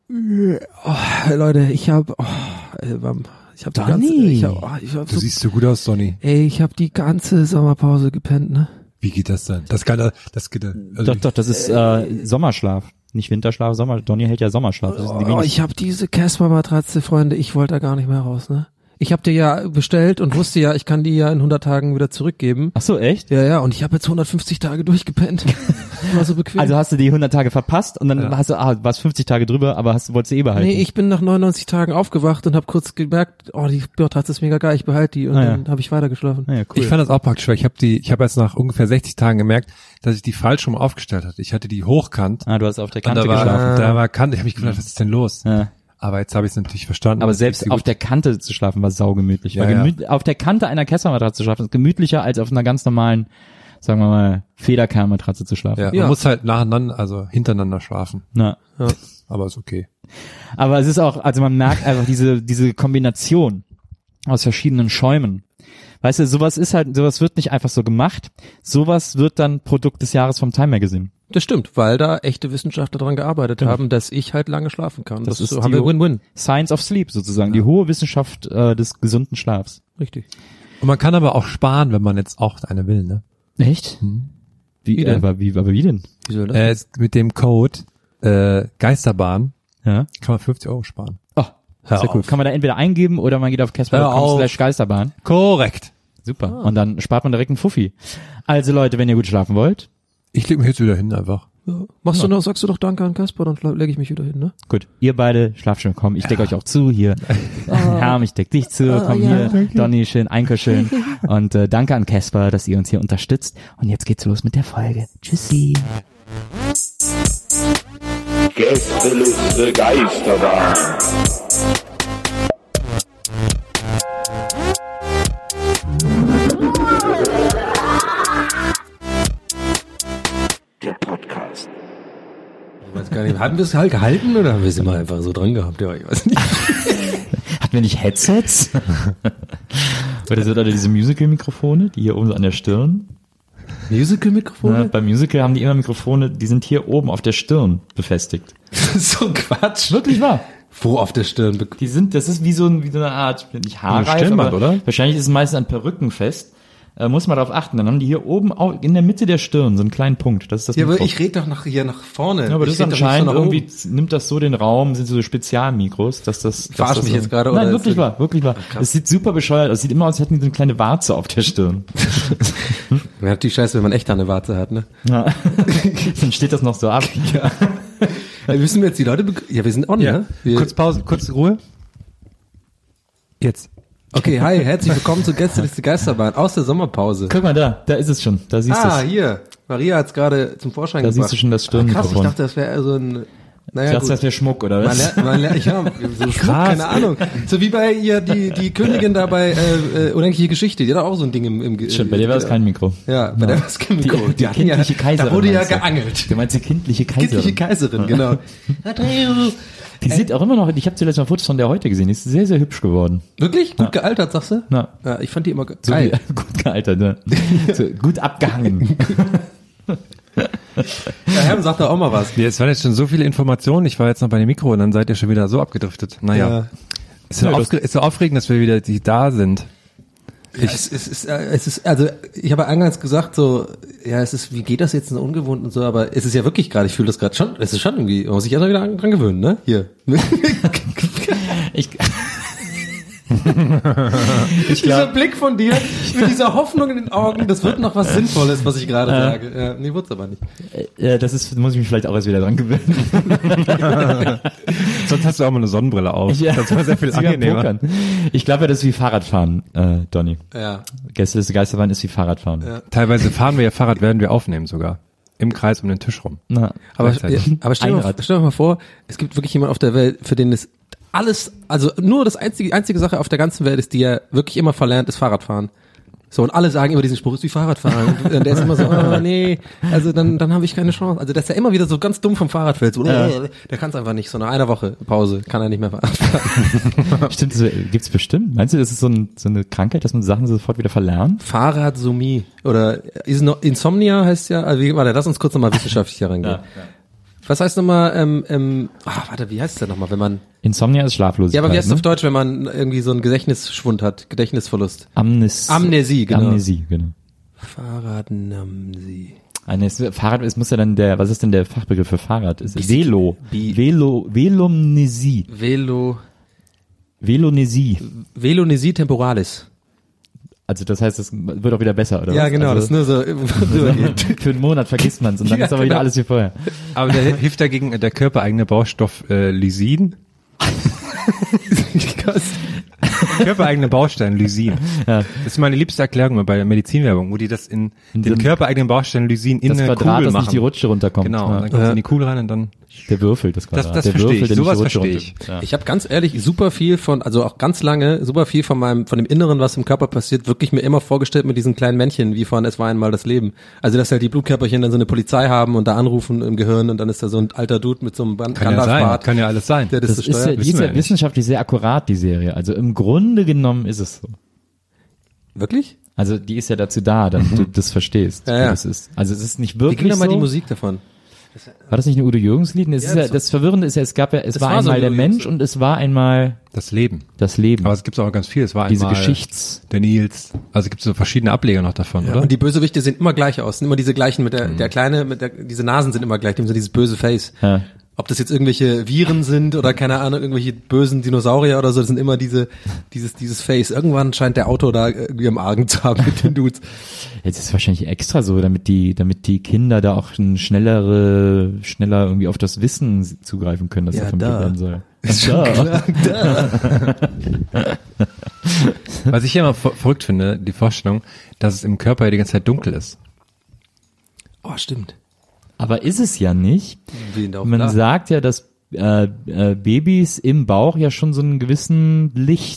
Leute, ich habe die ganze, Du siehst so gut aus, Donny. Ey, ich habe die ganze Sommerpause gepennt, ne? Wie geht das dann? Das ist Sommerschlaf. Nicht Winterschlaf, Donny hält ja Sommerschlaf. Das sind die ich habe diese Casper-Matratze, Freunde, ich wollte da gar nicht mehr raus, ne? Ich habe dir ja bestellt und wusste ja, ich kann die ja in 100 Tagen wieder zurückgeben. Ach so, echt? Ja, und ich habe jetzt 150 Tage durchgepennt. War so bequem. Also hast du die 100 Tage verpasst und dann hast du, warst 50 Tage drüber, aber wolltest du eh behalten? Nee, ich bin nach 99 Tagen aufgewacht und habe kurz gemerkt, die Matratze ist mega geil, ich behalte die und dann habe ich weitergeschlafen. Ja, cool. Ich fand das auch praktisch, weil ich habe jetzt nach ungefähr 60 Tagen gemerkt, dass ich die falsch rum aufgestellt hatte. Ich hatte die hochkant. Du hast auf der Kante geschlafen. Da war Kante, ich habe mich gefragt, was ist denn los? Ja. Aber jetzt habe ich es natürlich verstanden. Aber selbst auf der Kante zu schlafen war saugemütlich. Auf der Kante einer Casper-Matratze zu schlafen ist gemütlicher als auf einer ganz normalen, sagen wir mal, Federkernmatratze zu schlafen. Ja, man muss halt nacheinander, also hintereinander schlafen. Ja. Aber ist okay. Aber es ist auch, also man merkt einfach diese Kombination aus verschiedenen Schäumen. Weißt du, sowas wird nicht einfach so gemacht. Sowas wird dann Produkt des Jahres vom Time Magazine. Das stimmt, weil da echte Wissenschaftler daran gearbeitet haben, dass ich halt lange schlafen kann. Das ist so, haben wir Win-Win. Science of Sleep sozusagen, die hohe Wissenschaft des gesunden Schlafs. Richtig. Und man kann aber auch sparen, wenn man jetzt auch eine will, ne? Echt? Wie denn? Aber wie denn? Wie soll das? Mit dem Code Geisterbahn Ja. kann man 50 € sparen. Oh, sehr cool. Kann man da entweder eingeben oder man geht auf casper.com/Geisterbahn. Korrekt. Super. Und dann spart man direkt einen Fuffi. Also Leute, wenn ihr gut schlafen wollt. Ich leg mich jetzt wieder hin einfach. Ja. Sagst du doch Danke an Kasper, dann lege ich mich wieder hin, ne? Gut, ihr beide schlaft schon, komm, ich deck euch auch zu, hier. Herm, ich deck dich zu, komm hier, Donny, schön, Einke, schön. Und danke an Kasper, dass ihr uns hier unterstützt. Und jetzt geht's los mit der Folge. Tschüssi. Gästeliste Geisterbahn. Der Podcast. Ich weiß gar nicht, haben wir es halt gehalten oder haben wir es immer einfach so dran gehabt? Ja, ich weiß nicht. Hatten wir nicht Headsets? Oder sind da diese Musical-Mikrofone, die hier oben so an der Stirn? Musical-Mikrofone? Ja, beim Musical haben die immer Mikrofone, die sind hier oben auf der Stirn befestigt. So ein Quatsch. Wirklich wahr. Wo auf der Stirn? Das ist wie so eine Art, nicht Haarreif, Stirnband, aber oder? Wahrscheinlich ist es meistens an Perücken fest. Muss man darauf achten. Dann haben die hier oben auch in der Mitte der Stirn so einen kleinen Punkt. Das ist das Ja, Mikro. aber ich rede doch nach vorne. Ja, aber das ich ist anscheinend so irgendwie, nimmt das so den Raum, sind so Spezialmikros, dass das... Verarsch mich so, jetzt gerade, Nein, oder? wirklich wahr. Es sieht super bescheuert aus. Es sieht immer aus, als hätten die so eine kleine Warze auf der Stirn. Ja, die Scheiße, wenn man echt eine Warze hat, ne? Ja. Dann steht das noch so ab. Ja. Wissen wir jetzt die Leute... Ja, wir sind on, ne? Kurz Pause, kurz Ruhe. Jetzt. Okay, hi, herzlich willkommen zu Gästeliste Geisterbahn aus der Sommerpause. Guck mal da ist es schon. Da siehst du es. Hier. Maria hat's gerade zum Vorschein Da gebracht. siehst du schon das Krass, ich Stirnmikrofon. dachte, das wäre so ein... Naja, Das wäre Schmuck, oder was? Man lernt, ja, so Schmuck, keine Ahnung. So wie bei ihr, die Königin da bei Unendliche Geschichte, die hat auch so ein Ding im Stimmt, bei dir war es kein Mikro. Ja, bei der war es kein Mikro. Die hatten kindliche Kaiserin. Da wurde ja meinst du? geangelt. Du meinst die kindliche Kaiserin. Kindliche Kaiserin, genau. Die sieht auch immer noch, ich habe zuletzt mal Fotos von der heute gesehen, die ist sehr, sehr hübsch geworden. Wirklich? Gut gealtert, sagst du? Ja. Ja, ich fand die immer So geil. gut gealtert, ne? So, gut abgehangen. Ja, Herm, sag doch auch mal was. Es waren jetzt schon so viele Informationen, ich war jetzt noch bei dem Mikro und dann seid ihr schon wieder so abgedriftet. Naja. Ja. Ist so aufregend, dass wir wieder da sind. Ja, es ist, also ich habe eingangs gesagt, so, ja, wie geht das jetzt so ungewohnt und so, aber es ist ja wirklich gerade, ich fühle das gerade schon, es ist schon irgendwie, man muss sich erstmal wieder dran gewöhnen, ne? Hier. Dieser Blick von dir, mit dieser Hoffnung in den Augen, das wird noch was Sinnvolles, was ich gerade sage. Ja, nee, wird's aber nicht. Muss ich mich vielleicht auch erst wieder dran gewöhnen. Sonst hast du auch mal eine Sonnenbrille auf. Ja. Das war sehr viel angenehmer. Ich glaube ja, das ist wie Fahrradfahren, Donny. Ja. Gästeliste Geisterbahn ist wie Fahrradfahren. Ja. Teilweise fahren wir ja Fahrrad, werden wir aufnehmen sogar. Im Kreis um den Tisch rum. Na, aber stell dir mal vor, es gibt wirklich jemand auf der Welt, für den es alles, also nur die einzige Sache auf der ganzen Welt ist, die er wirklich immer verlernt, ist Fahrradfahren. So, und alle sagen immer diesen Spruch, ist wie Fahrradfahren. Und der ist immer so, nee, also dann habe ich keine Chance. Also, dass er immer wieder so ganz dumm vom Fahrrad fällt. So, der kann es einfach nicht. So nach einer Woche Pause kann er nicht mehr Fahrrad fahren. Stimmt, das gibt's bestimmt. Meinst du, das ist so eine Krankheit, dass man Sachen sofort wieder verlernt? Fahrradsomie oder Insomnia heißt ja, also warte, lass uns kurz nochmal wissenschaftlich herangehen. Ja. Was heißt nochmal, wie heißt es denn nochmal, wenn man... Insomnia ist Schlaflosigkeit. Ja, aber wie heißt es ne? auf Deutsch, wenn man irgendwie so einen Gedächtnisschwund hat, Gedächtnisverlust? Amnesie, genau. Amnesie, genau. Fahrradamnesie. Fahrrad, es muss ja dann was ist denn der Fachbegriff für Fahrrad? Ist Velomnesie. Velonesie temporalis. Also das heißt, es wird auch wieder besser, oder Ja, was? genau, Also, das ist nur so rübergeht. für einen Monat vergisst man es und dann Ja, ist aber wieder genau. alles wie vorher. Aber der hilft dagegen der körpereigene Baustoff Lysin. Körpereigene Baustein Lysin. Ja. Das ist meine liebste Erklärung bei der Medizinwerbung, wo die das in den körpereigenen Baustein Lysin in Das eine Quadrat, Kugel dass machen. nicht die Rutsche runterkommt. Genau, Ja. dann kommt es in die Kugel rein und dann... Der Würfel, das Quadrat. Das der verstehe Würfel, ich, der sowas nicht die Rutsche verstehe ich. runter- Ja. Ich habe ganz ehrlich super viel also auch ganz lange, super viel von dem Inneren, was im Körper passiert, wirklich mir immer vorgestellt mit diesen kleinen Männchen, wie von Es war einmal das Leben. Also, dass halt die Blutkörperchen dann so eine Polizei haben und da anrufen im Gehirn und dann ist da so ein alter Dude mit so einem Kann ja sein, Gandalf-Bart, kann ja alles sein. der das Das so ist ja, steuert. die ist wissen wir ja ja nicht. wissenschaftlich sehr akkurat, die Serie. Also im Grunde genommen ist es so. Wirklich? Also die ist ja dazu da, damit du das verstehst, Ja, wie ja. das ist. Also es ist nicht Wie wirklich ging da mal so. die Musik davon? War das nicht eine Udo Jürgens Lied? Das, Ja, ist ja, das- das Verwirrende ist ja, es war war so einmal ein der Udo Mensch Jürgens. und es war einmal Das Leben. das Leben. Aber es gibt auch ganz viel. Es war Diese einmal der Nils. Also es gibt so verschiedene Ableger noch davon, oder? Und die Bösewichte sehen immer gleich aus, sind immer diese gleichen mit der Kleine, diese Nasen sind immer gleich, die haben so dieses böse Face. Ja. Ob das jetzt irgendwelche Viren sind oder keine Ahnung, irgendwelche bösen Dinosaurier oder so, das sind immer dieses Face. Irgendwann scheint der Autor da irgendwie am Argen zu haben mit den Dudes. Jetzt ist es wahrscheinlich extra so, damit die Kinder da auch schneller irgendwie auf das Wissen zugreifen können, das Ja, da vermittelt da. werden soll. Ist schon klar. Was ich immer verrückt finde, die Vorstellung, dass es im Körper ja die ganze Zeit dunkel ist. Oh, stimmt. Aber ist es ja nicht. Auch Man klar. sagt ja, dass Babys im Bauch ja schon so einen gewissen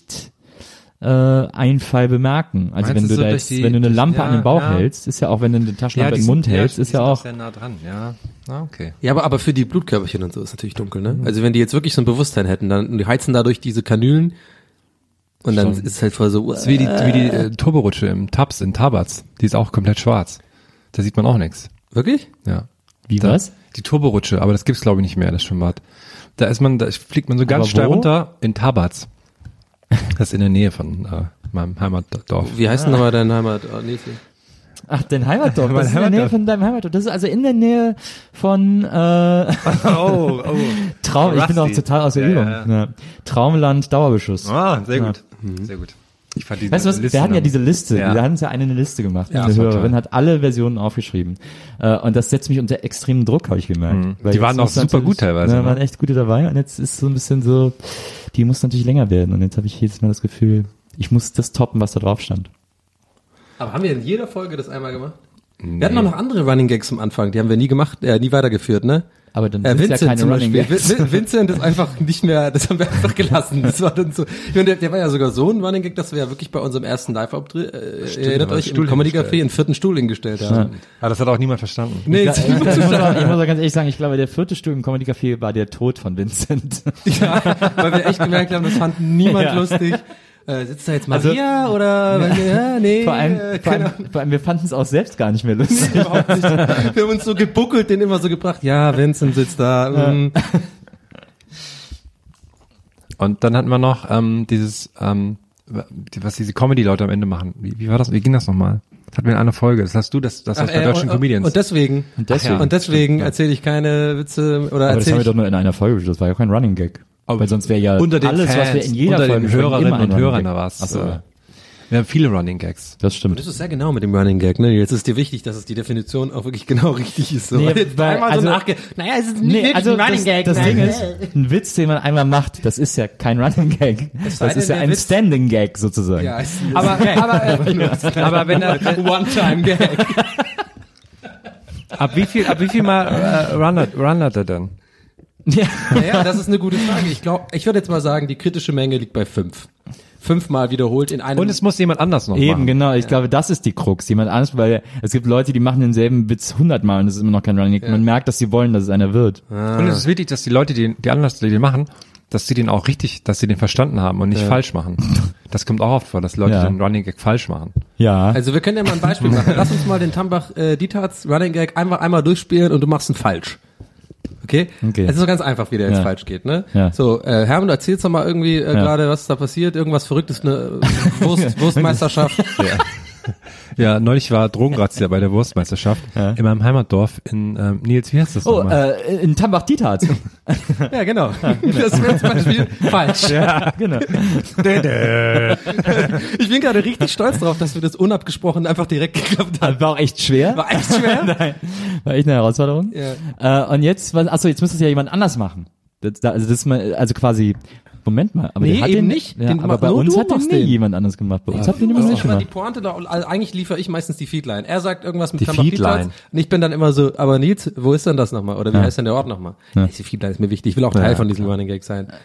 Einfall bemerken. Also Meinst wenn du du so da durch jetzt, die- wenn du eine durch- Lampe ja, an den Bauch ja. hältst, ist ja auch, wenn du eine Taschenlampe im Mund hältst, ist ja auch. sehr nah dran, ja. Ah, okay. Ja, aber für die Blutkörperchen und so ist natürlich dunkel, ne? Also wenn die jetzt wirklich so ein Bewusstsein hätten, dann die heizen dadurch diese Kanülen und dann ist es halt voll so. Das ist wie die Turborutsche im Tabs, in Tabatz. Die ist auch komplett schwarz. Da sieht man auch nichts. Wirklich? Ja. Wie Da- was? Die Turborutsche, aber das gibt's glaube ich nicht mehr, das Schwimmbad. Da fliegt man so ganz Aber steil wo? runter in Tabatz. Das ist in der Nähe von meinem Heimatdorf. Wie heißt denn nochmal dein Heimat? Oh, nee, Ach, dein Heimatdorf. Mein Das ist in der Nähe Heimatdorf. von deinem Heimatdorf. Das ist also in der Nähe von Oh. Traum. Ich bin auch Rusty. total aus der Ja, Übung. ja. Ja. Traumland Dauerbeschuss. Ah, sehr gut. Sehr gut. Ich fand die Weißt du was, wir hatten ja diese Liste, Ja. wir hatten ja eine Liste gemacht. Ja, die das war Hörerin toll. hat alle Versionen aufgeschrieben. Und das setzt mich unter extremen Druck, habe ich gemerkt. Weil Die jetzt waren auch muss super natürlich- gut teilweise, Ja, ne? waren echt gute dabei und jetzt ist so ein bisschen so, die muss natürlich länger werden und jetzt habe ich jedes Mal das Gefühl, ich muss das toppen, was da drauf stand. Aber haben wir in jeder Folge das einmal gemacht? Wir hatten auch noch andere Running Gags am Anfang, die haben wir nie gemacht, nie weitergeführt, ne? Aber dann sind ja Vincent keine zum Running Beispiel. Gags. Vincent ist einfach nicht mehr, das haben wir einfach gelassen. Das war dann so. Ich meine, der war ja sogar so ein Running Gag, dass wir ja wirklich bei unserem ersten Live-Auftritt, erinnert aber euch, Stuhl im Comedy Café hingestellt. einen 4. Stuhl hingestellt haben. Ah, das hat auch niemand verstanden. Nee, Ich muss auch ganz ehrlich sagen, ich glaube, der 4. Stuhl im Comedy Café war der Tod von Vincent. ja, weil wir echt gemerkt haben, das fand niemand Ja. lustig. Sitzt da jetzt Maria oder? Ja, nee. Vor allem, wir fanden es auch selbst gar nicht mehr lustig. Überhaupt nicht. Wir haben uns so gebuckelt, den immer so gebracht. Ja, Vincent sitzt da. Und dann hatten wir noch was diese Comedy-Leute am Ende machen. Wie war das? Wie ging das nochmal? Das hatten wir in einer Folge. Das hast du, das bei deutschen Comedians. Und deswegen, erzähle ich keine Witze oder Aber das haben erzähle wir ich. doch nur in einer Folge, das war ja kein Running Gag. Weil sonst wäre ja unter den alles, Fans, was wir in jeder unter Folge den sprechen, Hörerinnen immer ein und Running Hörern Gag. da was. Ach so, Wir haben viele Running Gags. das stimmt. Das ist sehr genau mit dem Running Gag, ne? Jetzt ist dir wichtig, dass es die Definition auch wirklich genau richtig ist. So. Nee, Jetzt weil- einmal also- naja, es ist nicht wirklich ein Running Gag. das nein. Ding ist, ein Witz, den man einmal macht, das ist ja kein Running Gag. sei Das ist denn, ja der ein Witz- Standing Gag sozusagen. Ja, ist Aber wenn er, One-Time-Gag. ab wie viel Mal runnert er denn? Ja. Naja, das ist eine gute Frage. Ich würde jetzt mal sagen, die kritische Menge liegt bei 5. 5-mal wiederholt in einem. Und es muss jemand anders noch Eben, machen. genau. Ich glaube, das ist die Krux. Jemand anderes, weil es gibt Leute, die machen denselben Witz 100-mal und es ist immer noch kein Running Gag. Man merkt, dass sie wollen, dass es einer wird. Und es ist wichtig, dass die Leute, die anders den machen, dass sie den auch richtig, dass sie den verstanden haben und nicht falsch machen. Das kommt auch oft vor, dass Leute Ja. den Running Gag falsch machen. Ja. Also wir können ja mal ein Beispiel machen. Lass uns mal den Tambach Diethards Running Gag einmal durchspielen und du machst ihn falsch. Okay? Es ist so ganz einfach, wie der jetzt falsch geht, ne? Ja. So, Hermann, du erzählst doch mal irgendwie gerade, was da passiert, irgendwas Verrücktes, eine Wurstmeisterschaft. Ja, neulich war Drogenrazzia bei der Wurstmeisterschaft in meinem Heimatdorf in Nils, wie heißt das nochmal? In Tambach-Diethardt. Ja, genau. Das wäre zum Beispiel falsch. Ja, genau. Ich bin gerade richtig stolz drauf, dass wir das unabgesprochen einfach direkt geklappt haben. War auch echt schwer. War echt schwer? Nein, war echt eine Herausforderung. Ja. Und jetzt, achso, jetzt müsste es ja jemand anders machen. Also quasi, Moment mal. Aber Nee, der hat eben den, nicht. Ja, Den aber bei nur uns du hat den machst nie den. jemand anders gemacht. Bei uns hat den jemand Das nicht ist immer die gemacht. Pointe da, also eigentlich liefere ich meistens die Feedline. Er sagt irgendwas mit Die Feedline. und ich bin dann immer so, aber Nils, wo ist denn das nochmal? Oder wie heißt denn der Ort nochmal? Ja. Die Feedline ist mir wichtig. Ich will auch Teil von diesem Running Gag sein.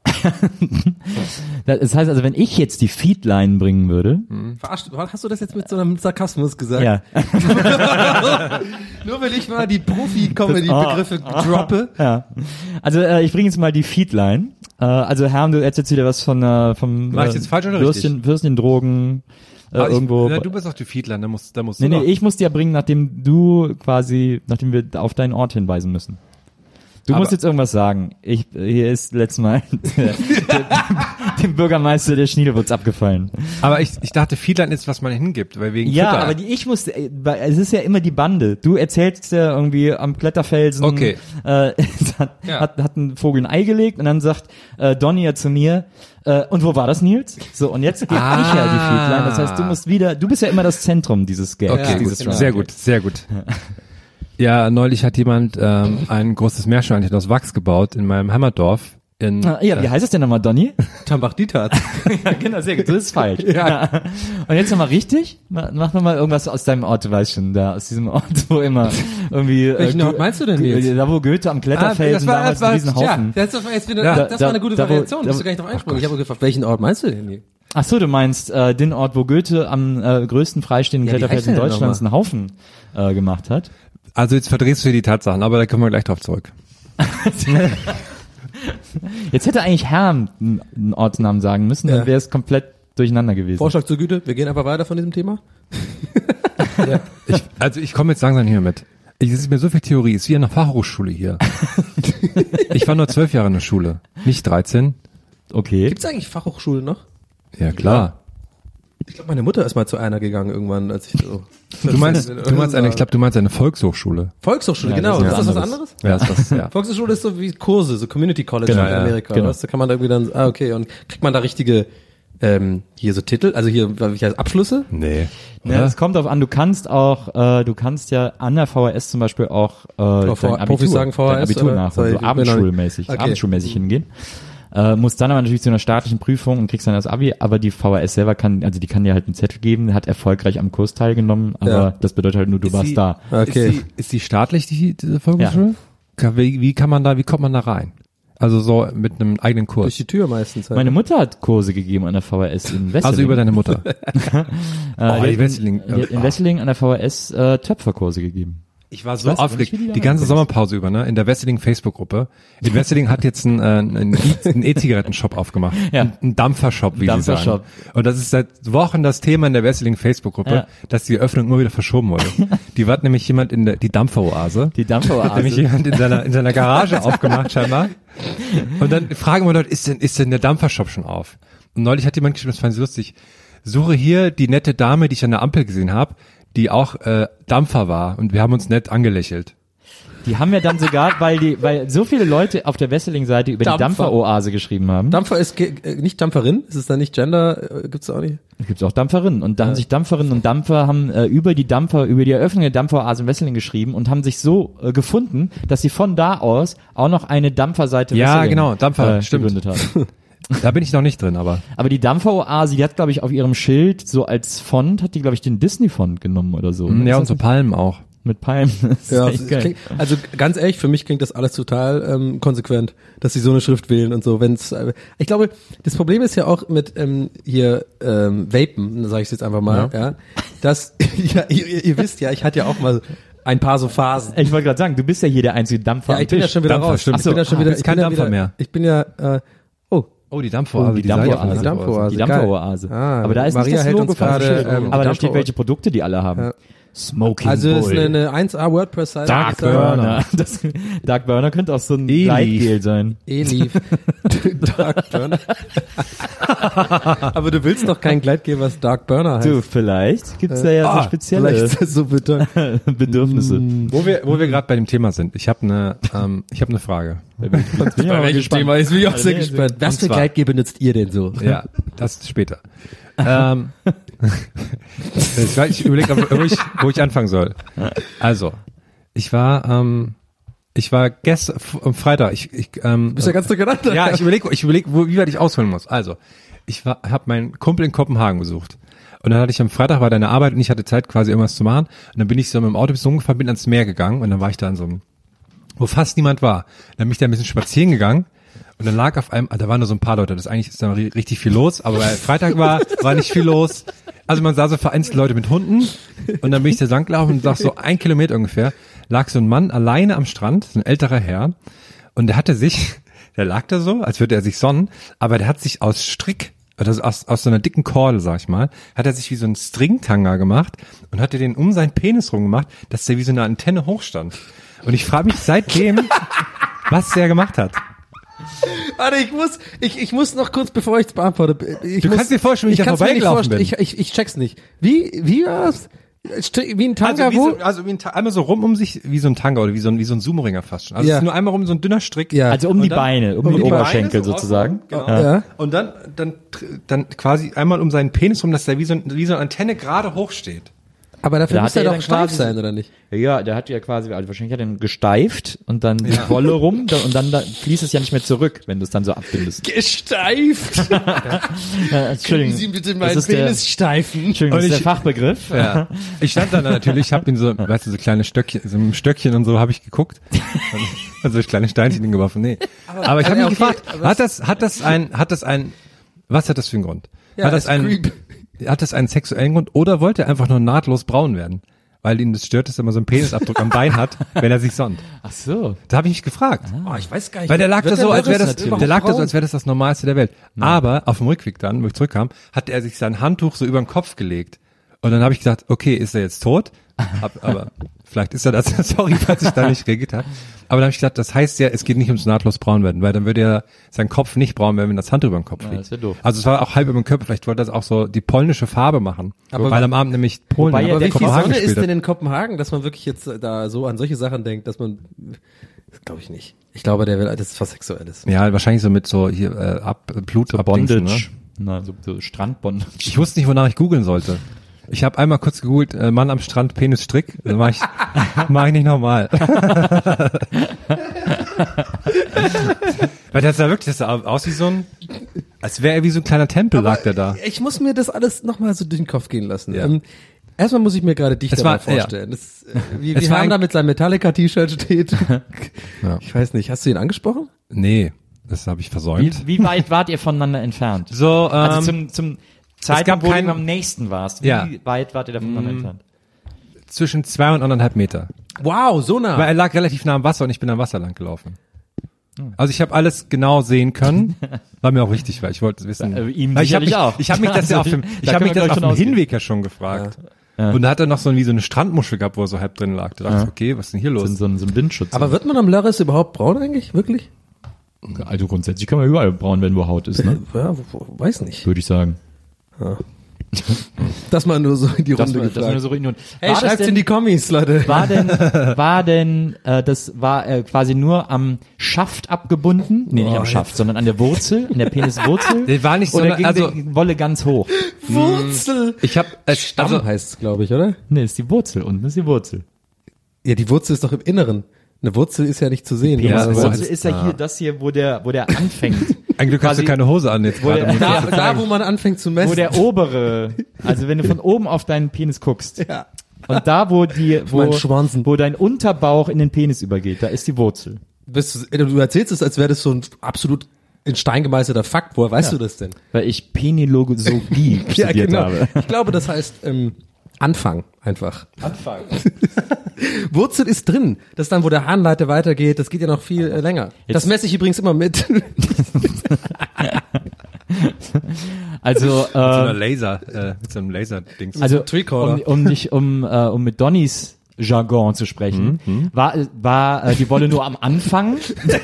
Das heißt also, wenn ich jetzt die Feedline bringen würde. Verarscht, hast du das jetzt mit so einem Sarkasmus gesagt? Ja. Nur wenn ich mal die Profi-Comedy-Begriffe droppe. Ja. Also ich bringe jetzt mal die Feedline. Also Herm, du erzählst wieder was vom Mach ich jetzt falsch oder richtig? Würstchen-Drogen irgendwo. Du bist doch die Feedline, da musst du Nee, doch. ich muss dir bringen, nachdem wir auf deinen Ort hinweisen müssen. Du musst jetzt irgendwas sagen. Hier ist letztes Mal dem Bürgermeister der Schniedewurz abgefallen. Aber ich dachte, Feedline ist, was man hingibt, weil wegen Ja, Twitter. aber es ist ja immer die Bande. Du erzählst ja irgendwie am Kletterfelsen, Okay. Hat ein Vogel ein Ei gelegt und dann sagt Donny ja zu mir, und wo war das, Nils? So, und jetzt gebe ich ja die Feedline. Das heißt, du bist ja immer das Zentrum dieses Gags. Okay, dieses gut. Sehr gut, sehr gut. Ja, neulich hat jemand ein großes Meerschweinchen aus Wachs gebaut in meinem Heimatdorf. Wie heißt es denn nochmal, Donny? Tambach-Diethardt. Ja, genau, sehr gut. Das ist falsch. Ja. Und jetzt nochmal richtig? Mach nochmal irgendwas aus deinem Ort, du weißt schon, da, aus diesem Ort, wo immer irgendwie... Welchen Ort meinst du denn jetzt? Da, wo Goethe am Kletterfelsen damals in diesen Haufen... Ja, das war eine gute Variation, bist du gar nicht drauf eingesprungen. Ich habe gefragt, welchen Ort meinst du denn hier? Ach so, du meinst den Ort, wo Goethe am größten freistehenden Kletterfelsen Deutschlands einen Haufen gemacht hat? Also jetzt verdrehst du hier die Tatsachen, aber da kommen wir gleich drauf zurück. Jetzt hätte eigentlich Herm einen Ortsnamen sagen müssen, dann wäre es komplett durcheinander gewesen. Vorschlag zur Güte, wir gehen einfach weiter von diesem Thema. Ich komme jetzt langsam hier mit. Es ist mir so viel Theorie, es ist wie eine Fachhochschule hier. Ich war nur 12 Jahre in der Schule, nicht 13. Okay. Gibt's eigentlich Fachhochschulen noch? Ja, klar. Ich glaube, meine Mutter ist mal zu einer gegangen irgendwann, als ich so... Du meinst eine Volkshochschule. Volkshochschule, Ja, genau. das ist Ist das was anderes. anderes? Ja, ist das, ja. Volkshochschule ist so wie Kurse, so Community College Genau, in Amerika. genau. Weißt? Da kann man da irgendwie dann, okay, und kriegt man da richtige, hier so Titel, also hier, wie heißt Abschlüsse? Nee. Ja, es kommt drauf an, du kannst ja an der VHS zum Beispiel auch dein Profis sagen VHS, Abitur oder? nachholen, so Sorry, abendschulmäßig hingehen. Musst dann aber natürlich zu einer staatlichen Prüfung und kriegst dann das Abi, aber die VHS selber kann dir halt einen Zettel geben, hat erfolgreich am Kurs teilgenommen, aber das bedeutet halt nur, du warst da. Okay. Ist die staatlich, diese Volkshochschule? Ja. Wie kommt man da rein? Also so mit einem eigenen Kurs. Durch die Tür meistens halt. Meine Mutter hat Kurse gegeben an der VHS in Wesseling. Also über deine Mutter. Die Wesseling. hat in Wesseling an der VHS Töpferkurse gegeben. Ich war so weiß aufgeregt, nicht, wie die die da ganze reinkommen. Sommerpause über, ne, in der Wesseling Facebook-Gruppe. In Wesseling hat jetzt einen E-Zigaretten-Shop aufgemacht. Ja. Ein Dampfer-Shop, wie sie sagen. Dampfer-Shop. Und das ist seit Wochen das Thema in der Wesseling Facebook-Gruppe, Ja. dass die Eröffnung immer wieder verschoben wurde. Die war nämlich jemand die Dampfer-Oase. Die Hat nämlich Dampferoase. jemand in seiner Garage aufgemacht, scheinbar. Und dann fragen wir Leute, ist denn der Dampfer-Shop schon auf? Und neulich hat jemand geschrieben, das fand ich lustig, suche hier die nette Dame, die ich an der Ampel gesehen habe, die auch Dampfer war. Und wir haben uns nett angelächelt. Die haben ja dann sogar, weil so viele Leute auf der Wesseling-Seite über die Dampfer. Dampferoase geschrieben haben. Dampfer ist nicht Dampferin? Ist es da nicht Gender? Gibt's da auch nicht? Da gibt's auch Dampferinnen. Und da haben sich Dampferinnen und Dampfer haben über die Eröffnung der Dampferoase in Wesseling geschrieben und haben sich so gefunden, dass sie von da aus auch noch eine Dampferseite Ja, Wesseling, genau, Dampfer, stimmt. gegründet haben. Da bin ich noch nicht drin, aber. Aber die Dampferoase, die hat, glaube ich, auf ihrem Schild so als Font, hat die, glaube ich, den Disney-Font genommen oder so. Ja, Ist und das so nicht? Palmen auch. Mit Palmen. Das ist Ja, echt geil. klingt, also ganz ehrlich, für mich klingt das alles total konsequent, dass sie so eine Schrift wählen und so. Wenn's, ich glaube, das Problem ist ja auch mit Vapen, sage ich jetzt einfach mal, ja, dass ja, ihr wisst ja, ich hatte ja auch mal ein paar so Phasen. Ich wollte gerade sagen, du bist ja hier der einzige Dampfer. Ja, ich bin ja schon wieder Dampfer, raus. stimmt. Ich bin ja schon wieder, bist ich kein bin ja Dampfer wieder, mehr. Ich bin ja, Oh, die Dampferoase. die Dampferoase. die Dampferoase. Die Dampferoase. Ah, aber da ist Maria nicht das hält Logo uns von gerade, Schild. Aber da steht, Dampferoase. welche Produkte die alle haben. Ja. Smoking Also es Bull. ist eine 1A WordPress-Seite. Dark Burner. Dark Burner könnte auch so ein Gleitgel sein. E-Leaf. Dark Burner. Aber du willst doch kein Gleitgel, was Dark Burner heißt. Du, vielleicht gibt's da ja so spezielle Vielleicht ist das so bitter. Bedürfnisse. Wo wir gerade bei dem Thema sind. Ich habe eine Frage. Bei welches Thema ist mich auch sehr nee, gespannt. Was und für zwar- Gleitgel benutzt ihr denn so? Ja, das später. Ich überlege, wo ich anfangen soll. Also, ich war am Freitag. Bist ja ganz durcheinander. Ja, ich überlege, wie weit ich ausholen muss. Also, habe meinen Kumpel in Kopenhagen besucht. Und dann hatte ich am Freitag war da eine Arbeit und ich hatte Zeit quasi irgendwas zu machen. Und dann bin ich so mit dem Auto bis umgefahren, bin ans Meer gegangen und dann war ich da in so einem, wo fast niemand war. Dann bin ich da ein bisschen spazieren gegangen und dann lag auf einem, da waren nur so ein paar Leute, eigentlich ist da richtig viel los, aber weil Freitag war nicht viel los. Also man sah so vereinzelt Leute mit Hunden und dann bin ich da lang gelaufen und sag so 1 Kilometer ungefähr, lag so ein Mann alleine am Strand, so ein älterer Herr und der lag da so, als würde er sich sonnen, aber der hat sich aus Strick, oder aus so einer dicken Kordel, sag ich mal, hat er sich wie so ein Stringtanga gemacht und hatte den um seinen Penis rum gemacht, dass der wie so eine Antenne hochstand. Und ich frage mich seitdem, was der gemacht hat. Warte, ich muss noch kurz, bevor ich es beantworte. Du kannst dir vorstellen, wie ich da kann's mir nicht vorbeigelaufen vorstellen. bin. Ich check's nicht. Wie war's? Wie ein Tanga, Einmal so rum um sich, wie so ein Tanga oder wie so ein Sumo-Ringer fast schon. Also Ja. es ist nur einmal rum so ein dünner Strick. Ja. Also um die Und dann- Beine, um die Beine Oberschenkel so sozusagen. Genau. Ja. Und dann quasi einmal um seinen Penis rum, dass der wie so eine Antenne gerade hoch steht. Aber dafür Da muss hat er er doch dann steif quasi- sein, oder nicht? Ja, der hat ja quasi, also wahrscheinlich hat er ihn gesteift und dann die Wolle rum und dann fließt es ja nicht mehr zurück, wenn du es dann so abbindest. Gesteift! Entschuldigung, bitte das ist der, steifen? Entschuldigung, das Und ist der ich- Fachbegriff. Ja. Ich stand dann natürlich, habe ihn so, weißt du, so kleine Stöckchen, so ein Stöckchen und so habe ich geguckt. Und so kleine Steinchen hingeworfen, nee. Aber ich habe mich okay, gefragt, was hat das für einen Grund? Ja, Hat das einen sexuellen Grund oder wollte er einfach nur nahtlos braun werden? Weil ihn das stört, dass er immer so einen Penisabdruck am Bein hat, wenn er sich sonnt. Ach so. Da habe ich mich gefragt. Oh, ich weiß gar nicht. Weil der lag da Wird so, als wäre das, natürlich der lag da so, braun? als wäre das Normalste der Welt. Aber auf dem Rückweg dann, wo ich zurückkam, hatte er sich sein Handtuch so über den Kopf gelegt. Und dann habe ich gedacht, okay, ist er jetzt tot? Aber vielleicht ist er das, sorry, falls ich da nicht reagiert habe. Aber dann habe ich gedacht, das heißt ja, es geht nicht ums nahtlos braun werden, weil dann würde ja sein Kopf nicht braun werden, wenn das Handtuch über den Kopf liegt. das wär doof. Also es war auch halb über den Körper, vielleicht wollte er das auch so die polnische Farbe machen. Aber weil am Abend nämlich Polen Wobei ja Aber wie viel Kopenhagen Sonne ist gespielt denn hat. in Kopenhagen, dass man wirklich jetzt da so an solche Sachen denkt, dass man, das glaube ich nicht. Ich glaube, das ist was Sexuelles. Ja, wahrscheinlich so mit so hier Blut abdingsen, Bondage. ne? Na, so Strandbondage. Ich wusste nicht, wonach ich googeln sollte. Ich habe einmal kurz gegoogelt, Mann am Strand, Penis Strick. Das mach ich nicht normal. Weil das sah wirklich, das sah aus wie so ein, als wäre er wie so ein kleiner Tempel, lag der da. Ich muss mir das alles nochmal so durch den Kopf gehen lassen. Ja. Erstmal muss ich mir gerade dich Es dabei war- vorstellen. Das, wie Es war Ham ein- da mit seinem Metallica-T-Shirt steht. Ja. Ich weiß nicht, hast du ihn angesprochen? Nee, das habe ich versäumt. Wie weit wart ihr voneinander entfernt? So, Also zum Zeitpunkt, wo kein- du am nächsten warst. Wie Ja. weit wart ihr da voneinander entfernt? zwischen 2 und 1,5 Meter. Wow, so nah. Weil er lag relativ nah am Wasser und ich bin am Wasser lang gelaufen. Also ich habe alles genau sehen können, war mir auch wichtig, weil ich wollte wissen. Ihm Weil ich habe sicherlich mich, auch. ich habe mich das ja auf dem, Da ich habe können mich wir das gleich auf von dem ausgehen. Hinweg ja schon gefragt. Und da hat er noch so wie so eine Strandmuschel gehabt, wo er so halb drin lag. Da dachte ich, okay, was ist denn hier los? So ein Windschutz. Aber wird man am Lörres überhaupt braun eigentlich? Wirklich? also grundsätzlich kann man überall braun werden, wo Haut ist, ne? Ja, weiß nicht. Würde ich sagen. Das mal nur so in die Runde Das gefragt. war nur so richtig. Hey, schreibt's in die Kommis, Leute. War das quasi nur am Schaft abgebunden? Nee, nicht am Schaft, sondern an der Wurzel, an der Peniswurzel? Der war nicht so, Oder ging also die Wolle ganz hoch? Wurzel. ich habe Stamm also, heißt es, glaube ich, oder? Nee, ist die Wurzel, unten ist die Wurzel. Ja, die Wurzel ist doch im Inneren. Eine Wurzel ist ja nicht zu sehen. Ja, Peniswurzel also- ist ja hier das hier, wo der anfängt. ein Glück hast du quasi- keine Hose an jetzt wo gerade. der- muss ich Da, dir da, sagen. wo man anfängt zu messen. Wo der obere, also wenn du von oben auf deinen Penis guckst. Ja. Und da, meinen Schwanzen. wo dein Unterbauch in den Penis übergeht, da ist die Wurzel. Du erzählst es, als wäre das so ein absolut in Stein gemeißelter Fakt. Woher weißt du das denn? Weil ich Penilogosogie studiert habe. Ich glaube, das heißt Anfang einfach. Anfang. Wurzel ist drin. Das ist dann, wo der Harnleiter weitergeht. Das geht ja noch viel länger. Das messe ich übrigens immer mit. Also, mit so einem Laser-Dings. also Tricorder. um mit Donnys Jargon zu sprechen, war die Wolle nur am Anfang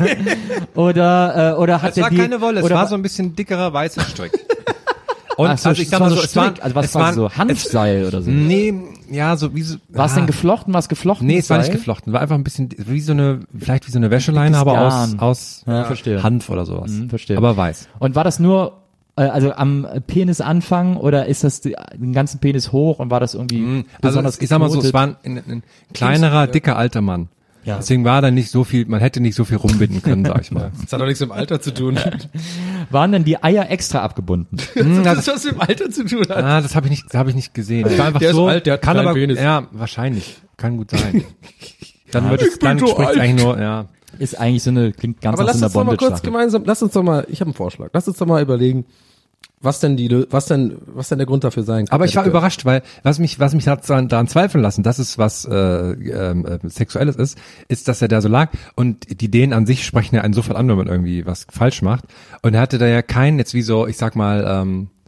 oder hat es war keine Wolle, es war so ein bisschen dickerer weißer Strick. Und so, also ich sag mal so, was war so Hanfseil oder so? Nee, ja, so wie so. War es denn geflochten? War es geflochten? Nee, es war nicht geflochten. War einfach ein bisschen vielleicht wie so eine Wäscheleine, aber Garn. aus verstehe. Hanf oder sowas. Verstehe. Aber weiß. Und war das nur also am Penisanfang oder ist das den ganzen Penis hoch und war das irgendwie Also besonders ich sag mal so, es geknotet? war ein kleinerer, dicker alter Mann. Ja. Deswegen war da nicht so viel, man hätte nicht so viel rumbinden können, sag ich mal. Das hat doch nichts mit dem Alter zu tun. Waren denn die Eier extra abgebunden? Das hat was mit dem Alter zu tun. Das habe ich nicht gesehen. Ich war einfach Der ist so, alt, der hat kann keinen aber, Penis. ja, wahrscheinlich. Kann gut sein. Dann spricht eigentlich nur, ja. Ist eigentlich klingt ganz Aber nach lass so einer uns doch mal kurz Bondage-Sache. gemeinsam, ich habe einen Vorschlag. Lass uns doch mal überlegen, was denn der Grund dafür sein kann. Aber ich war überrascht, weil was mich daran zweifeln lassen, dass es was Sexuelles ist, dass er da so lag und die Ideen an sich sprechen ja einen sofort an, wenn man irgendwie was falsch macht. Und er hatte da ja keinen, jetzt wie so, ich sag mal,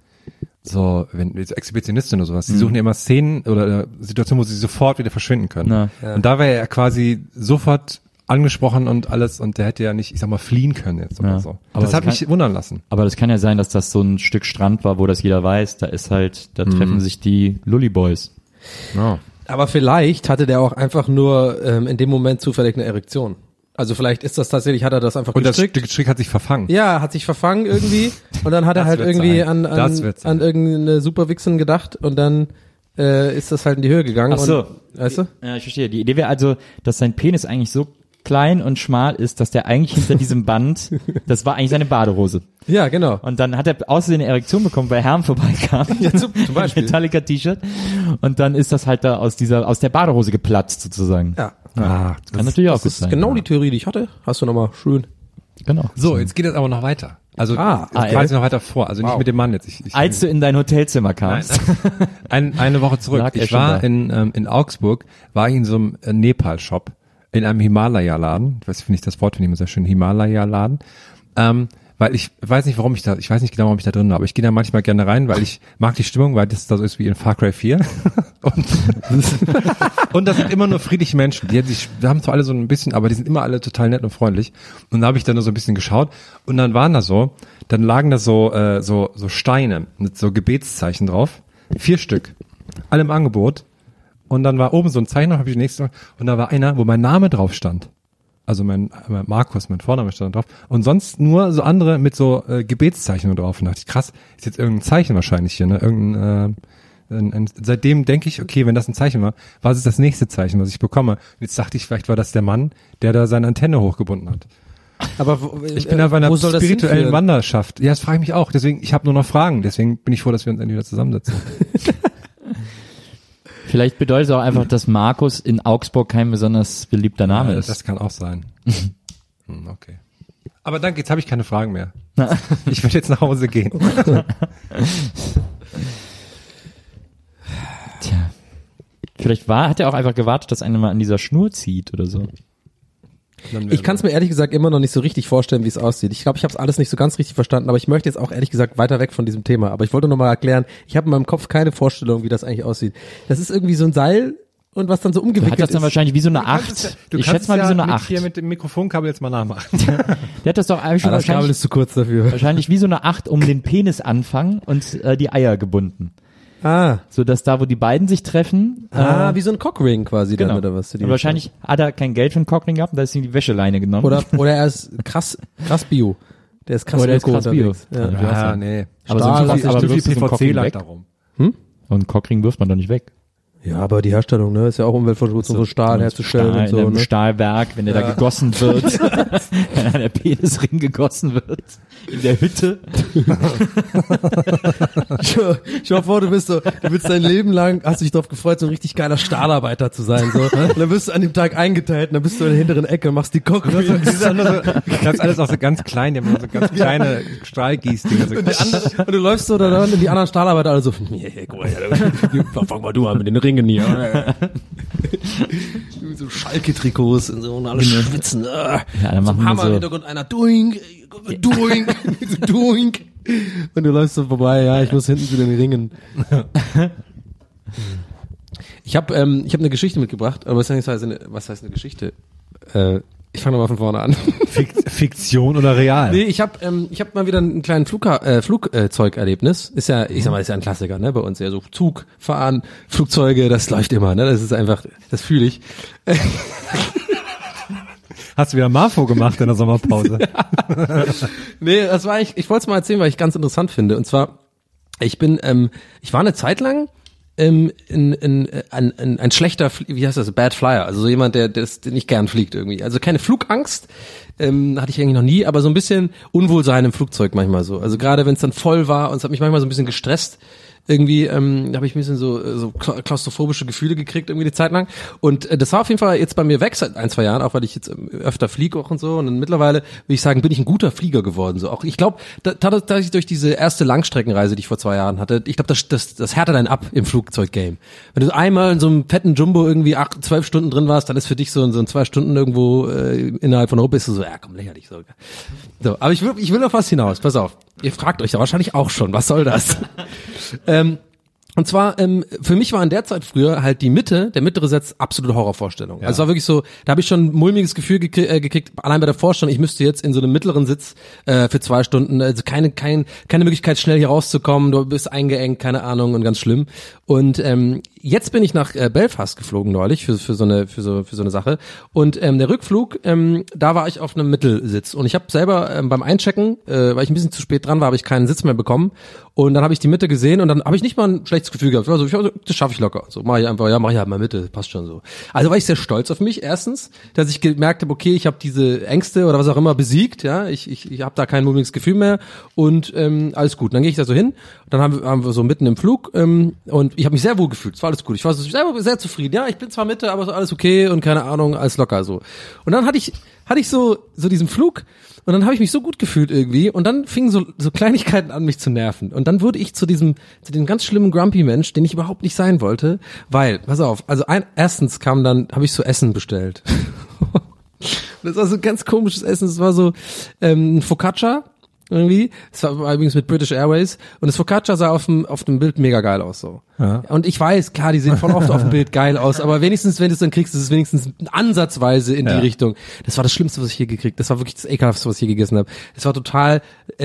so Exhibitionisten oder sowas, die suchen ja immer Szenen oder Situationen, wo sie sofort wieder verschwinden können. Ja. Und da wäre er quasi sofort angesprochen und alles und der hätte ja nicht, ich sag mal, fliehen können jetzt oder so. Aber Das hat mich wundern lassen. Aber das kann ja sein, dass das so ein Stück Strand war, wo das jeder weiß. Da treffen sich die Lully-Boys. Ja. Aber vielleicht hatte der auch einfach nur in dem Moment zufällig eine Erektion. Also vielleicht ist das tatsächlich, hat er das einfach Und das gestrickt. Strick hat sich verfangen. Ja, hat sich verfangen irgendwie und dann hat er Das halt wird irgendwie sein. an irgendeine Superwichsen gedacht und dann ist das halt in die Höhe gegangen. Ach so. Und, weißt du? Ja, ich verstehe. Die Idee wäre also, dass sein Penis eigentlich so klein und schmal ist, dass der eigentlich hinter diesem Band, das war eigentlich seine Badehose. Ja, genau. Und dann hat er außerdem eine Erektion bekommen, weil Herm vorbeikam. Ja, zum Beispiel. Metallica-T-Shirt. Und dann ist das halt da aus der Badehose geplatzt sozusagen. Ja. Kann natürlich auch Das gut ist sein. genau die Theorie, die ich hatte. Hast du nochmal schön. Genau. So, jetzt geht es aber noch weiter. Also quasi noch weiter vor. Also nicht mit dem Mann jetzt. Als du in dein Hotelzimmer kamst. Eine Woche zurück. Lag er Ich schon war da. in Augsburg, war ich in so einem Nepal-Shop, in einem Himalaya-Laden. Ich weiß, finde ich das Wort, finde ich immer sehr schön, Himalaya-Laden. Weil ich weiß nicht genau, warum ich da drin war, aber ich gehe da manchmal gerne rein, weil ich mag die Stimmung, weil das da so ist wie in Far Cry 4. Und das sind immer nur friedliche Menschen. Die haben zwar alle so ein bisschen, aber die sind immer alle total nett und freundlich. Und da habe ich dann nur so ein bisschen geschaut und dann lagen da so Steine mit so Gebetszeichen drauf. 4 Stück. Alle im Angebot. Und dann war oben so ein Zeichen, habe ich die nächste, und da war einer, wo mein Name drauf stand. Also mein Markus, mein Vorname stand da drauf. Und sonst nur so andere mit so Gebetszeichen drauf. Und da dachte ich, krass, ist jetzt irgendein Zeichen wahrscheinlich hier, ne? Seitdem denke ich, okay, wenn das ein Zeichen war, was ist das nächste Zeichen, was ich bekomme? Und jetzt dachte ich, vielleicht war das der Mann, der da seine Antenne hochgebunden hat. Aber Ich bin auf einer wo soll das spirituellen hinführen? Wanderschaft. Ja, das frage ich mich auch. Deswegen, ich habe nur noch Fragen. Deswegen bin ich froh, dass wir uns endlich wieder zusammensetzen. Vielleicht bedeutet es auch einfach, dass Markus in Augsburg kein besonders beliebter Name ist. Das kann auch sein. Okay. Aber danke, jetzt habe ich keine Fragen mehr. Ich werde jetzt nach Hause gehen. Tja. Vielleicht hat er auch einfach gewartet, dass einer mal an dieser Schnur zieht oder so. Ich kann es mir ehrlich gesagt immer noch nicht so richtig vorstellen, wie es aussieht. Ich glaube, ich habe es alles nicht so ganz richtig verstanden, aber ich möchte jetzt auch ehrlich gesagt weiter weg von diesem Thema. Aber ich wollte noch mal erklären, ich habe in meinem Kopf keine Vorstellung, wie das eigentlich aussieht. Das ist irgendwie so ein Seil und was dann so umgewickelt Hat das dann ist. wahrscheinlich wie so eine 8. Ich schätze mal wie so eine 8. Hier mit dem Mikrofonkabel jetzt mal nachmachen. Der hat das doch eigentlich Ah, das Kabel ist zu kurz dafür. wahrscheinlich wie so eine 8 um den Penisanfang und die Eier gebunden. So dass da, wo die beiden sich treffen, Wie so ein Cockring quasi genau. dann, oder was? Und wahrscheinlich hat er kein Geld für einen Cockring gehabt und da ist ihm die Wäscheleine genommen. Oder er ist krass Bio. Der ist krass Oder er ist Öko krass Bio. unterwegs. Ja. Ja, nee. Aber Stahl, so ein aber wirfst du so einen Cockring lag weg? darum. Und einen Cockring wirft man doch nicht weg. Ja, aber die Herstellung, ne, ist ja auch Umweltverschmutzung, so Stahl herzustellen Stahl, und so, in einem ne? Stahlwerk, wenn der da gegossen wird, wenn der Penisring gegossen wird, in der Hütte. Schau mal vor, du willst dein Leben lang, hast dich darauf gefreut, so ein richtig geiler Stahlarbeiter zu sein, so. Und dann wirst du an dem Tag eingeteilt und dann bist du in der hinteren Ecke, machst die Cockring. Ganz alles auch so ganz klein, die haben so ganz kleine Strahlgießdinger. So. Und du läufst so da und die anderen Stahlarbeiter alle so, guck mal, fang mal du an mit den Ringen hier. So Schalke-Trikots und so und alle schwitzen. Ja, dann machen so wir Hammer so- im Hintergrund einer doing. Und du läufst so vorbei, ja, ich muss hinten zu den Ringen. Ich hab eine Geschichte mitgebracht, aber was heißt eine Geschichte? Ich fange nochmal von vorne an. Fiktion oder real? Nee, ich hab mal wieder einen kleinen Flugzeugerlebnis. Ist ja, ich sag mal, ist ja ein Klassiker, ne, bei uns. Ja, so Zug, Fahren, Flugzeuge, das läuft immer, ne, das ist einfach, das fühle ich. Hast du wieder Marfo gemacht in der Sommerpause? Ja. Nee, das war ich wollte es mal erzählen, weil ich ganz interessant finde. Und zwar, ich war eine Zeit lang ein schlechter, wie heißt das, Bad Flyer, also so jemand, der nicht gern fliegt irgendwie. Also keine Flugangst, hatte ich eigentlich noch nie, aber so ein bisschen Unwohlsein im Flugzeug manchmal so. Also gerade wenn es dann voll war und es hat mich manchmal so ein bisschen gestresst. Irgendwie habe ich ein bisschen so klaustrophobische Gefühle gekriegt irgendwie die Zeit lang und das war auf jeden Fall jetzt bei mir weg seit 1-2 Jahren, auch weil ich jetzt öfter fliege auch und so und dann mittlerweile würde ich sagen, bin ich ein guter Flieger geworden. So auch ich glaube, dass ich durch diese erste Langstreckenreise, die ich vor 2 Jahren hatte, ich glaube, das härtet einen ab im Flugzeuggame. Wenn du einmal in so einem fetten Jumbo irgendwie 12 Stunden drin warst, dann ist für dich so in 2 Stunden irgendwo innerhalb von Europa bist du so, ja komm, lächerlich so. So, aber ich will auf was hinaus, pass auf. Ihr fragt euch ja wahrscheinlich auch schon, was soll das? Und zwar, für mich war in der Zeit früher halt der mittlere Satz absolute Horrorvorstellung. Ja. Also es war wirklich so, da habe ich schon ein mulmiges Gefühl gekriegt, allein bei der Vorstellung, ich müsste jetzt in so einem mittleren Sitz für 2 Stunden, also keine Möglichkeit schnell hier rauszukommen, du bist eingeengt, keine Ahnung und ganz schlimm. Und jetzt bin ich nach Belfast geflogen neulich für so eine Sache und der Rückflug, da war ich auf einem Mittelsitz und ich habe selber beim Einchecken, weil ich ein bisschen zu spät dran war, habe ich keinen Sitz mehr bekommen und dann habe ich die Mitte gesehen und dann habe ich nicht mal ein schlechtes Gefühl gehabt. Also das schaffe ich locker. So mach ich halt mal Mitte, passt schon so. Also war ich sehr stolz auf mich erstens, dass ich gemerkt habe, okay, ich habe diese Ängste oder was auch immer besiegt, ja, ich habe da kein mulmiges Gefühl mehr und alles gut. Dann gehe ich da so hin, dann haben wir so mitten im Flug und ich habe mich sehr wohl gefühlt. Es war alles gut. Ich war so selber sehr zufrieden. Ja, ich bin zwar Mitte, aber so alles okay und keine Ahnung, alles locker so. Und dann hatte ich so diesen Flug und dann habe ich mich so gut gefühlt irgendwie und dann fingen so Kleinigkeiten an, mich zu nerven. Und dann wurde ich zu dem ganz schlimmen Grumpy-Mensch, den ich überhaupt nicht sein wollte, weil, pass auf, also erstens habe ich so Essen bestellt. Das war so ein ganz komisches Essen, es war so ein Focaccia irgendwie. Es war übrigens mit British Airways und das Focaccia sah auf dem Bild mega geil aus so. Ja. Und ich weiß, klar, die sehen voll oft auf dem Bild geil aus, aber wenigstens, wenn du es dann kriegst, ist es wenigstens ansatzweise in die Richtung. Das war das Schlimmste, was ich hier gekriegt. Das war wirklich das Ekelhaftste, was ich hier gegessen habe. Es war total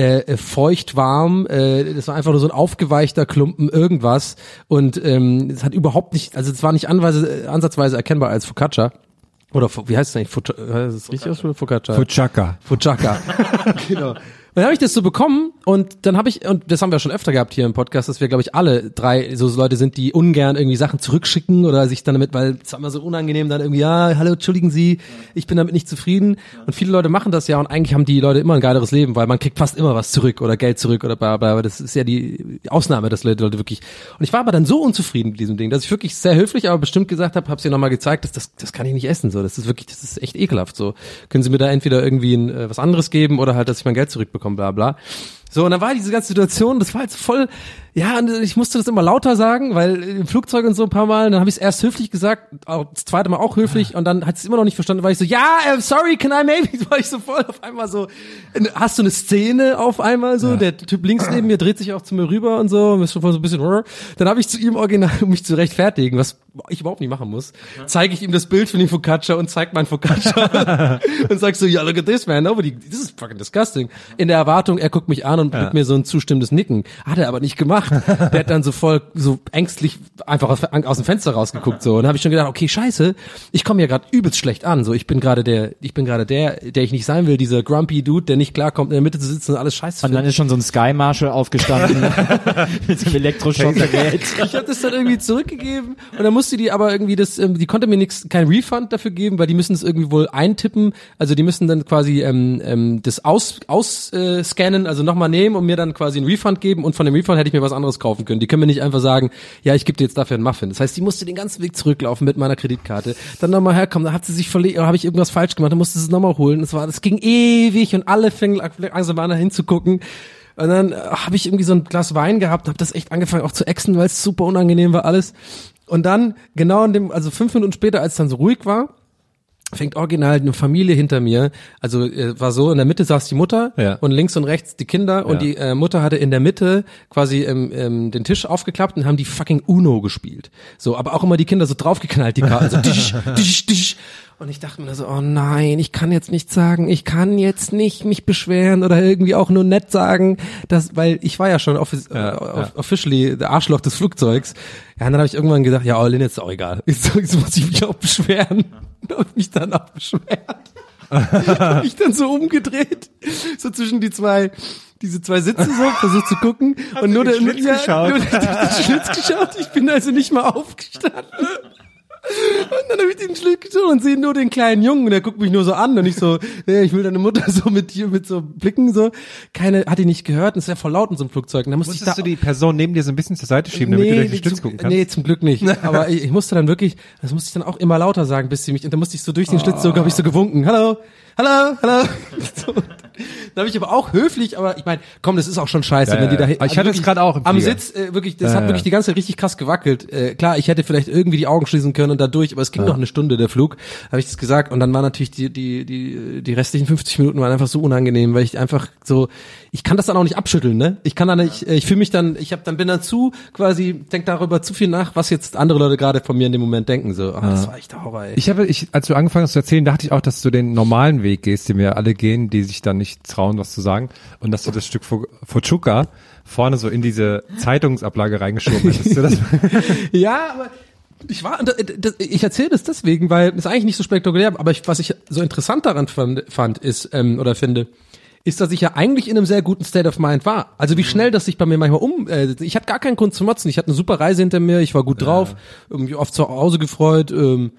feucht warm. Das war einfach nur so ein aufgeweichter Klumpen irgendwas und es hat überhaupt nicht, also es war nicht ansatzweise erkennbar als Focaccia. Oder wie heißt es eigentlich? Ist das richtig aus? Focaccia. Focaccia. Genau. Und dann habe ich das so bekommen und dann und das haben wir schon öfter gehabt hier im Podcast, dass wir, glaube ich, alle 3 so Leute sind, die ungern irgendwie Sachen zurückschicken oder sich dann damit, weil es immer so unangenehm dann irgendwie, ja, hallo, entschuldigen Sie, ich bin damit nicht zufrieden. Und viele Leute machen das ja und eigentlich haben die Leute immer ein geileres Leben, weil man kriegt fast immer was zurück oder Geld zurück oder bla bla, aber das ist ja die Ausnahme, dass Leute wirklich. Und ich war aber dann so unzufrieden mit diesem Ding, dass ich wirklich sehr höflich, aber bestimmt gesagt habe ihr nochmal gezeigt, dass das kann ich nicht essen, so, das ist echt ekelhaft, so. Können Sie mir da entweder irgendwie was anderes geben oder halt, dass ich mein Geld zurückbekomme, bla bla. So, und dann war diese ganze Situation, das war halt voll, ja, und ich musste das immer lauter sagen, weil im Flugzeug und so ein paar Mal, dann habe ich es erst höflich gesagt, auch das zweite Mal auch höflich und dann hat es immer noch nicht verstanden, weil ich so, ja, sorry, can I maybe, war ich so voll auf einmal so, hast du eine Szene auf einmal so, der Typ links neben mir dreht sich auch zu mir rüber und so, ist schon voll so ein bisschen, dann habe ich zu ihm original, um mich zu rechtfertigen, was ich überhaupt nicht machen muss, zeige ich ihm das Bild von dem Focaccia und zeig mein Focaccia und sag so, ja, look at this, man, this is fucking disgusting. In der Erwartung, er guckt mich an und gibt mir so ein zustimmendes Nicken. Hat er aber nicht gemacht. Der hat dann so voll, so ängstlich einfach aus dem Fenster rausgeguckt, so. Und dann habe ich schon gedacht, okay, scheiße, ich komme ja gerade übelst schlecht an, so. Ich bin gerade der ich nicht sein will, dieser grumpy Dude, der nicht klarkommt, in der Mitte zu sitzen und alles scheiße findet. Und dann ist schon so ein Sky Marshal aufgestanden mit so einem Elektroschockgerät. Ich habe das dann irgendwie zurückgegeben und dann musste die aber irgendwie die konnte mir kein Refund dafür geben, weil die müssen es irgendwie wohl eintippen, also die müssen dann quasi das ausscannen, also nochmal nehmen und mir dann quasi einen Refund geben und von dem Refund hätte ich mir was anderes kaufen können. Die können mir nicht einfach sagen, ja, ich gebe dir jetzt dafür einen Muffin. Das heißt, die musste den ganzen Weg zurücklaufen mit meiner Kreditkarte, dann nochmal herkommen, da hat sie sich verlegt, oder habe ich irgendwas falsch gemacht, dann musste sie es nochmal holen. Das ging ewig und alle fingen langsam an, da hinzugucken. Und dann habe ich irgendwie so ein Glas Wein gehabt, habe das echt angefangen auch zu ächzen, weil es super unangenehm war alles. Und dann, genau also 5 Minuten später, als es dann so ruhig war, fängt original eine Familie hinter mir, also war so, in der Mitte saß die Mutter und links und rechts die Kinder und die Mutter hatte in der Mitte quasi den Tisch aufgeklappt und haben die fucking Uno gespielt. So, aber auch immer die Kinder so draufgeknallt, die Karten, so tisch, tisch, tisch. Und ich dachte mir so, oh nein, ich kann jetzt nichts sagen, ich kann jetzt nicht mich beschweren oder irgendwie auch nur nett sagen, weil ich war ja schon officially der Arschloch des Flugzeugs. Ja, und dann habe ich irgendwann gedacht, ja, Lynn, ist auch egal. Jetzt muss ich mich auch beschweren. Und habe mich dann auch beschwert. Hab mich dann so umgedreht, so zwischen diese zwei Sitze so, versucht zu gucken. Hast und nur den Schlitz geschaut. Ich bin also nicht mal aufgestanden. Und dann habe ich den Schlitz geschaut und sehe nur den kleinen Jungen und der guckt mich nur so an und ich so, ich will deine Mutter so mit so Blicken so. Hat die nicht gehört und es ist ja voll laut in so einem Flugzeug. Und dann musstest du die Person neben dir so ein bisschen zur Seite schieben, damit du durch den Schlitz gucken kannst? Nee, zum Glück nicht. Aber ich musste dann wirklich, das musste ich dann auch immer lauter sagen, bis sie mich, und dann musste ich so durch den Schlitz so, habe ich so gewunken. Hallo. So. Da habe ich aber auch höflich, aber ich meine, komm, das ist auch schon scheiße, wenn die da ich hatte es gerade auch am Sitz wirklich, das hat wirklich die ganze Zeit richtig krass gewackelt. Klar, ich hätte vielleicht irgendwie die Augen schließen können und da durch, aber es ging noch eine Stunde der Flug, habe ich das gesagt und dann war natürlich die restlichen 50 Minuten waren einfach so unangenehm, weil ich einfach so, ich kann das dann auch nicht abschütteln, ne? Ich kann dann nicht, ich fühle mich dann, bin dann denk darüber zu viel nach, was jetzt andere Leute gerade von mir in dem Moment denken, so. Das war echt der Horror, ey. Als du angefangen hast zu erzählen, dachte ich auch, dass du den normalen Weg gehst, den wir alle gehen, die sich dann nicht trauen, was zu sagen, und dass du das Stück Fukuoka vorne so in diese Zeitungsablage reingeschoben hättest. Ja, aber ich erzähle das deswegen, weil es eigentlich nicht so spektakulär, aber was ich so interessant daran fand ist, ist, dass ich ja eigentlich in einem sehr guten State of Mind war. Also wie schnell das sich bei mir manchmal ich hatte gar keinen Grund zu motzen, ich hatte eine super Reise hinter mir, ich war gut drauf, irgendwie oft zu Hause gefreut,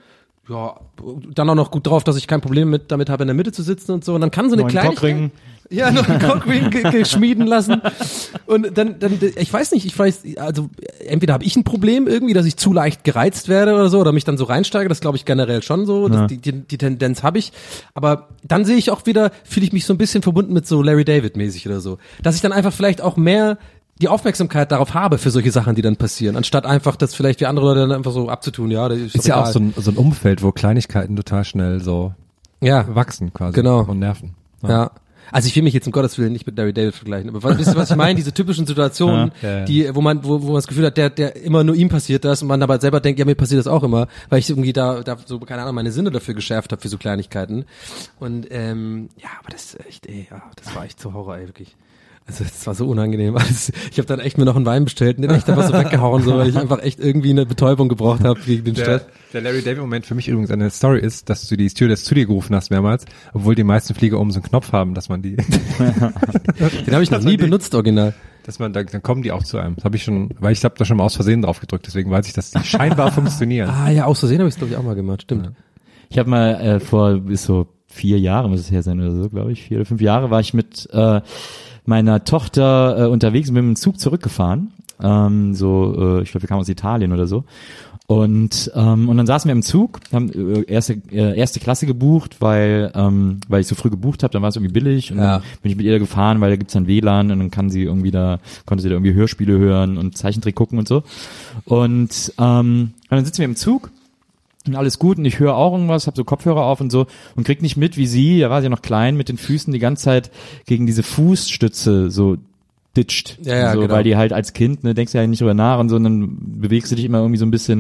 dann auch noch gut drauf, dass ich kein Problem damit habe, in der Mitte zu sitzen und so. Und dann kann so eine Kleinigkeit... Ja, noch einen Cockring geschmieden lassen. Und dann, ich weiß nicht, also entweder habe ich ein Problem irgendwie, dass ich zu leicht gereizt werde oder so, oder mich dann so reinsteige, das glaube ich generell schon so, die Tendenz habe ich. Aber dann sehe ich auch wieder, fühle ich mich so ein bisschen verbunden mit so Larry David mäßig oder so. Dass ich dann einfach vielleicht auch mehr die Aufmerksamkeit darauf habe für solche Sachen, die dann passieren, anstatt einfach das vielleicht wie andere Leute dann einfach so abzutun, ja. Das ist ja auch so ein Umfeld, wo Kleinigkeiten total schnell so wachsen quasi. Genau. Und nerven. Ja. Also ich will mich jetzt um Gottes Willen nicht mit Larry David vergleichen, aber wisst ihr, was ich meine? Diese typischen Situationen, die, wo man das Gefühl hat, der immer nur ihm passiert das und man aber selber denkt, ja, mir passiert das auch immer, weil ich irgendwie da so, keine Ahnung, meine Sinne dafür geschärft habe für so Kleinigkeiten. Und aber das ist echt, das war echt so Horror, wirklich. Also das war so unangenehm. Ich habe dann echt mir noch einen Wein bestellt und den echt einfach so weggehauen, so, weil ich einfach echt irgendwie eine Betäubung gebraucht habe gegen den Stress. Der Larry David-Moment für mich übrigens eine Story ist, dass du die Stewardess zu dir gerufen hast mehrmals, obwohl die meisten Flieger oben so einen Knopf haben, dass man die... Den habe ich noch nie benutzt, original. Dass man, dann kommen die auch zu einem. Das habe ich schon, weil ich habe da schon mal aus Versehen drauf gedrückt, deswegen weiß ich, dass die scheinbar funktionieren. Ja, aus Versehen habe ich es glaube ich auch mal gemacht, stimmt. Ja. Ich habe mal vor 4 Jahren, muss es her sein oder so, glaube ich, 4 oder 5 Jahre, war ich mit meiner Tochter unterwegs und bin mit dem Zug zurückgefahren. Ich glaube, wir kamen aus Italien oder so. Und dann saßen wir im Zug, haben erste Klasse gebucht, weil ich so früh gebucht habe, dann war es irgendwie billig und dann bin ich mit ihr da gefahren, weil da gibt's dann WLAN und dann konnte sie da irgendwie Hörspiele hören und Zeichentrick gucken und so. Und dann sitzen wir im Zug und alles gut und ich höre auch irgendwas, habe so Kopfhörer auf und so und krieg nicht mit, wie sie, da war sie noch klein, mit den Füßen die ganze Zeit gegen diese Fußstütze so ditcht. Ja, so, genau. Weil die halt als Kind, ne, denkst du ja nicht drüber nach und so, und dann bewegst du dich immer irgendwie so ein bisschen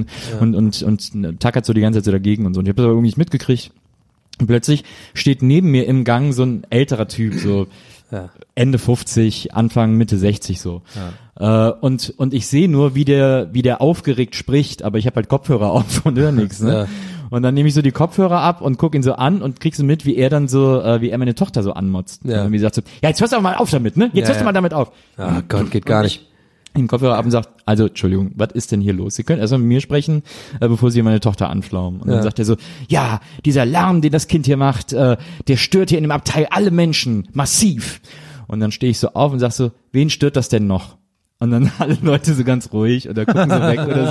und tackert so die ganze Zeit so dagegen und so. Und ich habe das aber irgendwie nicht mitgekriegt. Und plötzlich steht neben mir im Gang so ein älterer Typ, so Ende 50, Anfang, Mitte 60 so. Ja. Und ich sehe nur, wie der aufgeregt spricht, aber ich habe halt Kopfhörer auf und höre nichts, ne? Ja. Und dann nehme ich so die Kopfhörer ab und guck ihn so an und krieg so mit, wie er dann so, wie er meine Tochter so anmotzt. Ja. Und wie sagt so, ja, jetzt hörst du aber mal auf damit, ne? Jetzt hörst du mal damit auf. Ja, Gott, geht gar nicht. Den Kopfhörer ab und sagt, also, Entschuldigung, was ist denn hier los? Sie können erstmal mit mir sprechen, bevor Sie meine Tochter anflaumen. Und dann sagt er so, ja, dieser Lärm, den das Kind hier macht, der stört hier in dem Abteil alle Menschen massiv. Und dann stehe ich so auf und sag so, wen stört das denn noch? Und dann alle Leute so ganz ruhig oder gucken so weg oder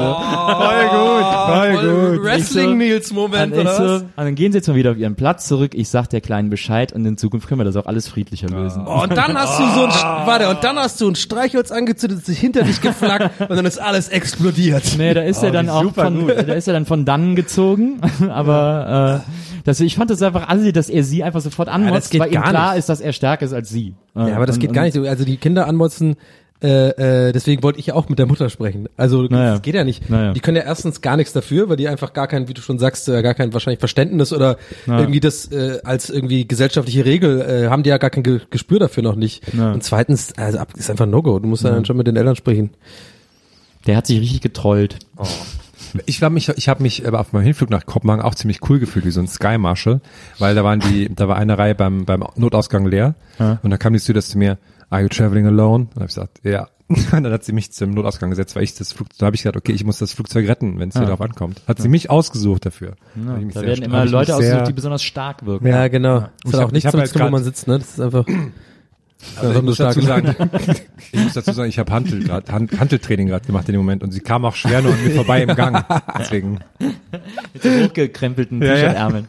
so. Voll gut. Wrestling-Nils-Moment oder was? Und dann gehen sie jetzt mal wieder auf ihren Platz zurück. Ich sag der Kleinen Bescheid und in Zukunft können wir das auch alles friedlicher lösen. Und dann hast du ein Streichholz angezündet, sich hinter dich geflaggt und dann ist alles explodiert. Nee, da ist er dann auch da ist er dann von dannen gezogen. Aber Ich fand es einfach assi, dass er sie einfach sofort das anmotzt, geht weil ihm gar klar nicht. ist, dass er stärker ist als sie. Ja, aber das geht gar nicht so. Also die Kinder anmotzen, deswegen wollte ich ja auch mit der Mutter sprechen. Also das geht ja nicht. Naja. Die können ja erstens gar nichts dafür, weil die einfach gar kein, wie du schon sagst, gar kein wahrscheinlich Verständnis oder irgendwie das als irgendwie gesellschaftliche Regel haben die ja gar kein Gespür dafür noch nicht. Ja. Und zweitens, also ist einfach ein No-Go. Du musst dann schon mit den Eltern sprechen. Der hat sich richtig getrollt. Ich habe mich aber auf meinem Hinflug nach Kopenhagen auch ziemlich cool gefühlt, wie so ein Sky Marshal, weil da war eine Reihe beim Notausgang leer und da kam die Stewardess zu mir, are you traveling alone? Und dann habe ich gesagt, ja. Und dann hat sie mich zum Notausgang gesetzt, weil da habe ich gesagt, okay, ich muss das Flugzeug retten, wenn es hier drauf ankommt. Hat sie mich ausgesucht dafür. Ja, da werden immer Leute ausgesucht, die besonders stark wirken. Ja, genau. Das ist auch nicht so, halt wo man sitzt, ne? Das ist einfach ich muss dazu sagen, ich habe Hanteltraining gerade gemacht in dem Moment und sie kam auch schwer nur an mir vorbei im Gang. Deswegen. Mit den hochgekrempelten T-Shirt-Ärmeln.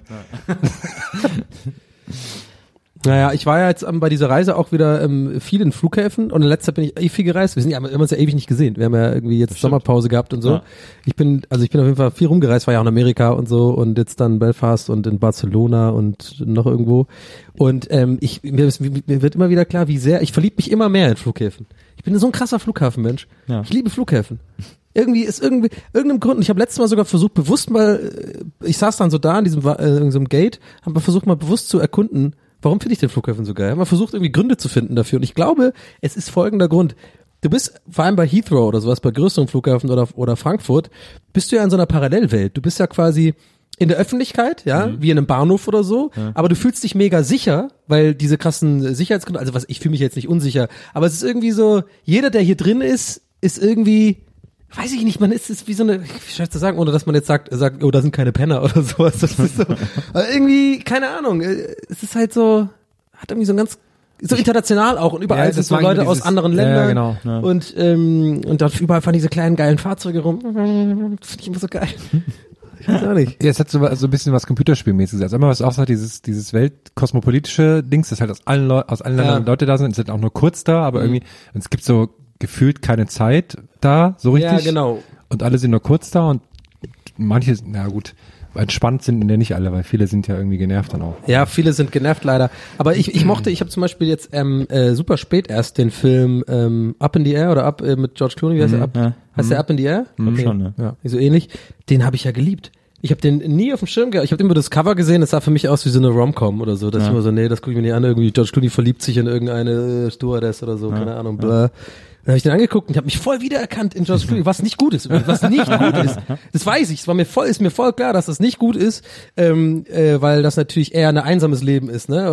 Naja, ich war ja jetzt bei dieser Reise auch wieder viel in Flughäfen und in letzter Zeit bin ich viel gereist. Wir haben uns ja ewig nicht gesehen. Wir haben ja irgendwie jetzt Sommerpause gehabt und so. Ja. Ich bin auf jeden Fall viel rumgereist, war ja auch in Amerika und so und jetzt dann Belfast und in Barcelona und noch irgendwo. Und mir wird immer wieder klar, wie sehr, ich verliebe mich immer mehr in Flughäfen. Ich bin so ein krasser Flughafenmensch. Ja. Ich liebe Flughäfen. Irgendeinem Grund, und ich habe letztes Mal sogar versucht, bewusst mal, ich saß dann so da in diesem in so einem Gate, habe mal versucht, mal bewusst zu erkunden, warum finde ich den Flughafen so geil? Ich habe mal versucht, irgendwie Gründe zu finden dafür. Und ich glaube, es ist folgender Grund. Du bist, vor allem bei Heathrow oder sowas, bei größeren Flughäfen oder Frankfurt, bist du ja in so einer Parallelwelt. Du bist ja quasi in der Öffentlichkeit, wie in einem Bahnhof oder so, aber du fühlst dich mega sicher, weil diese krassen Sicherheitsgründe, also ich fühle mich jetzt nicht unsicher, aber es ist irgendwie so, jeder, der hier drin ist irgendwie, weiß ich nicht, man ist wie so eine, wie soll ich das sagen, ohne dass man jetzt sagt, oh, da sind keine Penner oder sowas. Das ist so, aber irgendwie, keine Ahnung, es ist halt so, hat irgendwie so ein ganz, so international auch und überall sind so Leute aus anderen Ländern genau. und dann überall fahren diese kleinen geilen Fahrzeuge rum. Das finde ich immer so geil. Ich weiß auch nicht. Ja, es hat so ein bisschen was Computerspielmäßiges. Also immer was auch sagt, dieses weltkosmopolitische Dings, dass halt aus allen Ländern Leute da sind, es sind auch nur kurz da, aber irgendwie, und es gibt so gefühlt keine Zeit da, so richtig. Ja, genau. Und alle sind nur kurz da und manche, na gut, entspannt sind ja nicht alle, weil viele sind ja irgendwie genervt dann auch. Ja, viele sind genervt leider. Aber ich habe zum Beispiel jetzt super spät erst den Film Up in the Air oder Up mit George Clooney, wie heißt der? Heißt der Up in the Air? Okay. Schon, ja. So ähnlich. Den habe ich ja geliebt. Ich habe den nie auf dem Schirm gehabt. Ich habe immer das Cover gesehen, das sah für mich aus wie so eine Rom-Com oder so. Das ist immer so, nee, das gucke ich mir nicht an. Irgendwie George Clooney verliebt sich in irgendeine Stewardess oder so, keine Ahnung, bla. Dann habe ich den angeguckt und ich habe mich voll wiedererkannt in George Clooney, was nicht gut ist. Das weiß ich. Ist mir voll klar, dass das nicht gut ist, weil das natürlich eher ein einsames Leben ist, ne?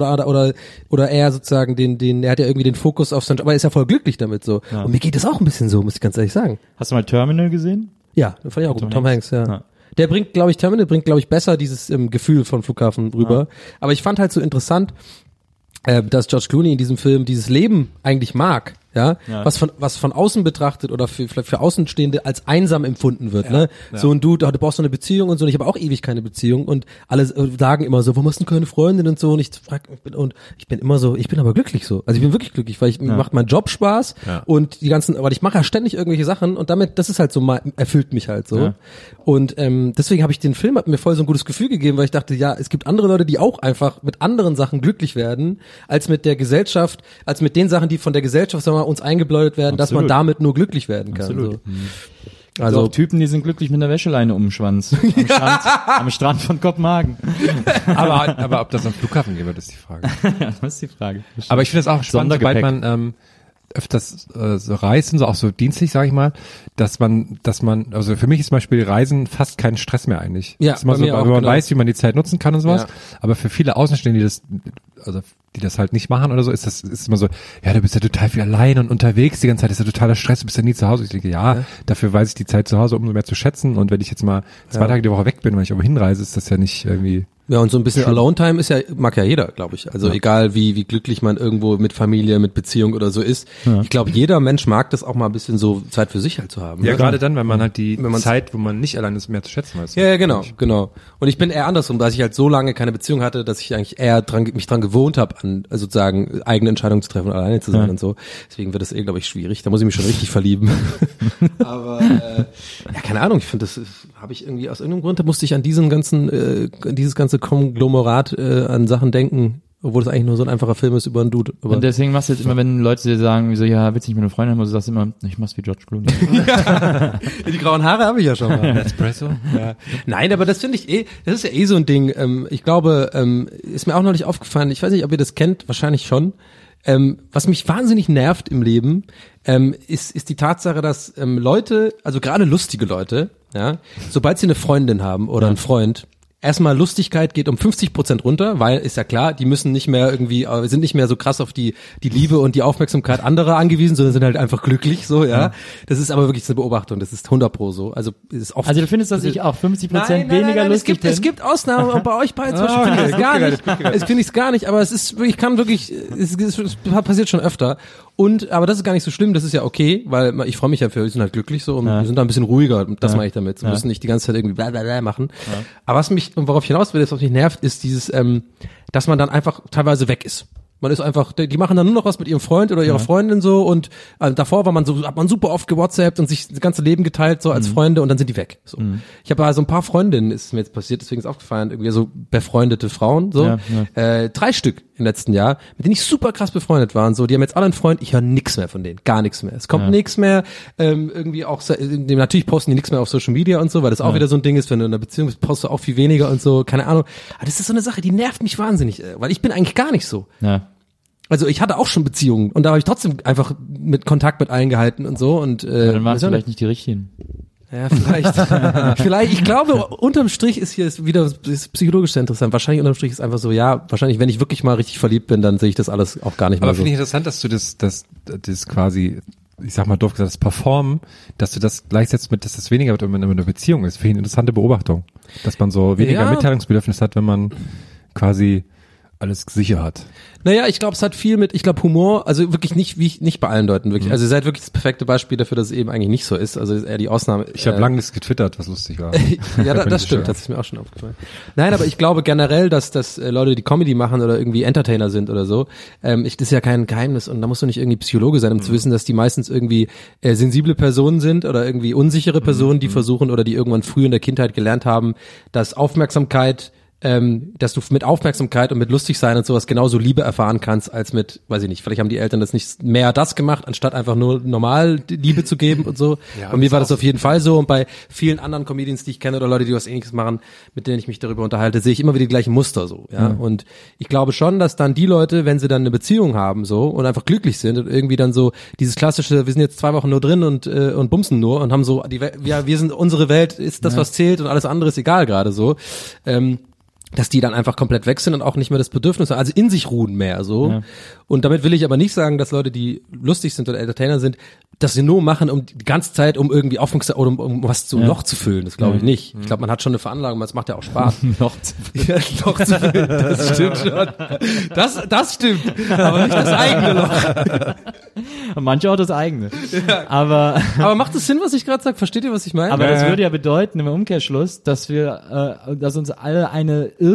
Oder eher sozusagen er hat ja irgendwie den Fokus auf sein, aber er ist ja voll glücklich damit so. Ja. Und mir geht das auch ein bisschen so, muss ich ganz ehrlich sagen. Hast du mal Terminal gesehen? Ja, das fand ich auch gut. Tom Hanks, ja. Der Terminal bringt, glaube ich, besser dieses Gefühl von Flughafen rüber. Ja. Aber ich fand halt so interessant, dass George Clooney in diesem Film dieses Leben eigentlich mag, was von außen betrachtet oder vielleicht für Außenstehende als einsam empfunden wird, ne? Ja. So und du brauchst so eine Beziehung und so, und ich habe auch ewig keine Beziehung und alle sagen immer so, warum hast du keine Freundin und so, und ich bin immer so, ich bin aber glücklich so. Also ich bin wirklich glücklich, weil mir macht mein Job Spaß und aber ich mache ja ständig irgendwelche Sachen und damit, das ist halt so, erfüllt mich halt so. Ja. Und deswegen habe ich den Film, hat mir voll so ein gutes Gefühl gegeben, weil ich dachte, ja, es gibt andere Leute, die auch einfach mit anderen Sachen glücklich werden, als mit der Gesellschaft, als mit den Am die von der Gesellschaft, sagen wir mal, uns eingebläut werden, dass man damit nur glücklich werden kann. So. Also auch Typen, die sind glücklich mit einer Wäscheleine um den Schwanz. Am Strand von Kopenhagen. aber ob das am Flughafen gehen wird, ist die Frage. Ja, das ist die Frage. Aber ich finde es auch spannend, sobald man öfters so reist und so, auch so dienstlich, sage ich mal, dass man, also für mich ist zum Beispiel Reisen fast kein Stress mehr eigentlich. Ja, das ist immer so, weil man weiß, wie man die Zeit nutzen kann und sowas. Ja. Aber für viele Außenstehende, die das halt nicht machen oder so, ist immer so, ja, du bist ja total viel allein und unterwegs die ganze Zeit, ist ja totaler Stress, du bist ja nie zu Hause. Ich denke, dafür weiß ich die Zeit zu Hause umso mehr zu schätzen, und wenn ich jetzt mal 2 Tage die Woche weg bin, wenn ich irgendwo hinreise, ist das ja nicht irgendwie. Ja, und so ein bisschen Alone-Time mag ja jeder, glaube ich. Also egal wie glücklich man irgendwo mit Familie, mit Beziehung oder so ist. Ja. Ich glaube, jeder Mensch mag das auch mal ein bisschen so Zeit für sich halt zu haben. Ja, gerade dann, wenn man halt die Zeit, wo man nicht allein ist, mehr zu schätzen weiß. Ja, genau. Und ich bin eher andersrum, dass ich halt so lange keine Beziehung hatte, dass ich eigentlich eher mich dran gewohnt habe, an sozusagen eigene Entscheidungen zu treffen und alleine zu sein und so. Deswegen wird das glaube ich, schwierig. Da muss ich mich schon richtig verlieben. Aber keine Ahnung, ich finde, das habe ich irgendwie aus irgendeinem Grund, da musste ich an dieses ganze ganze Konglomerat an Sachen denken, obwohl es eigentlich nur so ein einfacher Film ist über einen Dude. Aber Und deswegen machst du jetzt immer, wenn Leute dir sagen, wie so, ja, willst du nicht mit einer Freundin haben, du sagst immer, ich mach's wie George Clooney. Die grauen Haare habe ich ja schon mal. Espresso? Ja. Nein, aber das finde ich das ist ja so ein Ding. Ich glaube, ist mir auch noch nicht aufgefallen, ich weiß nicht, ob ihr das kennt, wahrscheinlich schon. Was mich wahnsinnig nervt im Leben, ist die Tatsache, dass Leute, also gerade lustige Leute, ja, sobald sie eine Freundin haben oder einen Freund, erstmal Lustigkeit geht um 50% runter, weil ist ja klar, die müssen nicht mehr irgendwie, sind nicht mehr so krass auf die Liebe und die Aufmerksamkeit anderer angewiesen, sondern sind halt einfach glücklich, so, ja. Das ist aber wirklich eine Beobachtung, das ist 100% so. Also, ist oft. Also du findest, dass ich auch 50% weniger lustig bin? Es gibt Ausnahmen, und bei euch beiden zum Beispiel finde ich es gar nicht. Es finde ich es gar nicht, aber es ist wirklich, es passiert schon öfter. Aber das ist gar nicht so schlimm, das ist ja okay, weil ich freue mich ja für, wir sind halt glücklich so und wir sind da ein bisschen ruhiger, das meine ich damit. Wir müssen nicht die ganze Zeit irgendwie blablabla machen. Ja. Aber worauf ich hinaus will, was mich nervt, ist dieses, dass man dann einfach teilweise weg ist. Man ist einfach, die machen dann nur noch was mit ihrem Freund oder ihrer Freundin so und davor hat man super oft gewhatsappt und sich das ganze Leben geteilt so als Freunde und dann sind die weg. So. Ich habe also ein paar Freundinnen, ist mir jetzt passiert, deswegen ist aufgefallen, irgendwie so befreundete Frauen, so 3 Stück im letzten Jahr, mit denen ich super krass befreundet war und so, die haben jetzt alle einen Freund, ich höre nichts mehr von denen, gar nichts mehr. Es kommt nichts mehr, irgendwie auch, natürlich posten die nichts mehr auf Social Media und so, weil das auch wieder so ein Ding ist, wenn du in einer Beziehung bist, postest du auch viel weniger und so, keine Ahnung. Aber das ist so eine Sache, die nervt mich wahnsinnig, weil ich bin eigentlich gar nicht so. Ja. Also ich hatte auch schon Beziehungen und da habe ich trotzdem einfach mit Kontakt mit allen gehalten und so und dann waren es vielleicht nicht die richtigen. Ja, vielleicht. Ich glaube, unterm Strich ist psychologisch sehr interessant. Wahrscheinlich unterm Strich ist einfach so, ja, wahrscheinlich, wenn ich wirklich mal richtig verliebt bin, dann sehe ich das alles auch gar nicht mehr aber so. Aber finde ich interessant, dass du das quasi, ich sag mal doof gesagt, das Performen, dass du das gleichsetzt mit, dass das weniger wird, wenn man in einer Beziehung ist. Finde ich eine interessante Beobachtung. Dass man so weniger Mitteilungsbedürfnis hat, wenn man quasi alles sicher hat. Naja, ich glaube, es hat viel mit, Humor, also wirklich nicht bei allen Leuten wirklich. Also ihr seid wirklich das perfekte Beispiel dafür, dass es eben eigentlich nicht so ist. Also ist eher die Ausnahme. Ich habe lange nichts getwittert, was lustig war. Ja, das stimmt, das ist mir auch schon aufgefallen. Nein, aber ich glaube generell, dass Leute, die Comedy machen oder irgendwie Entertainer sind oder so, das ist ja kein Geheimnis und da musst du nicht irgendwie Psychologe sein, um zu wissen, dass die meistens irgendwie sensible Personen sind oder irgendwie unsichere Personen, die versuchen oder die irgendwann früh in der Kindheit gelernt haben, dass Aufmerksamkeit dass du mit Aufmerksamkeit und mit Lustigsein und sowas genauso Liebe erfahren kannst, als mit, weiß ich nicht, vielleicht haben die Eltern das nicht mehr das gemacht, anstatt einfach nur normal Liebe zu geben und so. Ja, bei mir war das auf jeden Fall so und bei vielen anderen Comedians, die ich kenne oder Leute, die was Ähnliches machen, mit denen ich mich darüber unterhalte, sehe ich immer wieder die gleichen Muster so, ja. Und ich glaube schon, dass dann die Leute, wenn sie dann eine Beziehung haben so und einfach glücklich sind und irgendwie dann so dieses klassische, wir sind jetzt 2 Wochen nur drin und bumsen nur und haben so, wir sind, unsere Welt ist das, was zählt und alles andere ist egal gerade so, dass die dann einfach komplett weg sind und auch nicht mehr das Bedürfnis haben, also in sich ruhen mehr so. Ja. Und damit will ich aber nicht sagen, dass Leute, die lustig sind oder Entertainer sind, dass sie nur machen, um die ganze Zeit, um irgendwie aufmerksam oder um was zu Loch zu füllen. Das glaube ich nicht. Ich glaube, man hat schon eine Veranlagung, es macht ja auch Spaß. Loch zu füllen. Ja, Loch zu füllen, das stimmt schon. Das stimmt, aber nicht das eigene Loch. Manche auch das eigene. Ja. Aber macht es Sinn, was ich gerade sage? Versteht ihr, was ich meine? Aber das würde ja bedeuten im Umkehrschluss, dass dass uns alle ein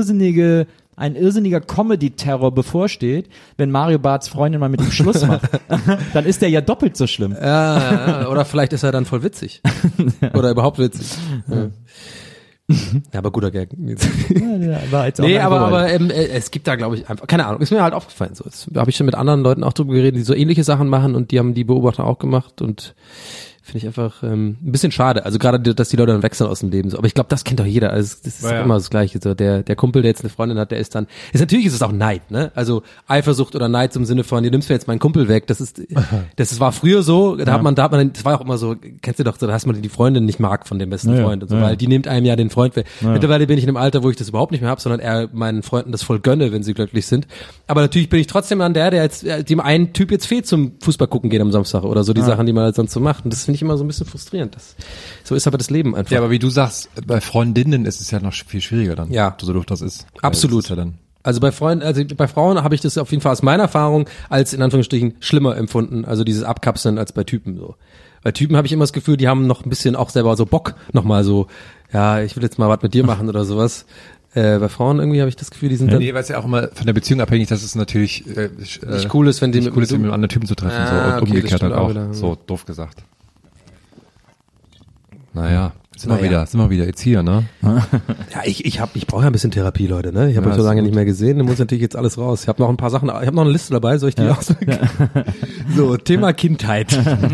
irrsinniger Comedy-Terror bevorsteht, wenn Mario Barths Freundin mal mit ihm Schluss macht. Dann ist der ja doppelt so schlimm. Ja, oder vielleicht ist er dann voll witzig. Oder überhaupt witzig. Ja. Ja, aber guter Gag. Ja, war jetzt auch aber es gibt da, glaube ich, einfach, keine Ahnung, ist mir halt aufgefallen. So, jetzt habe ich schon mit anderen Leuten auch drüber geredet, die so ähnliche Sachen machen und die haben die Beobachtung auch gemacht und finde ich einfach ein bisschen schade. Also gerade, dass die Leute dann wechseln aus dem Leben. So. Aber ich glaube, das kennt doch jeder. Also das ist immer das Gleiche. So der Kumpel, der jetzt eine Freundin hat, natürlich ist es auch Neid, ne? Also Eifersucht oder Neid im Sinne von, du nimmst mir jetzt meinen Kumpel weg. Das war früher so. Da hat man, das war auch immer so. Kennst du doch, so, da hast man die Freundin nicht mag von dem besten Freund und so, weil die nimmt einem ja den Freund weg. Mittlerweile bin ich in einem Alter, wo ich das überhaupt nicht mehr habe, sondern eher meinen Freunden das voll gönne, wenn sie glücklich sind. Aber natürlich bin ich trotzdem dann der jetzt, dem einen Typ jetzt fehlt zum Fußball gucken gehen am Samstag oder so die Sachen, die man halt sonst so macht. Und das finde ich immer so ein bisschen frustrierend. So ist aber das Leben einfach. Ja, aber wie du sagst, bei Freundinnen ist es ja noch viel schwieriger dann. Ja. So doof das ist. Absolut. Ist ja dann also bei Frauen habe ich das auf jeden Fall aus meiner Erfahrung als in Anführungsstrichen schlimmer empfunden, also dieses Abkapseln als bei Typen so. Bei Typen habe ich immer das Gefühl, die haben noch ein bisschen auch selber so Bock, nochmal so, ja, ich will jetzt mal was mit dir machen oder sowas. Bei Frauen irgendwie habe ich das Gefühl, die sind dann... Nee, weil es ja auch immer von der Beziehung abhängig, dass es natürlich nicht cool ist, wenn die mit einem anderen Typen zu treffen, so und umgekehrt halt auch. Wieder. So doof gesagt. Naja, Sind wir wieder jetzt hier, ne? Ja, ich brauche ja ein bisschen Therapie, Leute, ne? Ich habe euch so lange nicht mehr gesehen, dann muss natürlich jetzt alles raus. Ich habe noch ein paar Sachen, ich habe noch eine Liste dabei, soll ich die ausdrücken? So, Thema Kindheit.